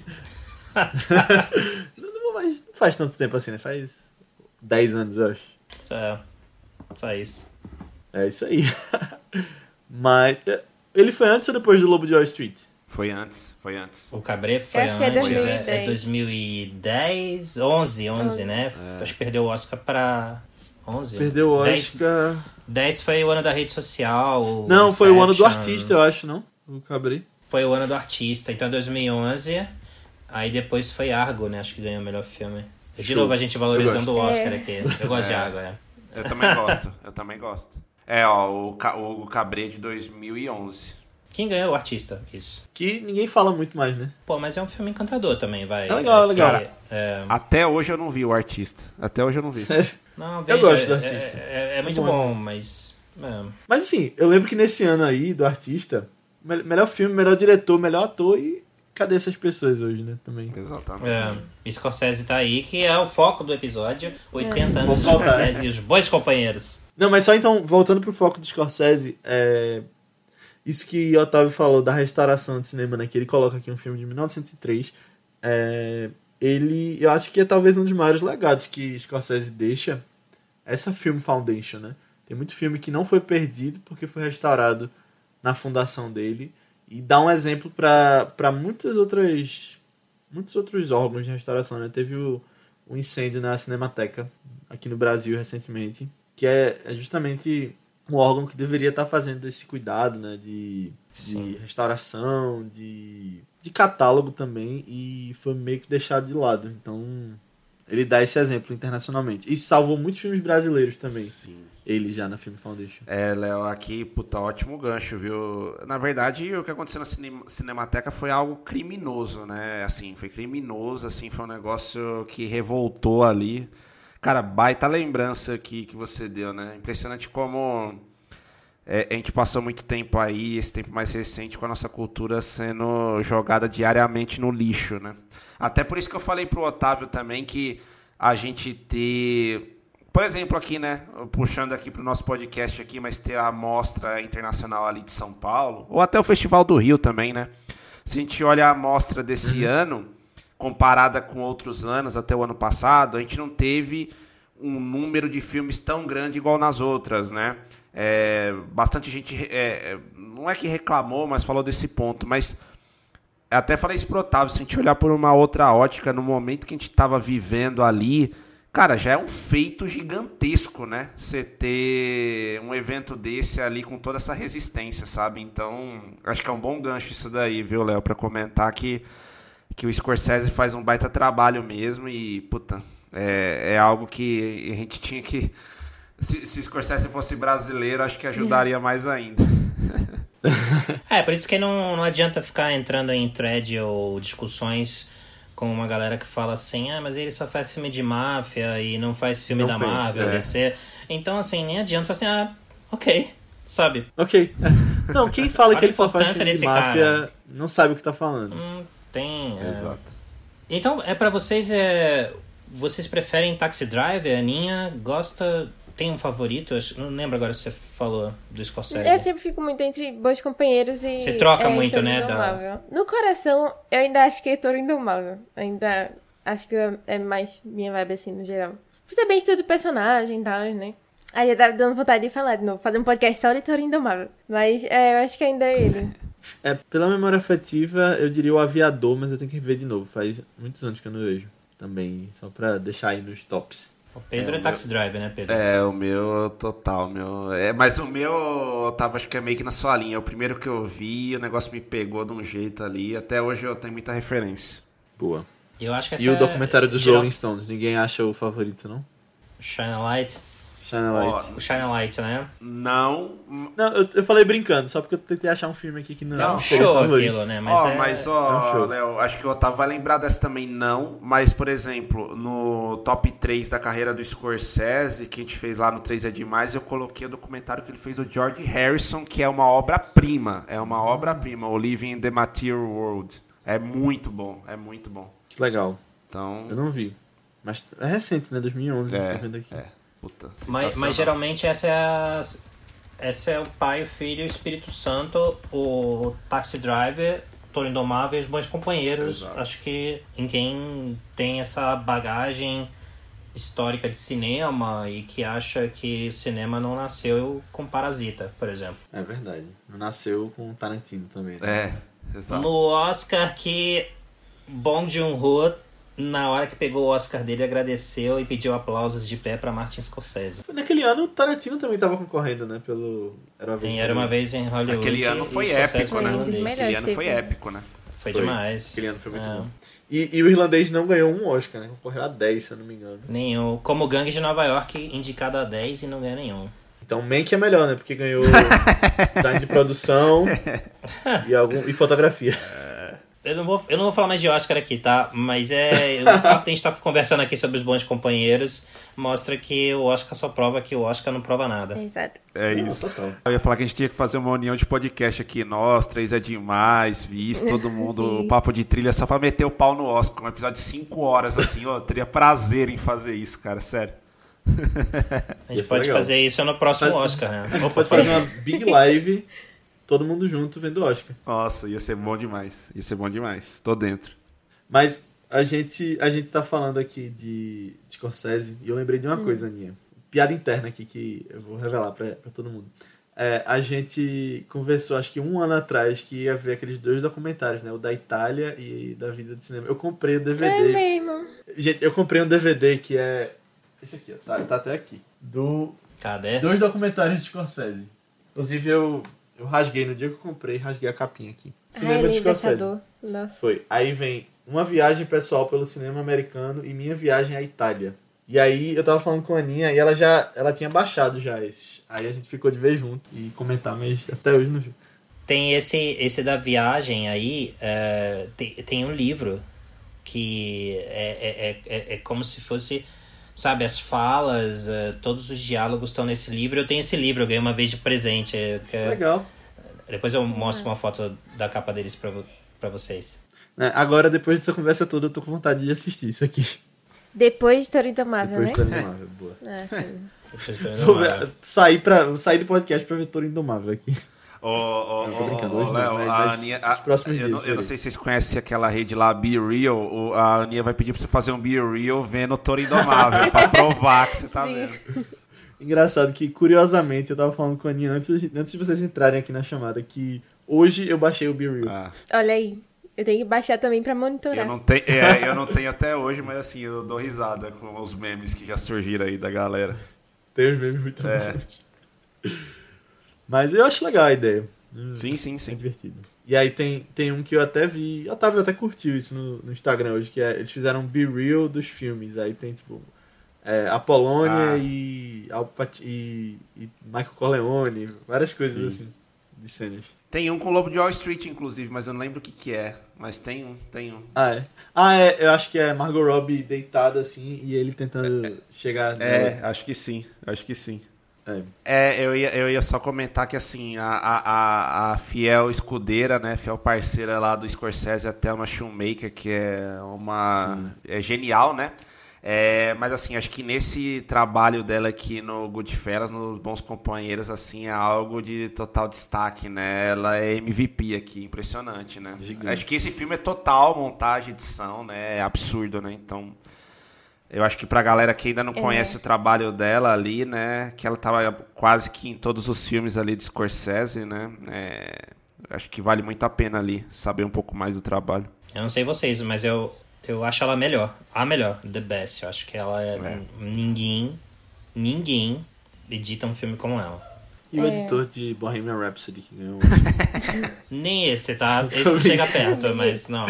Não, não, mas não faz tanto tempo assim, né? Faz dez anos, eu acho. Só, só isso. É isso aí. Mas é, ele foi antes ou depois do Lobo de Wall Street? Foi antes, foi antes. O Cabret foi acho que é antes, dois mil e é, dez. é dois mil e dez, onze, onze, né? Acho que perdeu o Oscar pra onze. Perdeu o dez, Oscar. dez foi o ano da rede social. o Não, foi o ano do Inception. artista, eu acho, não? O Cabré. Foi o ano do artista, então dois mil e onze. Aí depois foi Argo, né? Acho que ganhou o melhor filme. De Show. novo a gente valorizando Eu o gosto. Oscar É. aqui. Eu gosto de É. Argo, é. Eu também gosto, eu também gosto. É, ó, o, Ca- o Hugo Cabret de dois mil e onze. Quem ganhou? O artista, isso. Que ninguém fala muito mais, né? Pô, mas é um filme encantador também, vai. É legal, é legal. que, é, Até hoje eu não vi o artista. Até hoje eu não vi. Sério. não, Eu veja, gosto do é- artista. É, é- é muito Bom. bom, mas. é. Mas assim, eu lembro que nesse ano aí, do artista, me- melhor filme, melhor diretor, melhor ator e cadê essas pessoas hoje, né? Também. Exatamente. É, Scorsese tá aí, que é o foco do episódio. oitenta É. anos de Scorsese e os bons companheiros. Não, mas só então, voltando pro foco do Scorsese, é... isso que o Otávio falou da restauração de cinema, né? Que ele coloca aqui um filme de mil novecentos e três. É... Ele, eu acho que é talvez um dos maiores legados que Scorsese deixa, essa Film Foundation, né? Tem muito filme que não foi perdido porque foi restaurado na fundação dele. E dá um exemplo para muitas outras muitos outros órgãos de restauração, né? Teve o, o incêndio na Cinemateca aqui no Brasil recentemente, que é, é justamente um órgão que deveria estar fazendo esse cuidado, né? De, de restauração, de, de catálogo também, e foi meio que deixado de lado. Então, ele dá esse exemplo internacionalmente. E salvou muitos filmes brasileiros também. Sim. Ele já na Film Foundation. É, Léo, aqui, puta, ótimo gancho, viu? Na verdade, o que aconteceu na cine- Cinemateca foi algo criminoso, né? Assim, foi criminoso, assim, foi um negócio que revoltou ali. Cara, baita lembrança que, que você deu, né? Impressionante como é, a gente passou muito tempo aí, esse tempo mais recente, com a nossa cultura sendo jogada diariamente no lixo, né? Até por isso que eu falei pro Otávio também que a gente ter... Por exemplo, aqui, né, puxando aqui pro nosso podcast aqui, mas ter a Mostra Internacional ali de São Paulo, ou até o Festival do Rio também, né? Se a gente olha a mostra desse uhum. ano, comparada com outros anos, até o ano passado, a gente não teve um número de filmes tão grande igual nas outras, né? É, bastante gente, é, não é que reclamou, mas falou desse ponto, mas até falei isso pro Otávio, se a gente olhar por uma outra ótica, no momento que a gente estava vivendo ali, cara, já é um feito gigantesco, né? Você ter um evento desse ali com toda essa resistência, sabe? Então, acho que é um bom gancho isso daí, viu, Léo? Pra comentar que, que o Scorsese faz um baita trabalho mesmo e, puta, é, é algo que a gente tinha que... Se, se o Scorsese fosse brasileiro, acho que ajudaria mais ainda. É, por isso que não, não adianta ficar entrando em thread ou discussões com uma galera que fala assim, ah, mas ele só faz filme de máfia e não faz filme não da fez, Marvel, é. D C. Então, assim, nem adianta falar assim, ah, ok, sabe? Ok. Não, quem fala que ele só faz filme de máfia cara. Não sabe o que tá falando. Hum, tem... É... Exato. Então, é pra vocês, é... vocês preferem Taxi Driver? A Aninha gosta... Tem um favorito? Eu não lembro agora se você falou do Scorsese. Eu sempre fico muito entre Bons Companheiros e... Você troca é, muito, Toro né? Indomável. Da... No coração, eu ainda acho que é Toro Indomável. Ainda acho que é mais minha vibe, assim, no geral. Por ser bem estudo do personagem e tal, né? Aí eu tava dando vontade de falar de novo. Fazer um podcast só de Toro Indomável. Mas é, eu acho que ainda é ele. É, pela memória afetiva, eu diria o Aviador, mas eu tenho que rever de novo. Faz muitos anos que eu não vejo. Também, só pra deixar aí nos tops. O Pedro é, é Taxi meu... Driver, né, Pedro? É, o meu total, meu. É, mas o meu eu tava, acho que é meio que na sua linha. O primeiro que eu vi, o negócio me pegou de um jeito ali. Até hoje eu tenho muita referência. Boa. Eu acho que essa e o documentário dos geral... Rolling Stones, ninguém acha o favorito, não? Shine a Light. Shine a Light. Oh, o Shine a Light, né? Não. Não, eu, eu falei brincando, só porque eu tentei achar um filme aqui que não é um show aquilo, né? Mas ó, é... mas ó, é um Léo, acho que o Otávio vai lembrar dessa também, não. Mas, por exemplo, no top três da carreira do Scorsese, que a gente fez lá no três é Demais, eu coloquei o documentário que ele fez do George Harrison, que é uma obra-prima. É uma obra-prima, o Living in the Material World. É muito bom, é muito bom. Que legal. Então... Eu não vi. Mas é recente, né? dois mil e onze, é, tô vendo aqui. É. Puta, mas, mas geralmente essa é a, essa é o Pai, o Filho e o Espírito Santo, o Taxi Driver, Toro Indomável e os Bons Companheiros. Exato. Acho que em quem tem essa bagagem histórica de cinema e que acha que cinema não nasceu com Parasita, por exemplo. É verdade. Não nasceu com Tarantino também. Né? É, exato. No Oscar que Bong Joon-ho, na hora que pegou o Oscar dele, agradeceu e pediu aplausos de pé pra Martin Scorsese. Naquele ano, o Tarantino também tava concorrendo, né? Pelo... Era uma vez, Sim, era uma vez em Hollywood. Aquele ano foi épico, né? Aquele ano foi épico, né? Foi, foi demais. Aquele ano foi muito é. bom. E, e o irlandês não ganhou um Oscar, né? Concorreu a dez, se eu não me engano. Nenhum. Como Gangue de Nova York, indicado a dez e não ganhou nenhum. Então, Mank é melhor, né? Porque ganhou design de produção e, algum, e fotografia. Eu não, vou, eu não vou falar mais de Oscar aqui, tá? Mas é. O fato de a gente estar conversando aqui sobre os bons companheiros mostra que o Oscar só prova que o Oscar não prova nada. Exato. É isso. Eu ia falar que a gente tinha que fazer uma união de podcast aqui. Nós, Três é Demais, Vice, todo mundo, o Papo de Trilha, só pra meter o pau no Oscar. Um episódio de cinco horas, assim, ó. Eu teria prazer em fazer isso, cara, sério. A gente pode legal. fazer isso no próximo Pode, Oscar, né? Ou pode fazer uma big live, todo mundo junto vendo o Oscar. Nossa, ia ser bom demais. Ia ser bom demais. Tô dentro. Mas a gente, a gente tá falando aqui de, de Scorsese e eu lembrei de uma hum. coisa, Aninha. Piada interna aqui que eu vou revelar pra, pra todo mundo. É, a gente conversou, acho que um ano atrás, que ia ver aqueles dois documentários, né? O da Itália e da vida de cinema. Eu comprei o D V D. É mesmo. Gente, eu comprei um D V D que é... Esse aqui, ó. Tá, tá até aqui. Do... Cadê? Dois documentários de Scorsese. Inclusive, eu, eu rasguei no dia que eu comprei, rasguei a capinha aqui. Cinema Ai, de Scorsese. Nossa. Foi. Aí vem uma viagem pessoal pelo cinema americano e minha viagem à Itália. E aí eu tava falando com a Aninha e ela já ela tinha baixado já esses. Aí a gente ficou de ver junto e comentar, mas até hoje não viu. Tem esse, esse da viagem aí, é, tem, tem um livro que é, é, é, é como se fosse, sabe, as falas, uh, todos os diálogos estão nesse livro. Eu tenho esse livro, eu ganhei uma vez de presente. Que, legal. Depois eu mostro uma foto da capa deles pra, pra vocês. É, agora, depois dessa conversa toda, eu tô com vontade de assistir isso aqui. Depois de Toro Indomável, Depois né? de Toro Indomável, boa. Ah, sim. Depois de Toro Vou Indomável. ver, sair, pra, vou sair do podcast pra ver Toro Indomável aqui. Ô, ô, não, tô brincando, ô, hoje Léo, não, mas, a mas Aninha, nos próximos eu, dias. não, eu não sei se vocês conhecem aquela rede lá, Be Real. O, a Aninha vai pedir pra você fazer um Be Real vendo o Toro Indomável, pra provar que você tá Sim. vendo. Engraçado que, curiosamente, eu tava falando com a Aninha antes, antes de vocês entrarem aqui na chamada, que hoje eu baixei o Be Real. Ah. Olha aí. Eu tenho que baixar também pra monitorar. Eu não, tenho, é, eu não tenho até hoje, mas assim, eu dou risada com os memes que já surgiram aí da galera. Tem os memes muito É. bons. Mas eu acho legal a ideia. Sim, sim, sim. É divertido. E aí tem, tem um que eu até vi... Otávio até curtiu isso no, no Instagram hoje, que é... Eles fizeram um Be Real dos filmes. Aí tem, tipo... É, Apolônia Ah. e, Alpat e, e Michael Corleone. Várias coisas Sim. assim. De cenas. Tem um com o Lobo de Wall Street, inclusive, mas eu não lembro o que que é. Mas tem um, tem um. Ah, é? Ah, é. Eu acho que é Margot Robbie deitada assim e ele tentando chegar... É, nela. acho que sim, acho que sim. É. É, eu ia, eu ia só comentar que, assim, a, a, a fiel escudeira, né, fiel parceira lá do Scorsese, a Thelma Schoonmaker, que é uma... Sim. É genial, né? É, mas, assim, acho que nesse trabalho dela aqui no Goodfellas, nos Bons Companheiros, assim, é algo de total destaque, né? Ela é M V P aqui, impressionante, né? Gigante. Acho que esse filme é total montagem, edição, né? É absurdo, né? Então... Eu acho que pra galera que ainda não É. conhece o trabalho dela ali, né? Que ela tava quase que em todos os filmes ali de Scorsese, né? É, acho que vale muito a pena ali saber um pouco mais do trabalho. Eu não sei vocês, mas eu, eu acho ela melhor. A melhor, the best. Eu acho que ela é... É. Ninguém, ninguém edita um filme como ela. E o É. editor de Bohemian Rhapsody, que ganhou... Nem esse, tá? Esse chega perto, mas não.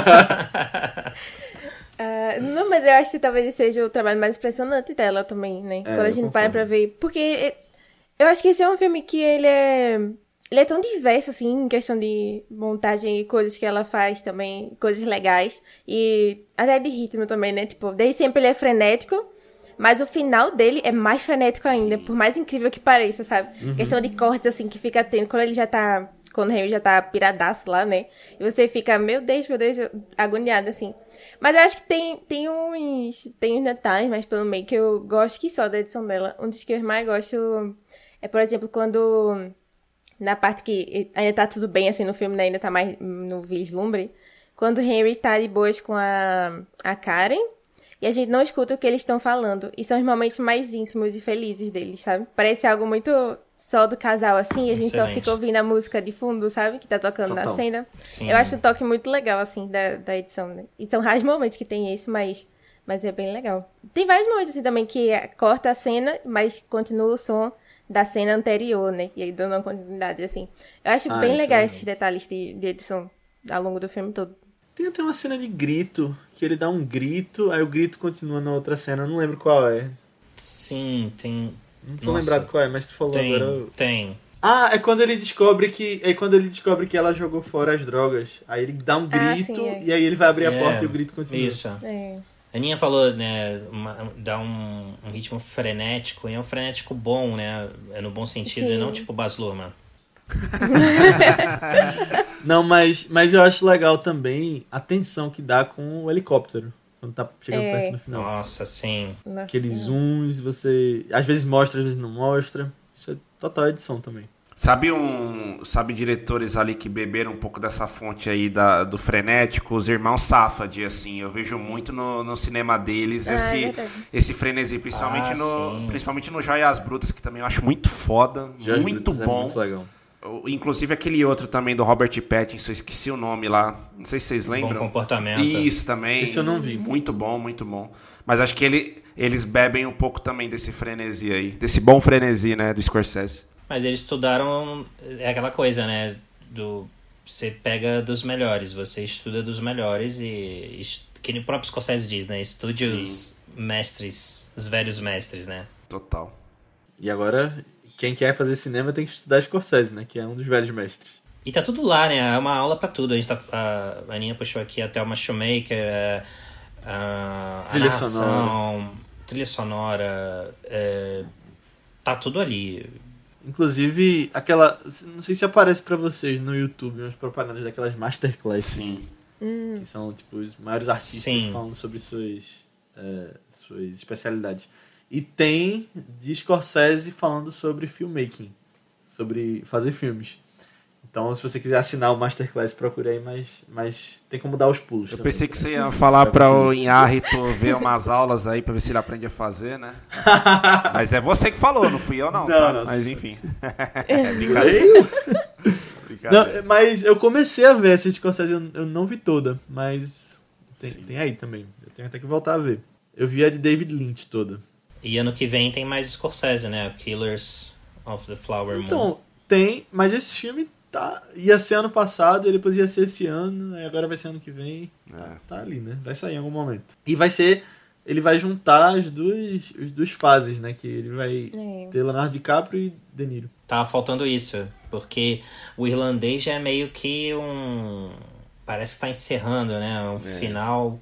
Ah, não, mas eu acho que talvez esse seja o trabalho mais impressionante dela também, né? É, Quando a eu gente para concordo. pra ver. Porque eu acho que esse é um filme que ele é. Ele é tão diverso, assim, em questão de montagem e coisas que ela faz também, coisas legais. E até de ritmo também, né? Tipo, desde sempre ele é frenético, mas o final dele é mais frenético ainda, Sim. por mais incrível que pareça, sabe? Uhum. Questão de cortes, assim, que fica tendo. Quando ele já tá. Quando o Henry já tá piradaço lá, né? E você fica, meu Deus, meu Deus, agoniada, assim. Mas eu acho que tem, tem uns. Tem uns detalhes mais pelo meio que eu gosto que só da edição dela. Um dos que eu mais gosto é, por exemplo, quando. Na parte que ainda tá tudo bem, assim, no filme, né? Ainda tá mais no vislumbre. Quando o Henry tá de boas com a, a Karen. E a gente não escuta o que eles estão falando. E são os momentos mais íntimos e felizes deles, sabe? Parece algo muito só do casal, assim. E a gente Excelente. só fica ouvindo a música de fundo, sabe? Que tá tocando Total. na cena. Sim. Eu acho um toque muito legal, assim, da, da edição, né? E são raros momentos que tem esse, mas, mas é bem legal. Tem vários momentos, assim, também que corta a cena, mas continua o som da cena anterior, né? E aí dando uma continuidade, assim. Eu acho Ah, bem isso é legal legal. esses detalhes de, de edição ao longo do filme todo. Tem até uma cena de grito, que ele dá um grito, aí o grito continua na outra cena, eu não lembro qual é. Sim, tem... Não tô Nossa. lembrado qual é, mas tu falou Tem, agora. eu- tem. Ah, é quando ele descobre que é quando ele descobre que ela jogou fora as drogas. Aí ele dá um Ah, grito sim, é. e aí ele vai abrir a É, porta e o grito continua. Isso. É. A Aninha falou, né, uma- dá um, um ritmo frenético, e é um frenético bom, né, é no bom sentido, Sim. e não tipo Baz Luhrmann. Não, mas, mas eu acho legal também a tensão que dá com o helicóptero. Quando tá chegando É. perto no final. Nossa, sim. Nossa, Aqueles não. zooms, você. Às vezes mostra, às vezes não mostra. Isso é total edição também. Sabe um, sabe diretores ali que beberam um pouco dessa fonte aí da, do frenético? Os irmãos Safdie, assim. Eu vejo muito no, no cinema deles Ah, é esse, verdade. esse frenesi, principalmente, Ah, no, sim. principalmente no Joias Brutas, que também eu acho muito foda, Joias muito Brutas é bom. muito legal. O- Inclusive aquele outro também do Robert Pattinson, eu esqueci o nome lá. Não sei se vocês Bom lembram. comportamento. Isso também. Esse eu não vi. Muito bom, muito bom. Mas acho que ele, eles bebem um pouco também desse frenesi aí. Desse bom frenesi, né, do Scorsese. Mas eles estudaram, é aquela coisa, né, do... Você pega dos melhores, você estuda dos melhores e... est- Que nem o próprio Scorsese diz, né, estude Sim. os mestres, os velhos mestres, né. Total. E agora, quem quer fazer cinema tem que estudar Scorsese, né? Que é um dos velhos mestres. E tá tudo lá, né? É uma aula pra tudo. A gente tá, a Aninha puxou aqui até uma Shoemaker, a, a Trilha narração, sonora. trilha sonora, é, tá tudo ali. Inclusive, aquela. Não sei se aparece pra vocês no YouTube umas propagandas daquelas masterclasses. Sim. Que são, tipo, os maiores artistas Sim. falando sobre suas, é, suas especialidades. E tem de Scorsese falando sobre filmmaking. Sobre fazer filmes. Então, se você quiser assinar o Masterclass, procure aí, mas, mas tem como dar os pulos. Eu também, pensei que né? você ia falar Pra para você- o Inharito ver umas aulas aí pra ver se ele aprende a fazer, né? Mas é você que falou, não fui eu não, Não, tá? não. Mas enfim. É brincadeira. brincadeira. Não, mas eu comecei a ver essa Scorsese, eu, eu não vi toda, mas tem, Sim. tem aí também. Eu tenho até que voltar a ver. Eu vi a de David Lynch toda. E ano que vem tem mais Scorsese, né? Killers of the Flower Moon. Então, tem, mas esse filme tá, ia ser ano passado, e depois ia ser esse ano, aí agora vai ser ano que vem. É. Tá ali, né? Vai sair em algum momento. E vai ser, ele vai juntar as duas, as duas fases, né? Que ele vai É. ter Leonardo DiCaprio e De Niro. Tava faltando isso, porque o irlandês já é meio que um... Parece que tá encerrando, né? Um É. final...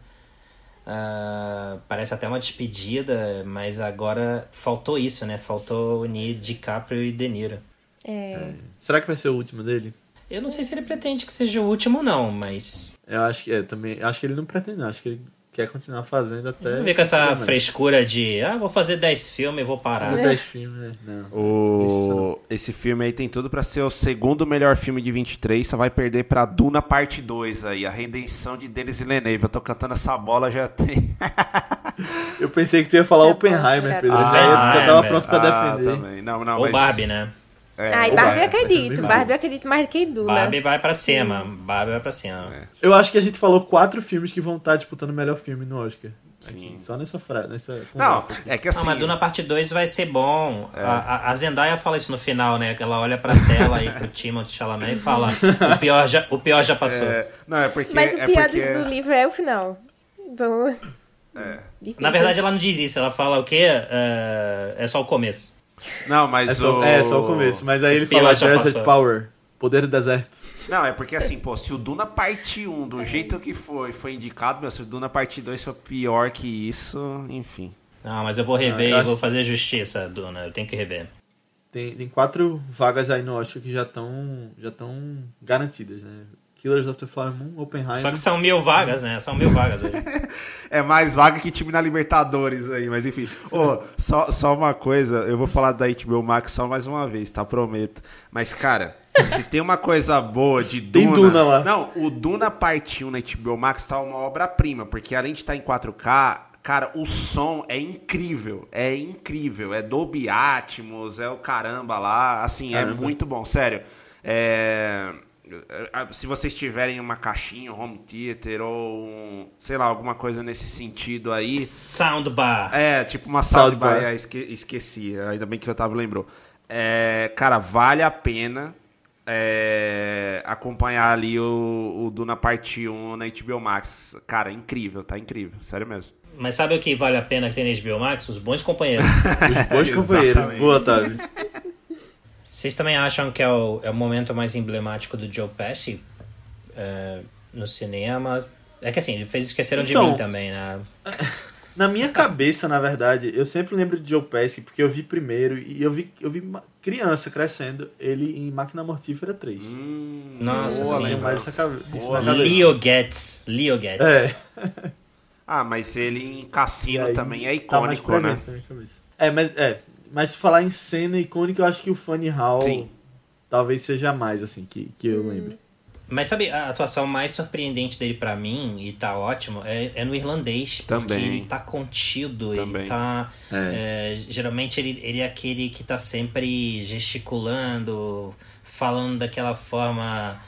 ah, parece até uma despedida, mas agora faltou isso, né? Faltou unir DiCaprio e De Niro. É. Será que vai ser o último dele? Eu não sei se ele pretende que seja o último, não, mas... Eu acho que é, também. Acho que ele não pretende, não. Acho que ele quer continuar fazendo até. Vamos ver com essa Realmente. frescura de... Ah, vou fazer dez filmes e vou parar. Fazer dez filmes, né? Não. O... Esse filme aí tem tudo pra ser o segundo melhor filme de vinte e três, só vai perder pra Duna Parte dois aí, a redenção de Denis Villeneuve. Eu tô cantando essa bola já tem. Eu pensei que tu ia falar Já Oppenheimer, pode Pedro. Eu tirar. já, ia, já tava Oppenheimer. pronto pra Ah, defender. também. Não, não, Ou mas... Barbie, né? É, Ai, ou Barbie eu vai ser acredito. bem Barbie eu acredito mais do que Duna. Barbie vai pra cima. Barbie vai pra cima. Eu acho que a gente falou quatro filmes que vão estar disputando o melhor filme no Oscar. Sim. Aqui, só nessa frase, nessa Não, conversa aqui. é que Ah, assim... mas Duna parte dois vai ser bom. A, a- a Zendaya fala isso no final, né? Que ela olha pra tela aí pro Timothée Chalamet e fala o pior já, o pior já passou. é, não, é porque... Mas o é pior porque... do, do livro é o final. Então. Difícil. Na verdade, ela não diz isso. Ela fala o quê? É, é só o começo. Não, mas É só, o... é só o começo, mas aí ele pior fala já Desert passou. Power, Poder do Deserto. Não, é porque assim, pô, se o Duna Parte um, do jeito que foi, foi indicado, meu, se o Duna Parte dois for pior que isso, enfim. Não, mas eu vou rever Ah, eu e acho- vou fazer justiça, Duna. Eu tenho que rever. Tem, tem quatro vagas aí no Oscar que já estão já tão garantidas, né? Killers of the Flower Moon, Oppenheimer. Só que são mil vagas, né? São mil vagas hoje. É mais vaga que time na Libertadores aí, mas enfim. Ô, só, só uma coisa, eu vou falar da H B O Max só mais uma vez, tá? Prometo. Mas, cara, se tem uma coisa boa de Duna... Tem Duna lá. Não, o Duna Parte um na H B O Max tá uma obra-prima, porque além de estar em quatro K, cara, o som é incrível, é incrível. É Dolby Atmos, é o caramba lá, assim, Caramba. é muito bom, sério. É... Se vocês tiverem uma caixinha, um home theater ou um, sei lá, alguma coisa nesse sentido aí. Soundbar. É, tipo uma soundbar, Soundbar. é, esque, esqueci, ainda bem que o Otávio lembrou. É, cara, vale a pena é, acompanhar ali o, o Duna Parte um na H B O Max. Cara, incrível, tá incrível, sério mesmo. Mas sabe o que vale a pena que tem na H B O Max? Os bons companheiros. Os bons companheiros. Exatamente. Boa, Otávio. Vocês também acham que é o, é o momento mais emblemático do Joe Pesci é, no cinema? É que assim, ele fez Esqueceram então, de Mim também, né? Na minha cabeça, na verdade, eu sempre lembro de Joe Pesci, porque eu vi primeiro, e eu vi, eu vi criança crescendo ele em Máquina Mortífera três. Hum, Nossa, boa, sim. lembro mais dessa cabe- disso na Boa. cabeça. Leo Getz. Leo Getz. É. Ah, mas ele em Cassino E aí, também é tá mais icônico, né? presente na minha cabeça. É, mas, é, mas se falar em cena icônica, eu acho que o Funny How Sim. talvez seja mais, assim, que, que eu lembro. Mas sabe, a atuação mais surpreendente dele pra mim, e tá ótimo, é, é no irlandês. Porque Também. ele tá contido, Também. ele tá... é, geralmente ele, ele é aquele que tá sempre gesticulando, falando daquela forma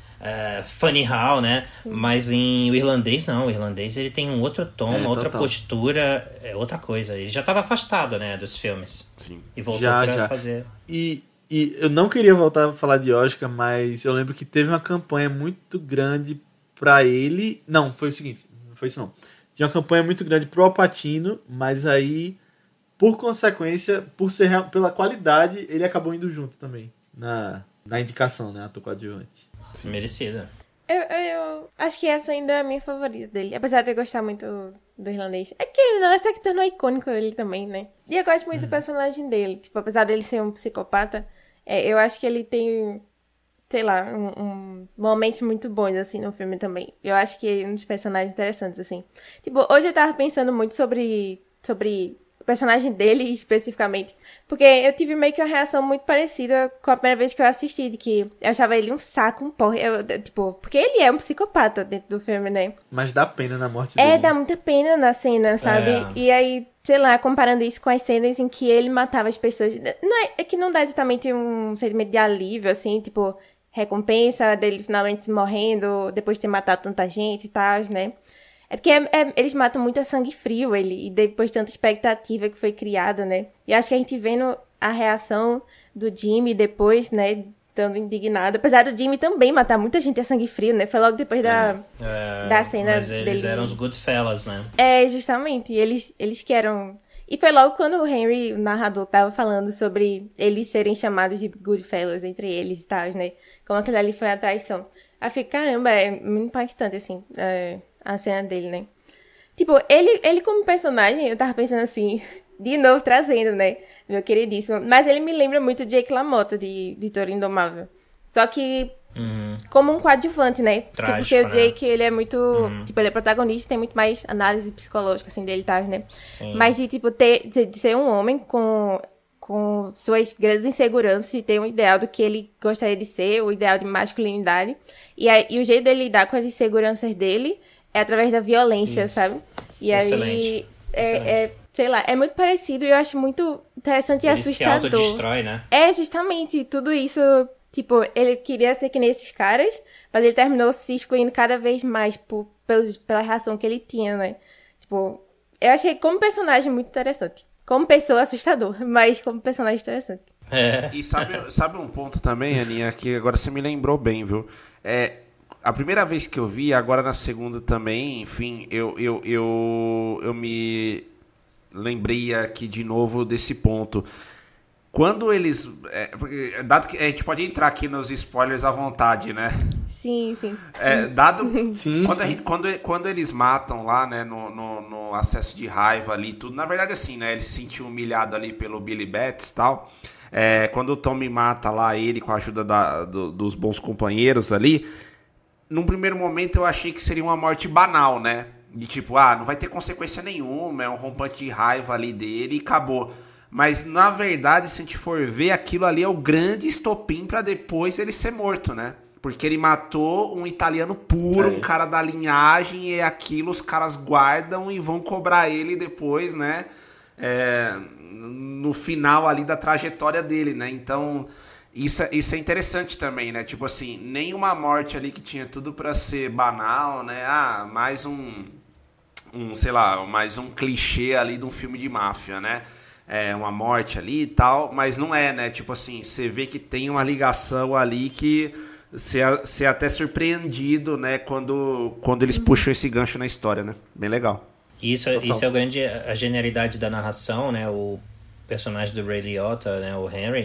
é, funny how, né? Sim. Mas em o irlandês não, o irlandês ele tem um outro tom, É, uma outra total. postura, é outra coisa. Ele já tava afastado, né, dos filmes. Sim. E voltou Já, pra já. fazer... E, e eu não queria voltar a falar de Oscar, mas eu lembro que teve uma campanha muito grande pra ele. Não, foi o seguinte, não foi isso não. Tinha uma campanha muito grande pro Al Pacino, mas aí, por consequência, por ser real- pela qualidade, ele acabou indo junto também na, na indicação, né? Ator coadjuvante. Merecida. Eu, eu acho que essa ainda é a minha favorita dele. Apesar de eu gostar muito do irlandês. É que ele não, essa que tornou icônico ele também, né? E eu gosto muito do personagem dele. Tipo, apesar dele ser um psicopata, é, eu acho que ele tem, sei lá, um, um momentos muito bons, assim, no filme também. Eu acho que é um dos personagens interessantes, assim. Tipo, hoje eu tava pensando muito sobre, sobre o personagem dele especificamente. Porque eu tive meio que uma reação muito parecida com a primeira vez que eu assisti, de que eu achava ele um saco, um porra. Eu, eu, tipo, porque ele é um psicopata dentro do filme, né? Mas dá pena na morte É, dele. dá muita pena na cena, sabe? É. E aí, sei lá, comparando isso com as cenas em que ele matava as pessoas. Não é, é que não dá exatamente um sentimento de alívio, assim, tipo, recompensa dele finalmente morrendo, depois de ter matado tanta gente e tal, né? É porque é- é- eles matam muito a sangue frio, ele, e depois tanta expectativa que foi criada, né? E acho que a gente vendo a reação do Jimmy depois, né, estando indignado. Apesar do Jimmy também matar muita gente a sangue frio, né? Foi logo depois da... É, Da cena mas eles dele. eram os Goodfellas, né? É, justamente. E eles, eles que eram... E foi logo quando o Henry, o narrador, tava falando sobre eles serem chamados de Goodfellas entre eles e tal, né? Como aquilo ali foi a traição. Aí eu fiquei, caramba, é muito impactante, assim, é, a cena dele, né? Tipo, ele, ele como personagem, eu tava pensando assim, de novo trazendo, né? Meu queridíssimo. Mas ele me lembra muito de Jake LaMotta, de, de Toro Indomável. Só que Uhum. como um coadjuvante, né? Porque, Trágico, porque o Jake, ele é muito... Uhum. Tipo, ele é protagonista, tem muito mais análise psicológica, assim, dele, tá, né? Sim. Mas de, tipo, ter, de de ser um homem com, com suas grandes inseguranças e ter um ideal do que ele gostaria de ser, o ideal de masculinidade. E, aí, e o jeito dele lidar com as inseguranças dele é através da violência, Isso. sabe? E Excelente. aí, é, Excelente. é, sei lá, é muito parecido e eu acho muito interessante e Ele se assustador. autodestrói, né? É, justamente, tudo isso, tipo, ele queria ser que nem esses caras, mas ele terminou se excluindo cada vez mais por, pelos, pela reação que ele tinha, né? Tipo, eu achei como personagem muito interessante. Como pessoa, assustador, mas como personagem interessante. É. E sabe, sabe um ponto também, Aninha, que agora você me lembrou bem, viu? É, a primeira vez que eu vi, agora na segunda também, enfim, eu, eu, eu, eu me lembrei aqui de novo desse ponto. Quando eles... É, porque, dado que a gente pode entrar aqui nos spoilers à vontade, né? Sim, sim. É, dado... Sim, quando, a sim. gente- quando, quando eles matam lá, né, no, no, no acesso de raiva ali e tudo, na verdade assim, né, ele se sentiu humilhado ali pelo Billy Batts e tal, é, quando o Tommy mata lá ele com a ajuda da, do- dos bons companheiros ali, num primeiro momento eu achei que seria uma morte banal, né, de tipo, ah, não vai ter consequência nenhuma, é um rompante de raiva ali dele e acabou. Mas, na verdade, se a gente for ver, aquilo ali é o grande estopim pra depois ele ser morto, né? Porque ele matou um italiano puro, É. um cara da linhagem, e aquilo os caras guardam e vão cobrar ele depois, né? É, no final ali da trajetória dele, né? Então, isso, é- isso é interessante também, né? Tipo assim, nenhuma morte ali que tinha tudo pra ser banal, né? Ah, mais um, um, sei lá, mais um clichê ali de um filme de máfia, né? É, uma morte ali e tal, mas não é, né? Tipo assim, você vê que tem uma ligação ali que você é, você é até surpreendido, né? Quando, quando eles puxam esse gancho na história, né? Bem legal. Isso, Total. isso é o grande, a genialidade da narração, né? O personagem do Ray Liotta, né? O Henry,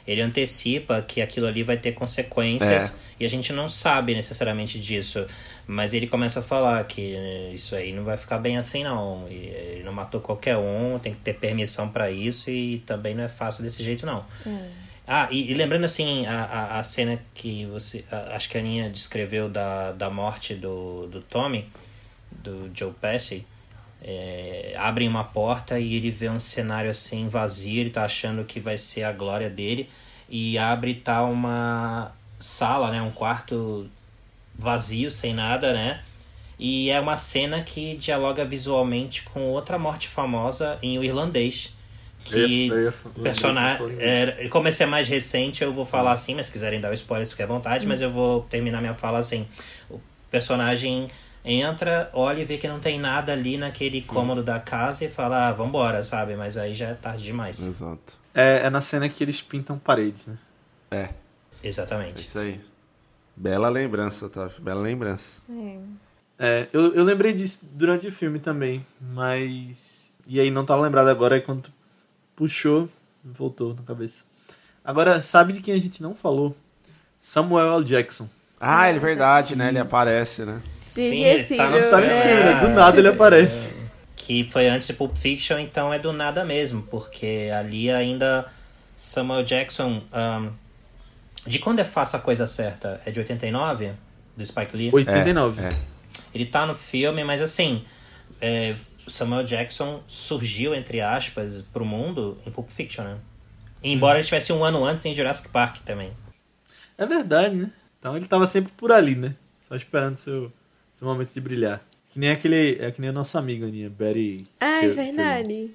ele antecipa que aquilo ali vai ter consequências É. e a gente não sabe necessariamente disso. Mas ele começa a falar que isso aí não vai ficar bem assim, não. E ele não matou qualquer um, tem que ter permissão pra isso e também não é fácil desse jeito, não. Hum. Ah, e, e lembrando assim, a, a, a cena que você... A, acho que a Aninha descreveu da, da morte do, do Tommy, do Joe Pesci. É, abrem uma porta e ele vê um cenário assim vazio, ele tá achando que vai ser a glória dele. E abre e tá uma sala, né? Um quarto vazio, sem nada, né? E é uma cena que dialoga visualmente com outra morte famosa em O Irlandês. Que Eu ia- eu ia- o personagem... eu ia falar É, como esse é mais recente, eu vou falar assim, mas se quiserem dar o spoiler, fiquem à vontade, mas eu vou terminar minha fala assim. O personagem entra, olha e vê que não tem nada ali naquele cômodo da casa e fala, ah, vambora, sabe? Mas aí já é tarde demais. Exato. É, é na cena que eles pintam paredes, né? É, é Exatamente. isso aí. Bela lembrança, Otávio. Bela lembrança. É. É, eu, eu lembrei disso durante o filme também, mas... E aí não tava lembrado agora, aí quando tu puxou, voltou na cabeça. Agora, sabe de quem a gente não falou? Samuel L. Jackson. Ah, é verdade, né? Ele aparece, né? Sim, ele tá no Esquecível. Tá nesse filme, né? Do nada ele aparece. Que foi antes de Pulp Fiction, então é do nada mesmo, porque ali ainda Samuel Jackson... Um, de quando é Faça a Coisa Certa? É de oitenta e nove? Do Spike Lee? oitenta e nove. É, é. Ele tá no filme, mas assim... É, Samuel Jackson surgiu, entre aspas, pro mundo em Pulp Fiction, né? Embora ele tivesse um ano antes em Jurassic Park também. É verdade, né? Então ele tava sempre por ali, né? Só esperando seu, seu momento de brilhar. Que nem aquele... É que nem a nossa amiga, Aninha, Betty... Ah, é Kill- verdade.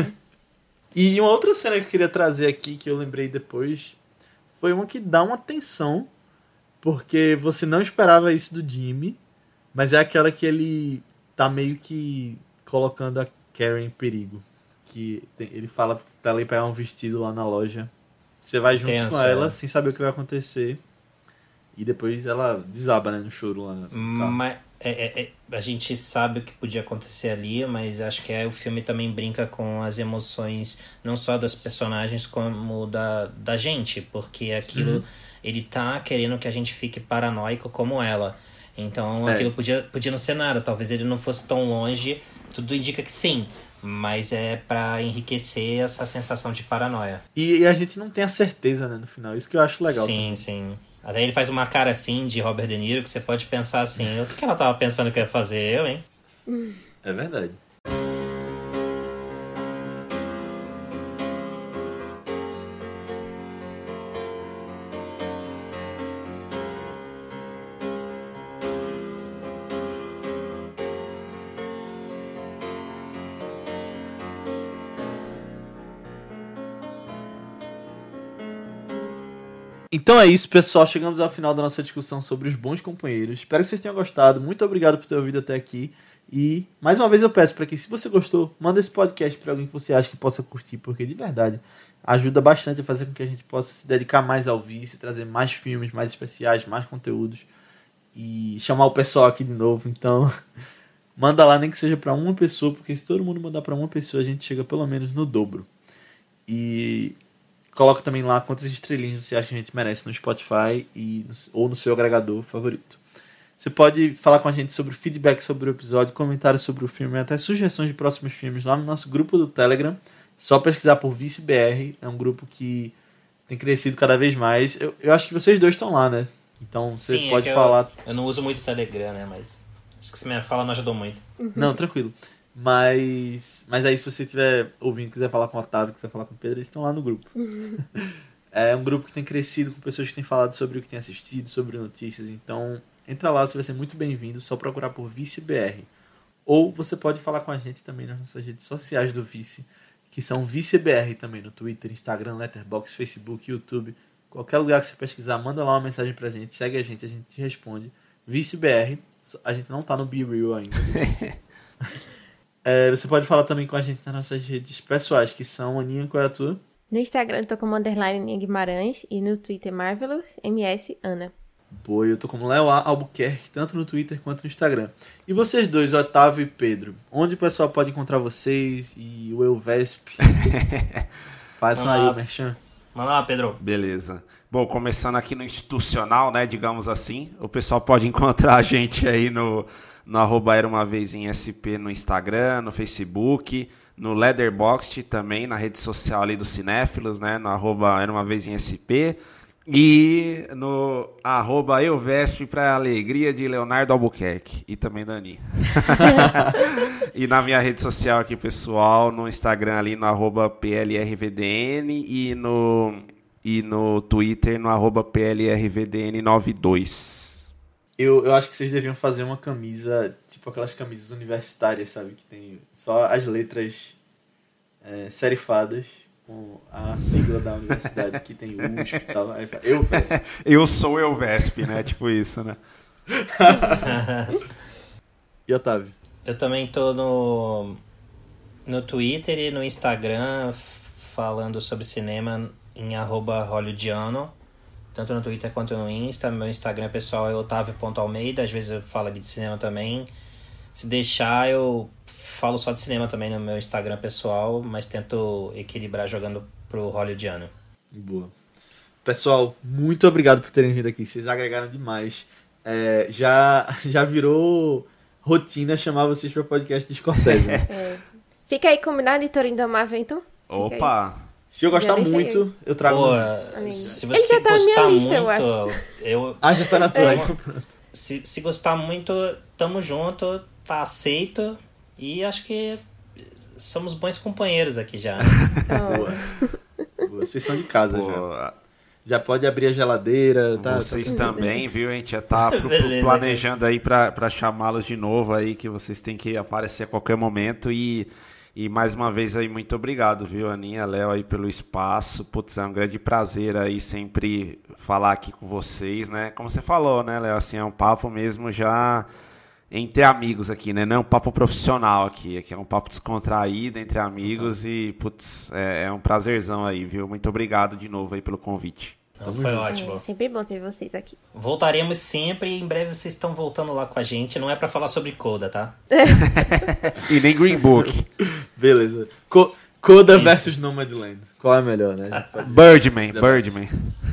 E uma outra cena que eu queria trazer aqui, que eu lembrei depois, foi uma que dá uma tensão, porque você não esperava isso do Jimmy, mas é aquela que ele tá meio que colocando a Karen em perigo. Que tem- ele fala pra ela ir pegar um vestido lá na loja. Você vai junto Tenso, com ela, é. sem saber o que vai acontecer. E depois ela desaba, né, no choro lá no carro. Mas é, é, é, a gente sabe o que podia acontecer ali, mas acho que é, o filme também brinca com as emoções, não só das personagens, como da, da gente, porque aquilo, Uhum. ele tá querendo que a gente fique paranoico como ela. Então É. aquilo podia, podia não ser nada, talvez ele não fosse tão longe, tudo indica que sim, mas é pra enriquecer essa sensação de paranoia. E, e a gente não tem a certeza, né, no final. Isso que eu acho legal. Sim, também. sim. Até ele faz uma cara assim de Robert De Niro que você pode pensar assim, o que que ela tava pensando que ia fazer? Eu, hein? É verdade. Então é isso, pessoal. Chegamos ao final da nossa discussão sobre os bons companheiros. Espero que vocês tenham gostado. Muito obrigado por ter ouvido até aqui. E, mais uma vez, eu peço para que, se você gostou, manda esse podcast para alguém que você acha que possa curtir, porque, de verdade, ajuda bastante a fazer com que a gente possa se dedicar mais ao Vice, trazer mais filmes, mais especiais, mais conteúdos e chamar o pessoal aqui de novo. Então, manda lá, nem que seja para uma pessoa, porque se todo mundo mandar para uma pessoa, a gente chega pelo menos no dobro. E... coloca também lá quantas estrelinhas você acha que a gente merece no Spotify e, ou no seu agregador favorito. Você pode falar com a gente sobre feedback sobre o episódio, comentários sobre o filme, até sugestões de próximos filmes lá no nosso grupo do Telegram. Só pesquisar por Vice B R. É um grupo que tem crescido cada vez mais. Eu, eu acho que vocês dois estão lá, né? Então você Sim, pode é que falar... Eu, eu não uso muito o Telegram, né? Mas acho que se minha fala não ajudou muito. Não, tranquilo. Mas, mas aí, se você estiver ouvindo, quiser falar com o Otávio, quiser falar com o Pedro, eles estão lá no grupo. É um grupo que tem crescido com pessoas que têm falado sobre o que têm assistido, sobre notícias. Então, entra lá, você vai ser muito bem-vindo. Só procurar por Vice B R. Ou você pode falar com a gente também nas nossas redes sociais do Vice, que são Vice B R também, no Twitter, Instagram, Letterboxd, Facebook, YouTube. Qualquer lugar que você pesquisar, manda lá uma mensagem pra gente, segue a gente, a gente te responde. Vice B R. A gente não tá no Be Real ainda. É, você pode falar também com a gente nas nossas redes pessoais, que são... Aninha, qual é a tua? No Instagram eu tô como underline Aninha Guimarães e no Twitter Marvelous M S Ana. Boa, eu tô como Léo A. Albuquerque, tanto no Twitter quanto no Instagram. E vocês dois, Otávio e Pedro, onde o pessoal pode encontrar vocês e o Elvesp? Façam aí o merchan. Manda lá, Pedro. Beleza. Bom, começando aqui no institucional, né, digamos assim, o pessoal pode encontrar a gente aí no, no arroba Era Uma Vez em S P no Instagram, no Facebook, no Letterboxd também, na rede social ali dos cinéfilos, né, no arroba Era Uma Vez em S P, e no arroba Euvesp para alegria de Leonardo Albuquerque e também Dani. E na minha rede social aqui, pessoal, no Instagram ali no arroba P L R V D N e no, e no Twitter no arroba P L R V D N noventa e dois. Eu, eu acho que vocês deviam fazer uma camisa, tipo aquelas camisas universitárias, sabe? Que tem só as letras é, serifadas com a sigla da universidade, que tem U S P e tal. Aí fala, eu faço. Eu sou Euvesp, né? Tipo isso, né? E Otávio? Eu também tô no, no Twitter e no Instagram falando sobre cinema em arroba hollywoodiano, tanto no Twitter quanto no Insta. Meu Instagram pessoal é otávio ponto almeida, às vezes eu falo ali de cinema também. Se deixar, eu falo só de cinema também no meu Instagram pessoal, mas tento equilibrar jogando pro hollywoodiano. Boa. Pessoal, muito obrigado por terem vindo aqui, vocês agregaram demais. É, já, já virou rotina chamar vocês para podcast de Scorsese, né? É. Fica aí combinado, editor Indomável, então? Opa! Se eu gostar Já muito, deixei. eu trago Pô, mais. se Ele você já tá na minha gostar lista, eu muito, eu, Ah, já tá na tua. É. Então pronto. se, se gostar muito, tamo junto, tá aceito e acho que somos bons companheiros aqui já. Boa. Boa. Vocês são de casa Pô, já. Já pode abrir a geladeira, tá? vocês tá também, viu? A gente já tá pro- Beleza, planejando aí pra, pra chamá-los de novo aí, que vocês têm que aparecer a qualquer momento. E, e mais uma vez aí, muito obrigado, viu, Aninha, Léo, aí pelo espaço. Putz, é um grande prazer aí sempre falar aqui com vocês, né? Como você falou, né, Léo? Assim, é um papo mesmo já entre amigos aqui, né? Não é um papo profissional aqui. Aqui é um papo descontraído entre amigos e, putz, é, é um prazerzão aí, viu? Muito obrigado de novo aí pelo convite. Então foi ótimo. É sempre bom ter vocês aqui. Voltaremos sempre e em breve vocês estão voltando lá com a gente. Não é pra falar sobre Coda, tá? E nem Green Book. Beleza. Co Coda Isso. versus Nomadland. Qual é melhor, né? A gente pode- Birdman, debate. Birdman.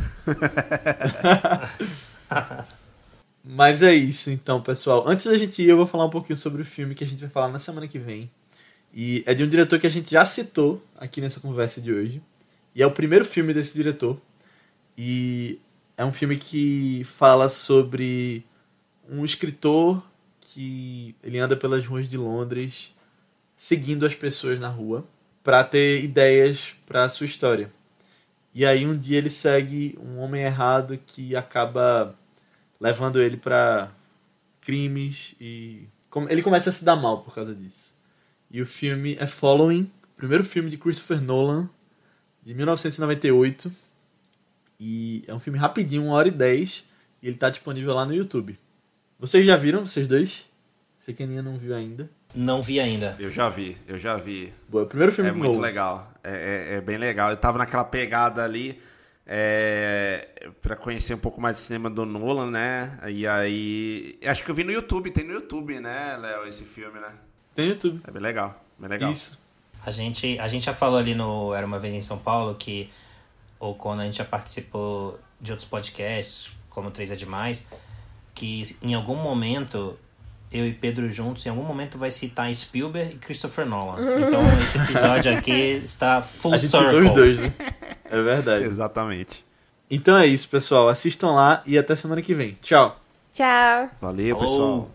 Mas é isso, então, pessoal. Antes da gente ir, eu vou falar um pouquinho sobre o filme que a gente vai falar na semana que vem. E é de um diretor que a gente já citou aqui nessa conversa de hoje. E é o primeiro filme desse diretor. E é um filme que fala sobre um escritor que ele anda pelas ruas de Londres seguindo as pessoas na rua para ter ideias para a sua história. E aí um dia ele segue um homem errado que acaba levando ele para crimes e ele começa a se dar mal por causa disso. E o filme é Following, o primeiro filme de Christopher Nolan, de mil novecentos e noventa e oito. E é um filme rapidinho, uma hora e dez, e ele tá disponível lá no YouTube. Vocês já viram, vocês dois? Sei que a Aninha não viu ainda. Não vi ainda. Eu já vi, eu já vi. Boa, é o primeiro filme É do muito Nolan. legal. É, é, é bem legal. Eu tava naquela pegada ali é, pra conhecer um pouco mais de cinema do Nolan, né? E aí... Acho que eu vi no YouTube. Tem no YouTube, né, Léo, esse filme, né? Tem no YouTube. É bem legal. Bem legal. Isso. A gente, a gente já falou ali no Era Uma Vez em São Paulo que, ou quando a gente já participou de outros podcasts, como Três é Demais, que em algum momento, eu e Pedro juntos, em algum momento vai citar Spielberg e Christopher Nolan. Então esse episódio aqui está full A gente circle. citou os dois, né? É verdade. Exatamente. Então é isso, pessoal. Assistam lá e até semana que vem. Tchau. Tchau. Valeu, Falou. pessoal.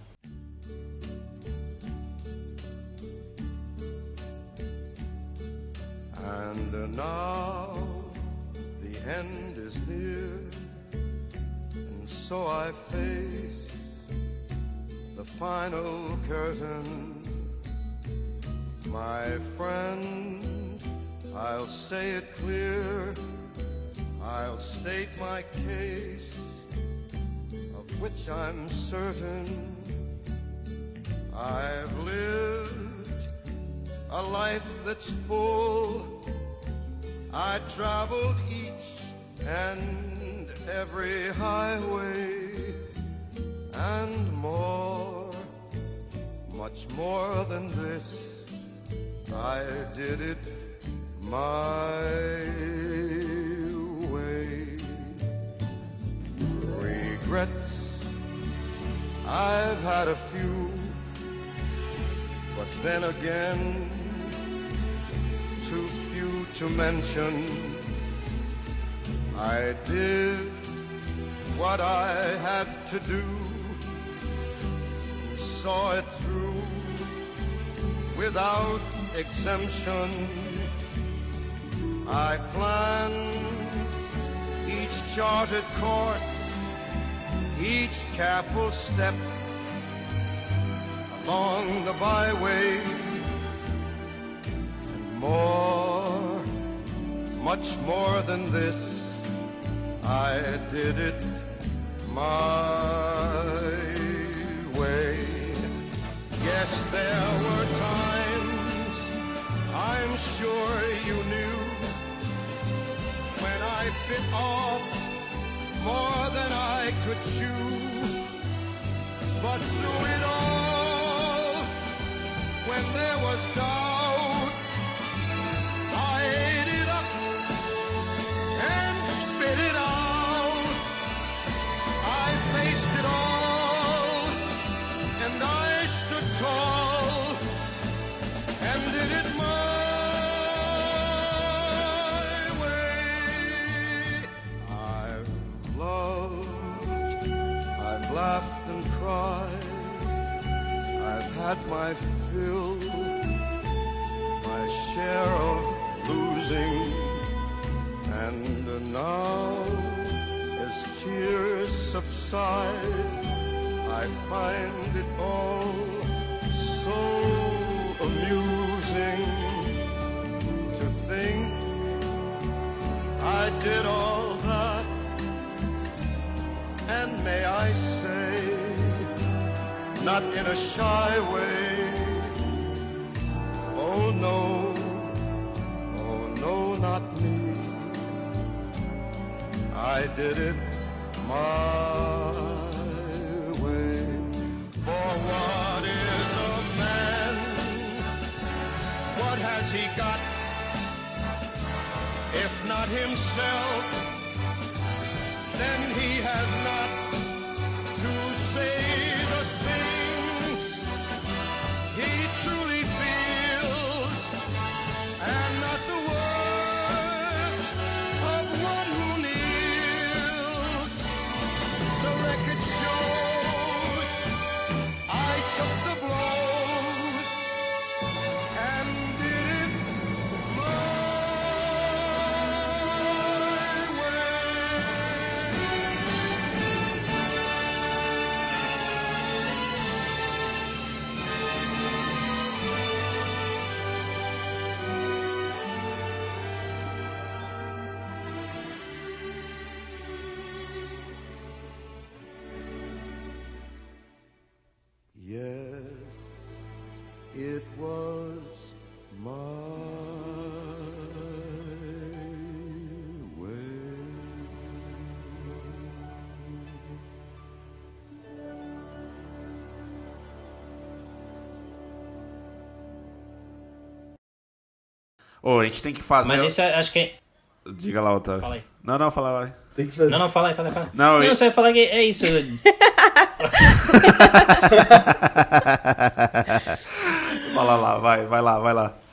And now the end is near, and so I face the final curtain. My friend, I'll say it clear, I'll state my case, of which I'm certain. I've lived a life that's full. I traveled each and every highway and more, much more than this. I did it my regrets, I've had a few, but then again, too few to mention. I did what I had to do, saw it through without exemption. I planned each charted course, each careful step along the byway, and more, much more than this, I did it my way. Yes, there were times, I'm sure you knew, when I bit off more than I could chew. But through it all, when there was doubt, I ate it up and spit it out. I faced it all, and I stood tall, and did it my laughed and cried, I've had my fill, my share of losing, and now, as tears subside, I find it all so amusing to think I did all that. And may I say, not in a shy way, oh no, oh no, not me. I did it my way. For what is a man? What has he got? If not himself, then he has not to say the things he truly feels, and not the words of one who kneels. The record shows I took the blows and did it my yes, it was my way. Ô, a gente tem que fazer... Mas isso eu acho que... Diga lá, Otávio. Fala aí. Não, não, fala lá. Tem que fazer. Não, não, fala aí, fala aí. Fala aí. Não, Não, eu- só ia falar que é isso. Fala lá, vai, vai lá, vai lá.